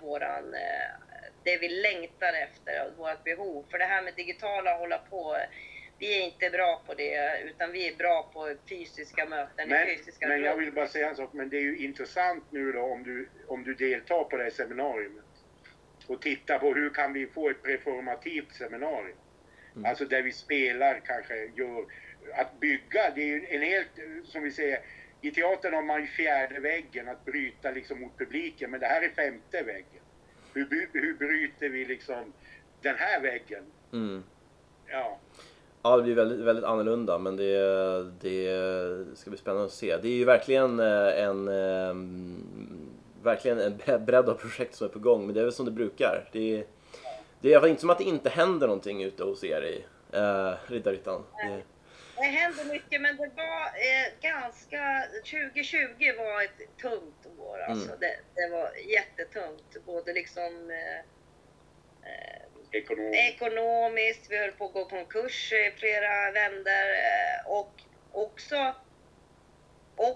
det vi längtar efter, vårt behov. För det här med digitala hålla på, vi är inte bra på det, utan vi är bra på fysiska möten. Men jag vill bara säga en sak, men det är ju intressant nu då om du deltar på det här seminariet. Och titta på hur kan vi få ett performativt seminarium. Alltså där vi spelar kanske, att bygga, det är ju en helt, som vi säger, i teatern har man ju 4:e väggen att bryta liksom mot publiken, men det här är 5:e väggen. Hur bryter vi liksom den här väggen? Mm. Ja. Ja, det blir väldigt, väldigt annorlunda, men det ska bli spännande att se. Det är ju verkligen en bredd av projekt som är på gång, men det är väl som det brukar. Det är i alla fall inte som att det inte händer någonting ute hos er i Riddarhyttan. Det händer mycket, men det var ganska... 2020 var ett tungt år. Alltså. Det var jättetungt. Både liksom... Ekonomiskt. Vi höll på att gå konkurs i flera vändor. Och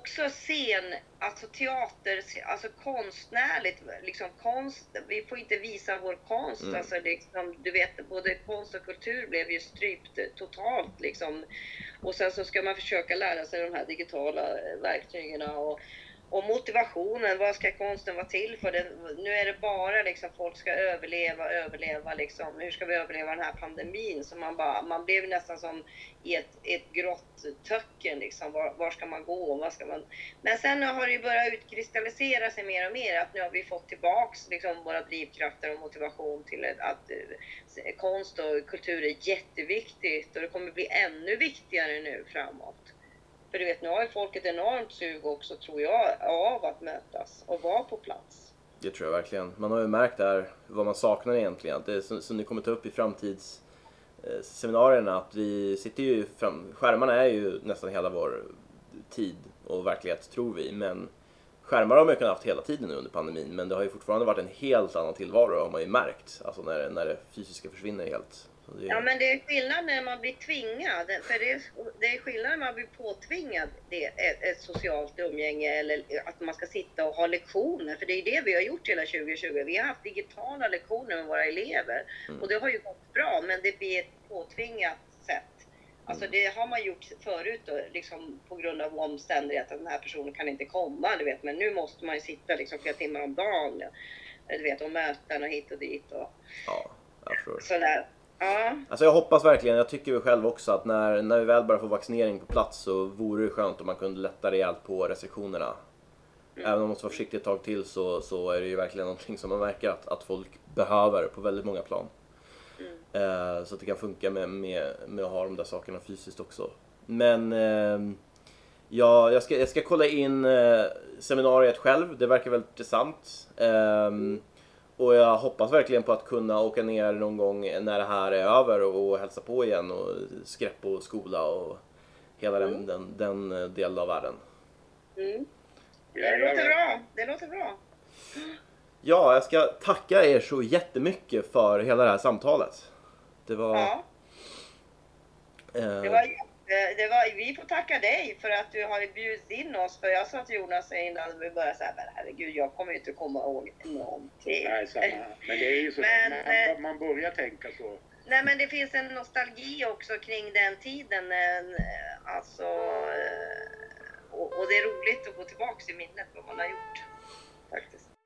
också alltså teater, alltså konstnärligt, liksom konst, vi får inte visa vår konst, alltså liksom, du vet, både konst och kultur blev ju strypt totalt liksom. Och sen så ska man försöka lära sig de här digitala verktygen och motivationen, vad ska konsten vara till för? Nu är det bara liksom folk ska överleva liksom. Hur ska vi överleva den här pandemin? Så man blev nästan som i ett grått töcken liksom. Var ska man gå? Vad ska man... Men sen har det ju börjat utkristallisera sig mer och mer att nu har vi fått tillbaks liksom våra drivkrafter och motivation till att konst och kultur är jätteviktigt och det kommer bli ännu viktigare nu framåt. För du vet, nu har ju folk ett enormt sug också, tror jag, av att mötas och vara på plats. Det tror jag verkligen. Man har ju märkt där vad man saknar egentligen. Att det är som ni kommer ta upp i framtidsseminarierna, att vi sitter ju skärmarna är ju nästan hela vår tid och verklighet, tror vi. Men skärmar har man ju kunnat haft hela tiden under pandemin, men det har ju fortfarande varit en helt annan tillvaro, har man ju märkt. Alltså när det fysiska försvinner helt. Ja, men det är skillnad när man blir tvingad, för det är skillnad när man blir påtvingad ett socialt umgänge eller att man ska sitta och ha lektioner, för det är det vi har gjort hela 2020. Vi har haft digitala lektioner med våra elever och det har ju gått bra, men det blir ett påtvingat sätt. Alltså det har man gjort förut då, liksom på grund av omständigheter att den här personen kan inte komma, du vet, men nu måste man ju sitta liksom flera timmar om dagen, du vet, och möten och hit och dit och jag tror. Sådär. Ja. Alltså jag hoppas verkligen, jag tycker väl själv också att när vi väl börjar få vaccinering på plats så vore det skönt om man kunde lätta rejält på restriktionerna. Även om man måste vara försiktig ett tag till så är det ju verkligen någonting som man märker att folk behöver på väldigt många plan. Så att det kan funka med att ha de där sakerna fysiskt också. Men jag ska kolla in seminariet själv, det verkar väldigt intressant. Och jag hoppas verkligen på att kunna åka ner någon gång när det här är över och hälsa på igen och skräpp och skola och hela den delen av världen. Det låter bra, det låter bra. Ja, jag ska tacka er så jättemycket för hela det här samtalet. Det var... Vi får tacka dig för att du har bjudit in oss, för jag sa till Jonas innan vi började säga, men herregud, jag kommer ju inte komma ihåg någonting. Nej, samma. Men det är ju så, man börjar tänka så. Nej, men det finns en nostalgi också kring den tiden, alltså, och det är roligt att gå tillbaka i minnet vad man har gjort, faktiskt.